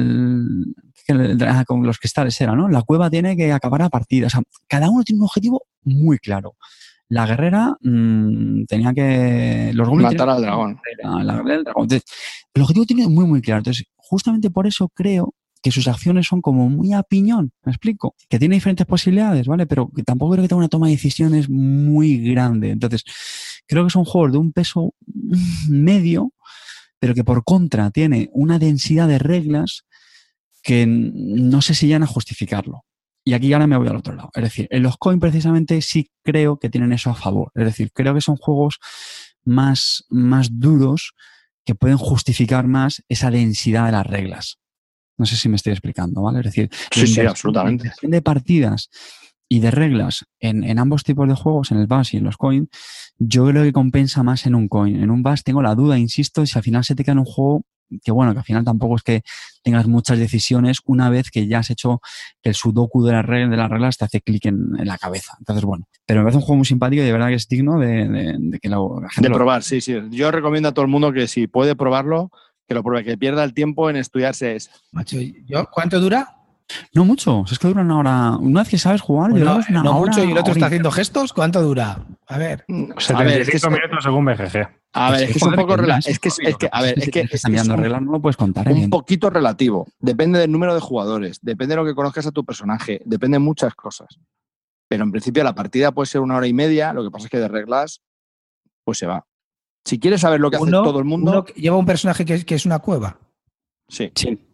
con los cristales era, ¿no? La cueva tiene que acabar la partida. O sea, cada uno tiene un objetivo muy claro. La guerrera tenía que... matar al dragón. La guerrera del dragón. Entonces, el objetivo tiene muy, muy claro. Entonces, justamente por eso creo que sus acciones son como muy a piñón, ¿me explico? Que tiene diferentes posibilidades, ¿vale? Pero que tampoco creo que tenga una toma de decisiones muy grande. Entonces, creo que son juegos de un peso medio, pero que por contra tiene una densidad de reglas que no sé si llegan a justificarlo. Y aquí ahora me voy al otro lado. Es decir, en los coin precisamente sí creo que tienen eso a favor. Es decir, creo que son juegos más duros que pueden justificar más esa densidad de las reglas. No sé si me estoy explicando, ¿vale? Es decir, sí, absolutamente. La inversión de partidas y de reglas en ambos tipos de juegos, en el BAS y en los coin, yo creo que compensa más en un coin. En un BAS tengo la duda, insisto, si al final se te queda en un juego que bueno, que al final tampoco es que tengas muchas decisiones una vez que ya has hecho el sudoku de las reglas te hace clic en la cabeza. Entonces, bueno, pero me parece un juego muy simpático y de verdad que es digno de que la gente de probar, sí. Yo recomiendo a todo el mundo que si puede probarlo, que lo pruebe, que pierda el tiempo en estudiarse eso. Macho, ¿cuánto dura? No mucho, es que dura una hora. Una vez que sabes jugar, bueno, una no hora, mucho y el otro está haciendo gestos. ¿Cuánto dura? A ver. 75 minutos según BGG. A ver, es que es un poco relativo. Es que estás mirando reglas, no lo puedes contar. Un poquito relativo. Depende del número de jugadores, depende de lo que conozcas a tu personaje, depende de muchas cosas. Pero en principio la partida puede ser 1 hora y media, lo que pasa es que de reglas, pues se va. Si quieres saber lo que hace todo el mundo. ¿Uno lleva un personaje que es una cueva? Sí.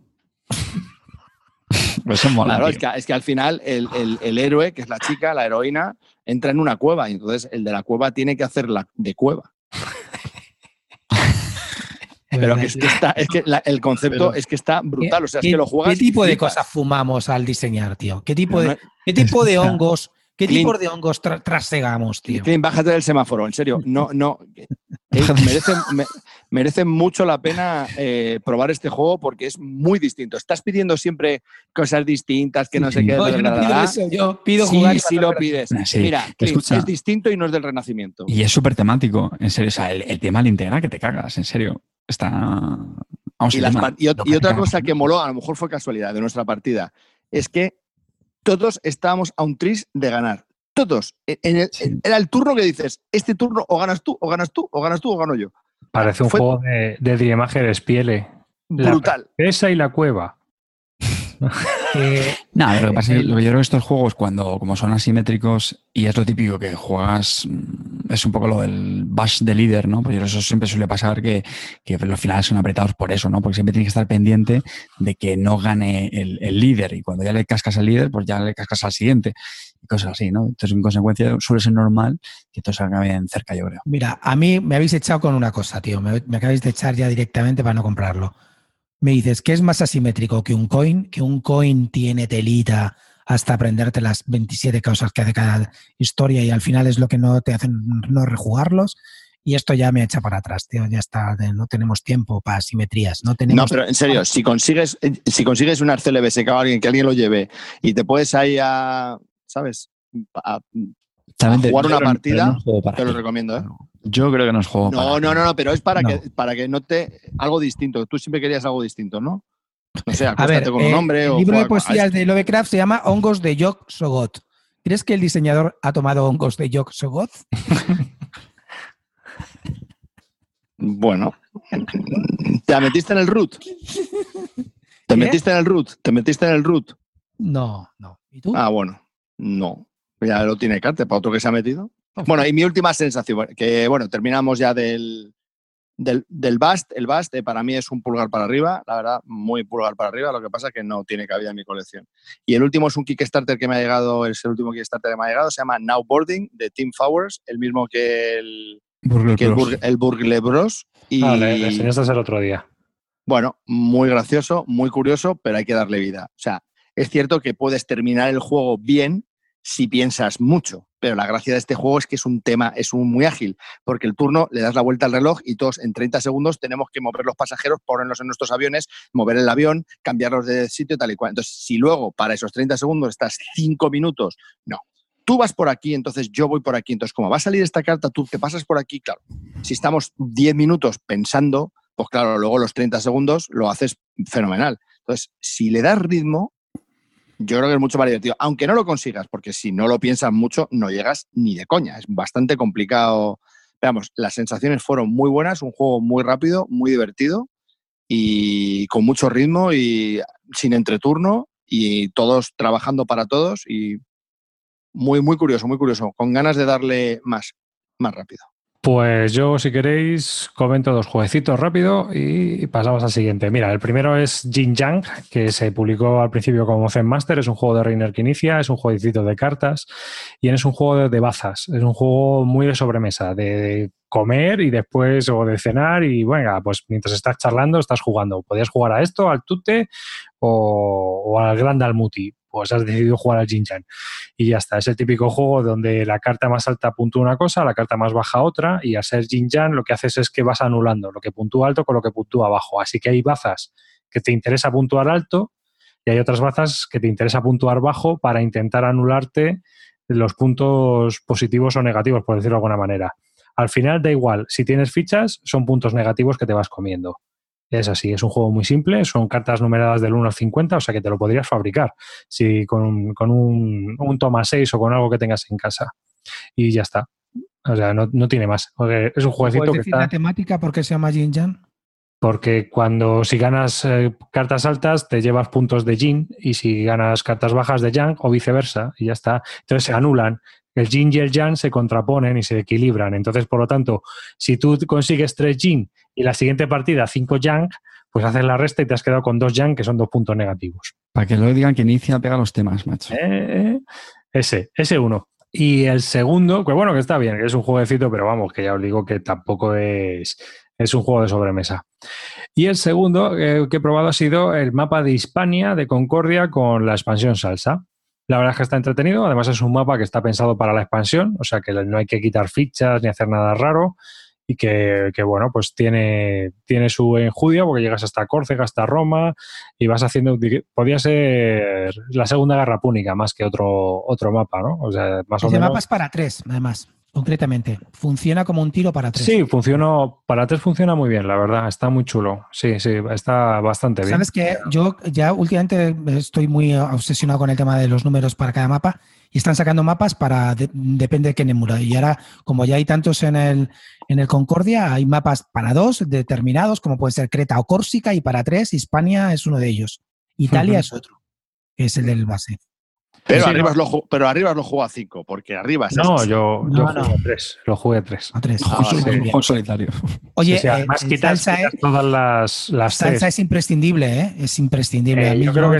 Pues eso mola, claro, es que al final el héroe, que es la chica, la heroína, entra en una cueva y entonces el de la cueva tiene que hacerla de cueva. Pero el concepto es que está brutal. O sea, es que lo juegas. ¿Qué tipo de cosas fumamos al diseñar, tío? ¿Qué tipo de hongos? ¿Qué tipo de hongos trasegamos, tío? Clint, bájate del semáforo, en serio. No. Merece mucho la pena probar este juego porque es muy distinto. Estás pidiendo siempre cosas distintas, que no sé qué. No, yo no pido eso, yo pido jugar. Sí, lo pides. Sí. Mira, Clint, es distinto y no es del Renacimiento. Y es súper temático, en serio. O sea, el tema le integra que te cagas, en serio. Está. Vamos, y otra cosa que moló, a lo mejor fue casualidad de nuestra partida, es que todos estábamos a un tris de ganar. Todos. Era el turno que dices, este turno o ganas tú, o ganas tú, o ganas tú, o gano yo. Parece un juego de Driemager Spiele. Brutal. Esa y la cueva. Nada, lo que pasa es que yo creo que estos juegos, como son asimétricos y es lo típico que juegas, es un poco lo del bash de líder, ¿no? Pues eso siempre suele pasar que los finales son apretados por eso, ¿no? Porque siempre tienes que estar pendiente de que no gane el líder y cuando ya le cascas al líder, pues ya le cascas al siguiente y cosas así, ¿no? Entonces, en consecuencia, suele ser normal que todos acaben cerca, yo creo. Mira, a mí me habéis echado con una cosa, tío. Me acabáis de echar ya directamente para no comprarlo. Me dices, ¿qué es más asimétrico que un coin? Que un coin tiene telita hasta aprenderte las 27 cosas que hace cada historia y al final es lo que no te hacen no rejugarlos. Y esto ya me echa para atrás, tío. Ya está, no tenemos tiempo para asimetrías. No, pero en serio, si consigues un Arcel BS que alguien lo lleve y te puedes ahí ¿sabes? A jugar una partida, te lo recomiendo, ¿eh? Yo creo que no es juego No, pero es para que note algo distinto. Tú siempre querías algo distinto, ¿no? No sé, acuéstate con un hombre. El libro de poesías de Lovecraft se llama Hongos de Yog-Sothoth. ¿Crees que el diseñador ha tomado hongos de Yog-Sothoth? Bueno. ¿Te metiste en el root? ¿Te metiste en el root? No. ¿Y tú? Ah, bueno. No. Ya lo tiene Carte, para otro que se ha metido. Bueno, y mi última sensación, que bueno, terminamos ya del Bast. El Bast para mí es un pulgar para arriba, la verdad, muy pulgar para arriba, lo que pasa es que no tiene cabida en mi colección. Y el último es un Kickstarter que me ha llegado, es el último Kickstarter que me ha llegado, se llama Now Boarding, de Tim Fowers, el mismo que el Burgle Bros. Le enseñaste el otro día. Bueno, muy gracioso, muy curioso, pero hay que darle vida. O sea, es cierto que puedes terminar el juego bien si piensas mucho, pero la gracia de este juego es que es muy ágil, porque el turno le das la vuelta al reloj y todos en 30 segundos tenemos que mover los pasajeros, ponerlos en nuestros aviones, mover el avión, cambiarlos de sitio tal y cual. Entonces, si luego para esos 30 segundos estás 5 minutos, no. Tú vas por aquí, entonces yo voy por aquí. Entonces, como va a salir esta carta, tú te pasas por aquí, claro. Si estamos 10 minutos pensando, pues claro, luego los 30 segundos lo haces fenomenal. Entonces, si le das ritmo, yo creo que es mucho más divertido. Aunque no lo consigas, porque si no lo piensas mucho, no llegas ni de coña. Es bastante complicado. Veamos, las sensaciones fueron muy buenas, un juego muy rápido, muy divertido y con mucho ritmo y sin entreturno y todos trabajando para todos y muy, muy curioso, con ganas de darle más rápido. Pues yo, si queréis, comento 2 jueguecitos rápido y pasamos al siguiente. Mira, el primero es Jin Yang, que se publicó al principio como Zen Master. Es un juego de Reiner que inicia, es un jueguecito de cartas y es un juego de bazas. Es un juego muy de sobremesa, de comer y después o de cenar y venga, pues mientras estás charlando estás jugando. Podías jugar a esto, al tute o al Gran Dalmuti. Pues has decidido jugar al Jin Yang y ya está. Es el típico juego donde la carta más alta puntúa una cosa, la carta más baja otra, y al ser Jin Yang lo que haces es que vas anulando lo que puntúa alto con lo que puntúa bajo. Así que hay bazas que te interesa puntuar alto y hay otras bazas que te interesa puntuar bajo para intentar anularte los puntos positivos o negativos, por decirlo de alguna manera. Al final da igual, si tienes fichas son puntos negativos que te vas comiendo. Es así, es un juego muy simple, son cartas numeradas del 1 al 50, o sea que te lo podrías fabricar si con un toma 6 o con algo que tengas en casa. Y ya está. O sea, no tiene más. Es un jueguecito que está... ¿La temática por qué se llama Jin Yang? Porque si ganas cartas altas te llevas puntos de Jin y si ganas cartas bajas de Yang o viceversa y ya está. Entonces se anulan. El Jin y el Yang se contraponen y se equilibran. Entonces, por lo tanto, si tú consigues 3 Jin y la siguiente partida 5 Yang, pues haces la resta y te has quedado con 2 Yang, que son 2 puntos negativos. Para que luego digan que inicia pega los temas, macho. Ese uno. Y el segundo, pues bueno, que está bien, que es un jueguecito, pero vamos, que ya os digo que tampoco es un juego de sobremesa. Y el segundo que he probado ha sido el mapa de Hispania de Concordia con la expansión Salsa. La verdad es que está entretenido, además es un mapa que está pensado para la expansión, o sea que no hay que quitar fichas ni hacer nada raro y que bueno, pues tiene su enjundia porque llegas hasta Córcega, hasta Roma y vas haciendo, podría ser la Segunda Guerra Púnica más que otro mapa, ¿no? O sea, más o menos. El mapa es para 3, además. Concretamente, funciona como un tiro para 3. Sí, para 3 funciona muy bien, la verdad, está muy chulo. Sí, está bastante bien. Sabes que yo ya últimamente estoy muy obsesionado con el tema de los números para cada mapa y están sacando mapas para depende de qué Nemura. Y ahora, como ya hay tantos en el Concordia, hay mapas para 2 determinados, como puede ser Creta o Córcega, y para 3, Hispania es uno de ellos. Italia es otro, que es el del base. Pero, sí, arriba lo juego a 5, porque arriba es yo jugué a 3. Lo jugué a 3. A 3. Juego solitario. Oye, sí, además quitas todas las salsa es imprescindible, ¿eh? Es imprescindible. Yo creo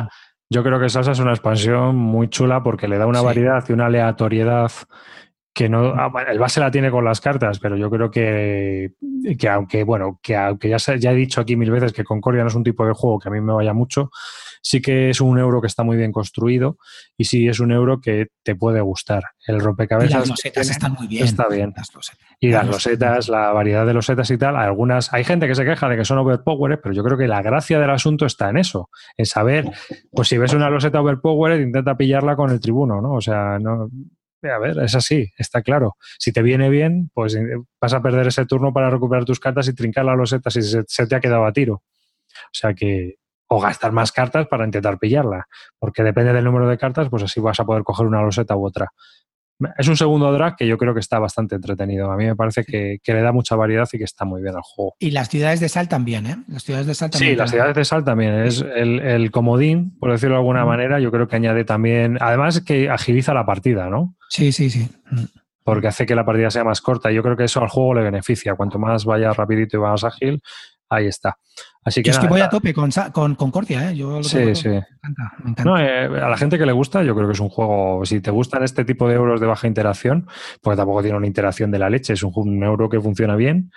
que Salsa es una expansión muy chula porque le da una variedad y una aleatoriedad que no... el base la tiene con las cartas, pero yo creo que aunque ya he dicho aquí 1000 veces que Concordia no es un tipo de juego que a mí me vaya mucho, sí que es un euro que está muy bien construido y sí es un euro que te puede gustar. El rompecabezas... Y las losetas están muy bien. Está bien. Y las losetas, la variedad de losetas y tal, hay gente que se queja de que son overpowered, pero yo creo que la gracia del asunto está en eso, en saber, pues si ves una loseta overpowered, intenta pillarla con el tribuno, ¿no? O sea, no... A ver, es así, está claro. Si te viene bien, pues vas a perder ese turno para recuperar tus cartas y trincar la loseta si se te ha quedado a tiro. O sea que... O gastar más cartas para intentar pillarla. Porque depende del número de cartas, pues así vas a poder coger una loseta u otra. Es un segundo drag que yo creo que está bastante entretenido. A mí me parece que le da mucha variedad y que está muy bien al juego. Y las ciudades de sal también, ¿eh? Las ciudades de sal también. Sí, las ciudades de sal también. Es el comodín, por decirlo de alguna manera. Yo creo que añade también... Además que agiliza la partida, ¿no? Sí. Porque hace que la partida sea más corta. Yo creo que eso al juego le beneficia. Cuanto más vaya rapidito y más ágil, ahí está. Así que yo es que voy a tope con Concordia, ¿eh? Yo sí. Me encanta. No, a la gente que le gusta, yo creo que es un juego, si te gustan este tipo de euros de baja interacción, porque tampoco tiene una interacción de la leche, es un euro que funciona bien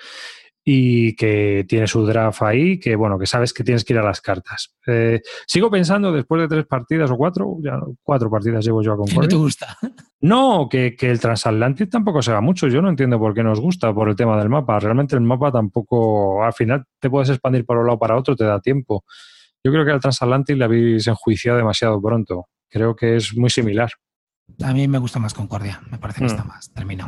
y que tiene su draft ahí, que bueno, que sabes que tienes que ir a las cartas. Sigo pensando, después de 3 partidas o 4, ya 4 partidas llevo yo a Concordia. ¿No te gusta? No, que el Transatlantic tampoco se va mucho. Yo no entiendo por qué nos gusta por el tema del mapa. Realmente el mapa tampoco, al final te puedes expandir por un lado para otro, te da tiempo. Yo creo que al Transatlantic le habéis enjuiciado demasiado pronto. Creo que es muy similar. A mí me gusta más Concordia. Me parece que está más terminado.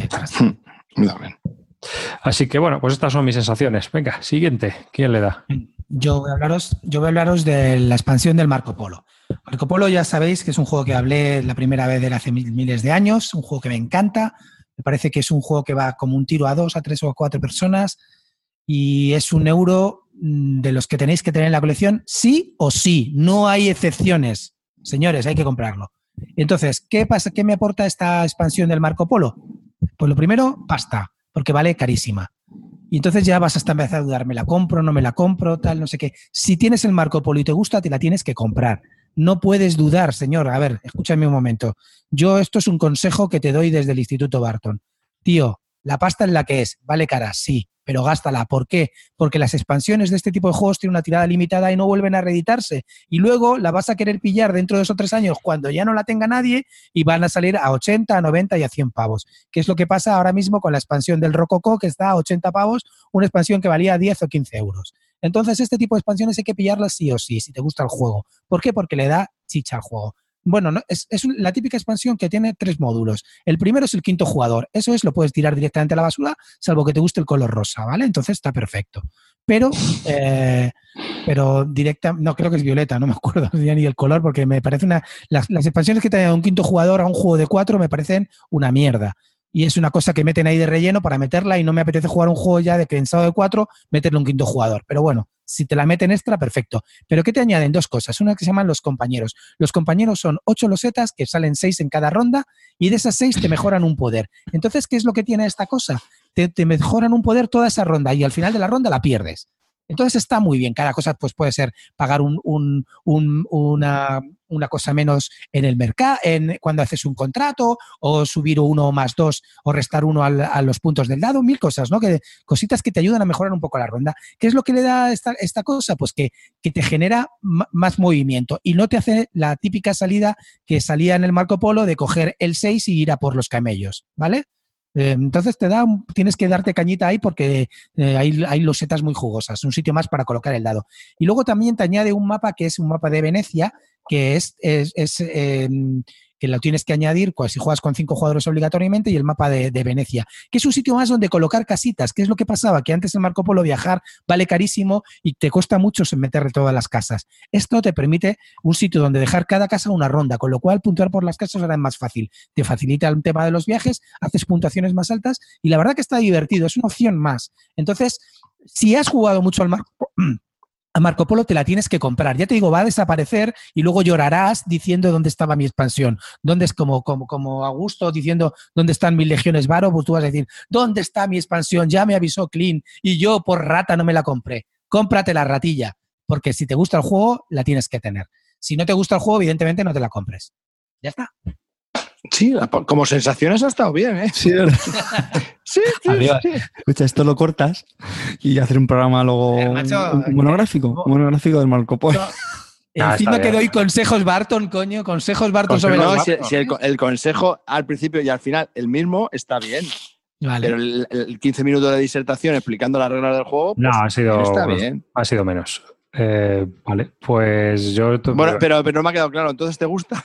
Así que bueno, pues estas son mis sensaciones. Venga, siguiente. ¿Quién le da? Yo voy a hablaros de la expansión del Marco Polo. Marco Polo ya sabéis que es un juego que hablé la primera vez de hace miles de años, un juego que me encanta. Me parece que es un juego que va como un tiro a 2, a 3 o a 4 personas y es €1 de los que tenéis que tener en la colección sí o sí. No hay excepciones. Señores, hay que comprarlo. Entonces, ¿qué pasa? ¿Qué me aporta esta expansión del Marco Polo? Pues lo primero, pasta, porque vale carísima. Y entonces ya vas hasta empezar a dudar, ¿me la compro, no me la compro, tal, no sé qué? Si tienes el Marco Polo y te gusta, te la tienes que comprar. No puedes dudar, señor. A ver, escúchame un momento. Esto es un consejo que te doy desde el Instituto Barton. Tío, la pasta es la que es, vale cara, sí, pero gástala. ¿Por qué? Porque las expansiones de este tipo de juegos tienen una tirada limitada y no vuelven a reeditarse. Y luego la vas a querer pillar dentro de 2 o 3 años cuando ya no la tenga nadie y van a salir a 80, a 90 y a 100 pavos. ¿Qué es lo que pasa ahora mismo con la expansión del Rococó, que está a 80 pavos, una expansión que valía 10 o 15 euros? Entonces, este tipo de expansiones hay que pillarlas sí o sí, si te gusta el juego. ¿Por qué? Porque le da chicha al juego. Bueno, no, es la típica expansión que tiene 3 módulos. El primero es el quinto jugador. Eso lo puedes tirar directamente a la basura, salvo que te guste el color rosa, ¿vale? Entonces está perfecto. Pero directa, no, creo que es violeta, no me acuerdo ya ni el color, porque me parece las expansiones que te dan a un quinto jugador a un juego de 4 me parecen una mierda. Y es una cosa que meten ahí de relleno para meterla y no me apetece jugar un juego ya de pensado de 4, meterle un quinto jugador. Pero bueno, si te la meten extra, perfecto. Pero ¿qué te añaden? 2 cosas. Una que se llaman los compañeros. Los compañeros son 8 losetas, que salen 6 en cada ronda, y de esas 6 te mejoran un poder. Entonces, ¿qué es lo que tiene esta cosa? Te mejoran un poder toda esa ronda y al final de la ronda la pierdes. Entonces está muy bien. Cada cosa pues puede ser pagar una cosa menos en el mercado, cuando haces un contrato, o subir 1 más 2 o restar 1 a los puntos del dado, 1000 cosas, ¿no? Cositas que te ayudan a mejorar un poco la ronda. ¿Qué es lo que le da esta cosa? Pues que te genera más movimiento y no te hace la típica salida que salía en el Marco Polo de coger el 6 y ir a por los camellos, ¿vale? Entonces tienes que darte cañita ahí porque hay losetas muy jugosas, un sitio más para colocar el dado. Y luego también te añade un mapa que es un mapa de Venecia, que que lo tienes que añadir si juegas con 5 jugadores obligatoriamente, y el mapa de Venecia, que es un sitio más donde colocar casitas. ¿Qué es lo que pasaba? Que antes en Marco Polo viajar vale carísimo y te cuesta mucho meterle todas las casas. Esto te permite un sitio donde dejar cada casa una ronda, con lo cual puntuar por las casas ahora es más fácil. Te facilita el tema de los viajes, haces puntuaciones más altas y la verdad que está divertido, es una opción más. Entonces, si has jugado mucho a Marco Polo, te la tienes que comprar. Ya te digo, va a desaparecer y luego llorarás diciendo dónde estaba mi expansión. ¿Dónde es como Augusto diciendo dónde están mis legiones Varo? Pues tú vas a decir, ¿dónde está mi expansión? Ya me avisó Clean y yo por rata no me la compré. Cómprate la ratilla, porque si te gusta el juego, la tienes que tener. Si no te gusta el juego, evidentemente no te la compres. Ya está. Sí, como sensaciones ha estado bien, ¿eh? Sí, ¿verdad? Sí. Escucha, esto lo cortas y hacer un programa luego monográfico del Marco Polo. Encima que doy consejos Barton, coño, consejos Barton sobre los si el consejo al principio y al final el mismo está bien. Vale. Pero el 15 minutos de disertación explicando las reglas del juego, pues está bien. Ha sido menos. Vale, pues yo... Bueno, pero no me ha quedado claro. ¿Entonces te gusta?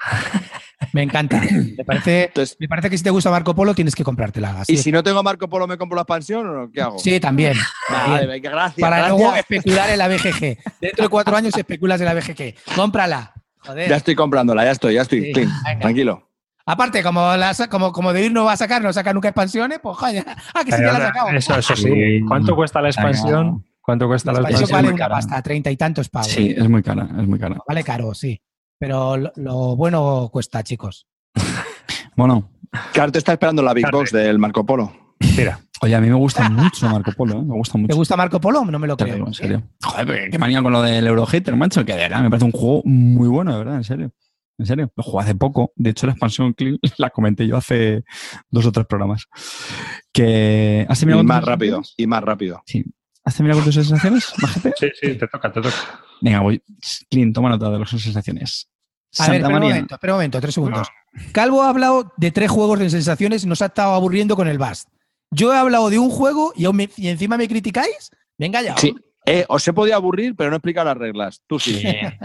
Me encanta. Me parece que si te gusta Marco Polo tienes que comprártela. ¿Y si no tengo Marco Polo me compro la expansión o qué hago? Sí, también. Vale, venga, gracias. Para luego especular en la BGG. Dentro de 4 años especulas en la BGG. Cómprala. Joder. Ya estoy comprándola, ya estoy. Sí, clean, tranquilo. Aparte, como de ir no va a sacar, no saca nunca expansiones, pues joder. Que sí, ya la ha sacado. Eso sí. ¿Cuánto cuesta la expansión? ¿Cuánto cuesta la expansión? Vale una pasta, 30 y tantos pavos. Sí, es muy cara. Vale caro, sí. Pero lo bueno cuesta, chicos. Bueno. Claro, te está esperando la Big Box del Marco Polo. Mira. Oye, a mí me gusta mucho Marco Polo, ¿eh? Me gusta mucho. ¿Te gusta Marco Polo? No me lo creo. En serio. Joder, qué manía con lo del Eurohater, macho. Que de verdad me parece un juego muy bueno, de verdad, en serio. En serio. Lo jugué hace poco. De hecho, la expansión la comenté yo hace 2 o 3 programas. Que... ¿Has y más rápido. Sí. ¿Has terminado con tus sensaciones, Majete? Sí, te toca. Venga, voy. Clint, toma nota de las sensaciones. A ver, espera un momento, 3 segundos. Calvo ha hablado de 3 juegos de sensaciones y nos ha estado aburriendo con el Bast. Yo he hablado de un juego y encima me criticáis. Venga ya. Sí, os he podido aburrir, pero no he explicado las reglas. Tú sí.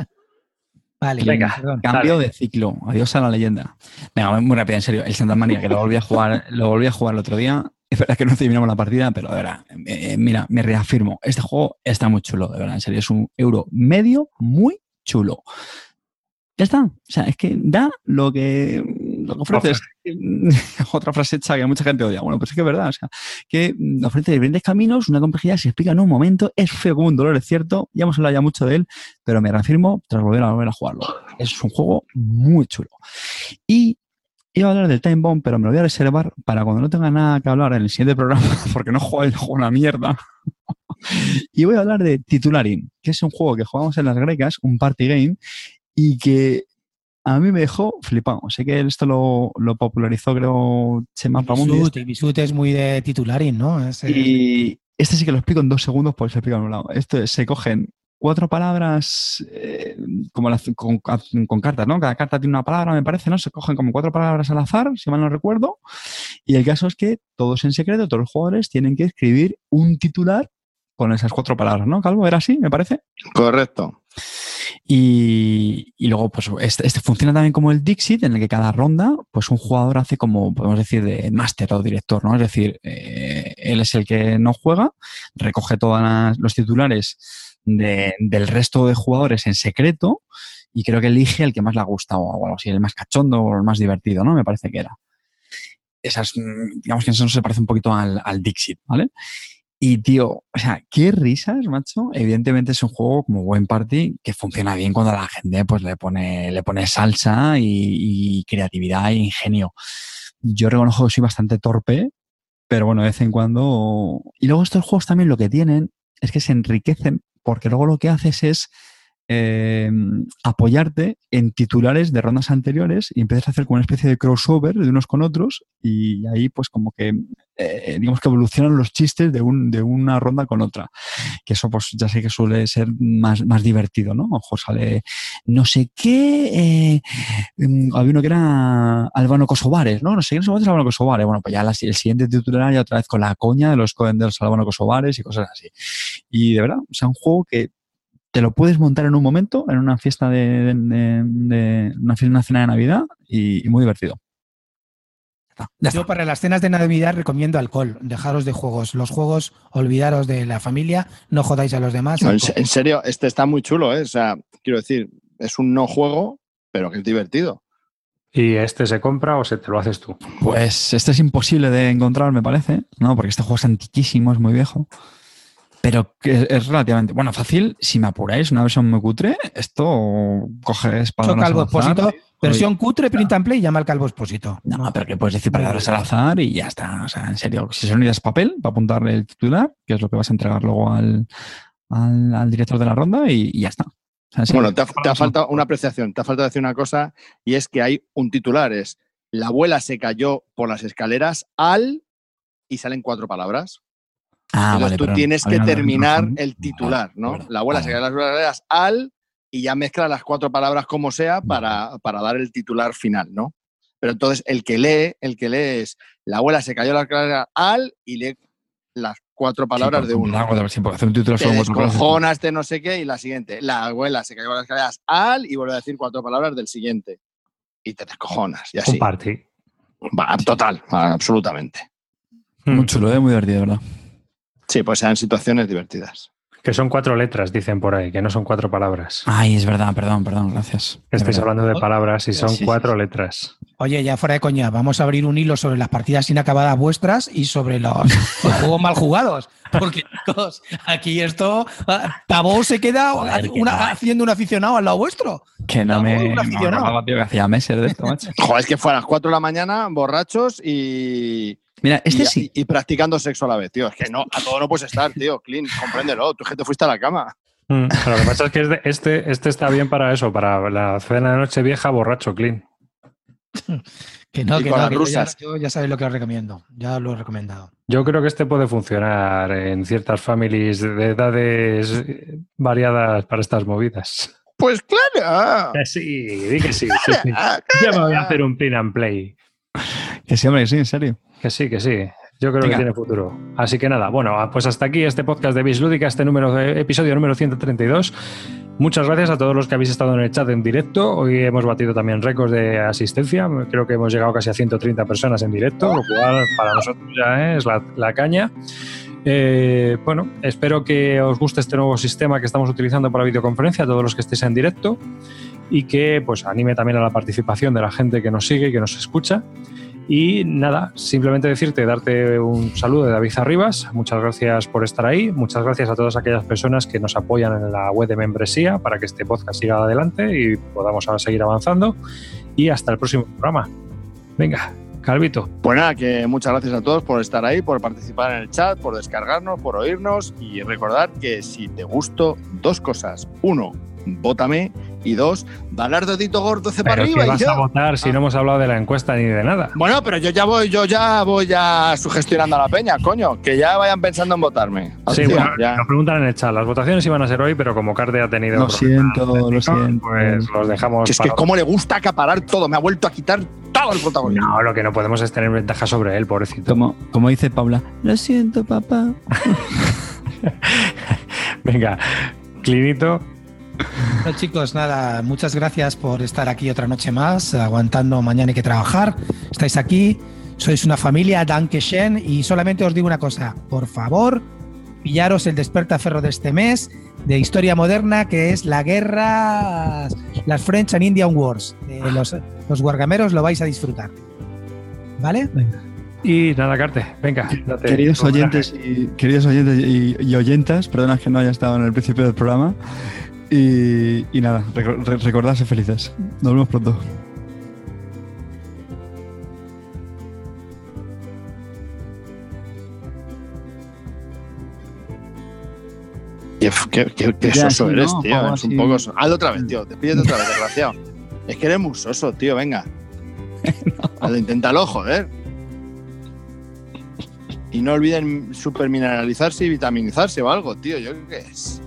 Vale, venga, cambio de ciclo. Adiós a la leyenda. Venga, muy rápido, en serio. El Santa María, que lo volví a jugar el otro día. Es verdad que no terminamos la partida, pero de verdad, mira, me reafirmo. Este juego está muy chulo, de verdad, en serio. Es un euro medio muy chulo. Ya está. O sea, es que da lo que lo que ofrece es otra frase hecha que mucha gente odia. Bueno, pues es que es verdad, o sea, que ofrece diferentes caminos, una complejidad se explica en un momento, es feo como un dolor, es cierto, ya hemos hablado ya mucho de él, pero me reafirmo tras volver a jugarlo. Es un juego muy chulo. Y iba a hablar del Time Bomb, pero me lo voy a reservar para cuando no tenga nada que hablar en el siguiente programa, porque no juego el juego una mierda. Y voy a hablar de Titularin, que es un juego que jugamos en las grecas, un party game, y que a mí me dejó flipado. Sé que esto lo popularizó, creo, Chema Pamundi. Bisut es muy de Titularin, ¿no? Y este sí que lo explico en 2 segundos, porque se explica en un lado. Esto se cogen 4 palabras con cartas, ¿no? Cada carta tiene una palabra, me parece, ¿no? Se cogen como 4 palabras al azar, si mal no recuerdo. Y el caso es que todos en secreto, todos los jugadores tienen que escribir un titular con esas 4 palabras, ¿no, Calvo? ¿Era así, me parece? Correcto. Y luego, pues, este funciona también como el Dixit, en el que cada ronda, pues, un jugador hace como, podemos decir, de máster o director, ¿no? Es decir, él es el que no juega, recoge todos los titulares del resto de jugadores en secreto y creo que elige el que más le ha gustado o algo así, el más cachondo o el más divertido, ¿no? Me parece que era. Digamos que eso se parece un poquito al Dixit, ¿vale? Y, tío, o sea, qué risas, macho. Evidentemente es un juego como buen party que funciona bien cuando la gente pues le pone salsa y creatividad e ingenio. Yo reconozco que soy bastante torpe, pero bueno, de vez en cuando... Y luego estos juegos también lo que tienen es que se enriquecen porque luego lo que haces es apoyarte en titulares de rondas anteriores y empiezas a hacer como una especie de crossover de unos con otros y ahí pues como que digamos que evolucionan los chistes de una ronda con otra, que eso pues ya sé que suele ser más divertido, ¿no? Ojo, sale no sé qué, había uno que era albano-kosovares, ¿no? No sé qué, no sé albano-kosovares. Bueno, pues ya el siguiente titular ya otra vez con la coña de los albano-kosovares y cosas así. Y de verdad, o sea, un juego que te lo puedes montar en un momento, en una fiesta una cena de Navidad y muy divertido. Yo para las cenas de Navidad recomiendo alcohol. Dejaros de juegos. Los juegos, olvidaros de la familia, no jodáis a los demás. No, en serio, este está muy chulo, ¿eh? O sea, quiero decir, es un no juego, pero que es divertido. ¿Y este se compra o te lo haces tú? Pues este es imposible de encontrar, me parece, ¿no? Porque este juego es antiquísimo, es muy viejo. Pero es relativamente... Bueno, fácil, si me apuráis, una versión muy cutre, esto coges palabras Calvo al azar. Expósito, versión cutre, print and play, llama al Calvo Expósito. No, pero que puedes decir palabras al azar y ya está. O sea, en serio, si son ideas papel para apuntarle el titular, que es lo que vas a entregar luego al director de la ronda y ya está. O sea, bueno, te ha faltado una apreciación, te ha faltado decir una cosa y es que hay un titular, es la abuela se cayó por las escaleras y salen 4 palabras. Entonces tú tienes que terminar el titular, ¿no? La abuela se cayó por las escaleras y ya mezcla las 4 palabras como sea para dar el titular final, ¿no? Pero entonces el que lee es la abuela se cayó por las escaleras y lee las 4 palabras de uno. Hacer un título te descojonas de no sé qué y la siguiente. La abuela se cayó por las escaleras y vuelve a decir 4 palabras del siguiente. Y te descojonas. Y así. Un party. Total, absolutamente. Muy chulo, muy divertido, ¿verdad? Sí, pues sean situaciones divertidas. Que son 4 letras, dicen por ahí, que no son 4 palabras. Ay, es verdad, perdón, gracias. Estáis hablando de palabras y son 4 letras. Oye, ya fuera de coña, vamos a abrir un hilo sobre las partidas inacabadas vuestras y sobre los juegos mal jugados. Porque, chicos, aquí esto... Tabó se queda haciendo un aficionado al lado vuestro. Que no me acordaba, tío, que hacía meses de esto, macho. Joder, es que fue a las 4 de la mañana, borrachos y... Mira, sí. Y practicando sexo a la vez, tío. Es que no, a todo no puedes estar, tío. Clint, compréndelo. Tú es que te fuiste a la cama. Lo que pasa es que este está bien para eso, para la cena de noche vieja borracho, Clint. Que yo ya sabéis lo que os recomiendo. Ya lo he recomendado. Yo creo que este puede funcionar en ciertas families de edades variadas para estas movidas. Pues claro. Sí, di que sí. Yo me voy a hacer un print and play. Que sí, hombre, que sí, en serio. Que sí. Yo creo que tiene futuro. Así que nada, bueno, pues hasta aquí este podcast de Bislúdica, episodio número 132. Muchas gracias a todos los que habéis estado en el chat en directo. Hoy hemos batido también récords de asistencia. Creo que hemos llegado casi a 130 personas en directo, lo cual para nosotros ya es la caña. Bueno, espero que os guste este nuevo sistema que estamos utilizando para videoconferencia, a todos los que estéis en directo. y que pues anime también a la participación de la gente que nos sigue y que nos escucha. Y nada, simplemente darte un saludo de David Arribas. Muchas gracias por estar ahí. Muchas gracias a todas aquellas personas que nos apoyan en la web de membresía para que este podcast siga adelante y podamos ahora seguir avanzando. Y hasta el próximo programa. Venga, Calvito. Pues nada, que muchas gracias a todos por estar ahí, por participar en el chat, por descargarnos, por oírnos y recordar que si te gustó, 2 cosas. 1, vótame, y 2, dale al dedito gordo para arriba. ¿Qué vas a votar si no hemos hablado de la encuesta ni de nada? Bueno, pero yo ya voy sugestionando a la peña, coño, que ya vayan pensando en votarme. Sí, bueno, ya. Nos preguntan en el chat, las votaciones iban a ser hoy, pero como Carte ha tenido... Lo siento. Pues los dejamos... Es que cómo le gusta acaparar todo, me ha vuelto a quitar todo el protagonismo. No, lo que no podemos es tener ventaja sobre él, pobrecito. Como dice Paula, lo siento, papá. Venga, Clinito. Bueno, chicos, nada, muchas gracias por estar aquí otra noche más, aguantando, mañana hay que trabajar. Estáis aquí, sois una familia, Dankeschön, y solamente os digo una cosa, por favor, pillaros el despertaferro de este mes de historia moderna, que es la guerra, las French and Indian Wars. Los guargameros lo vais a disfrutar. ¿Vale? Venga. Y nada, Carte, venga. Queridos oyentes y oyentas, perdona que no haya estado en el principio del programa. Y nada, recordad ser felices. Nos vemos pronto. Qué soso eres, no, tío. Es un poco soso. Hazlo otra vez, tío. Despídete otra vez, desgraciado. Es que eres muy soso, tío. Venga. No. Inténtalo, joder. Y no olviden supermineralizarse y vitaminizarse o algo, tío. Yo creo que es.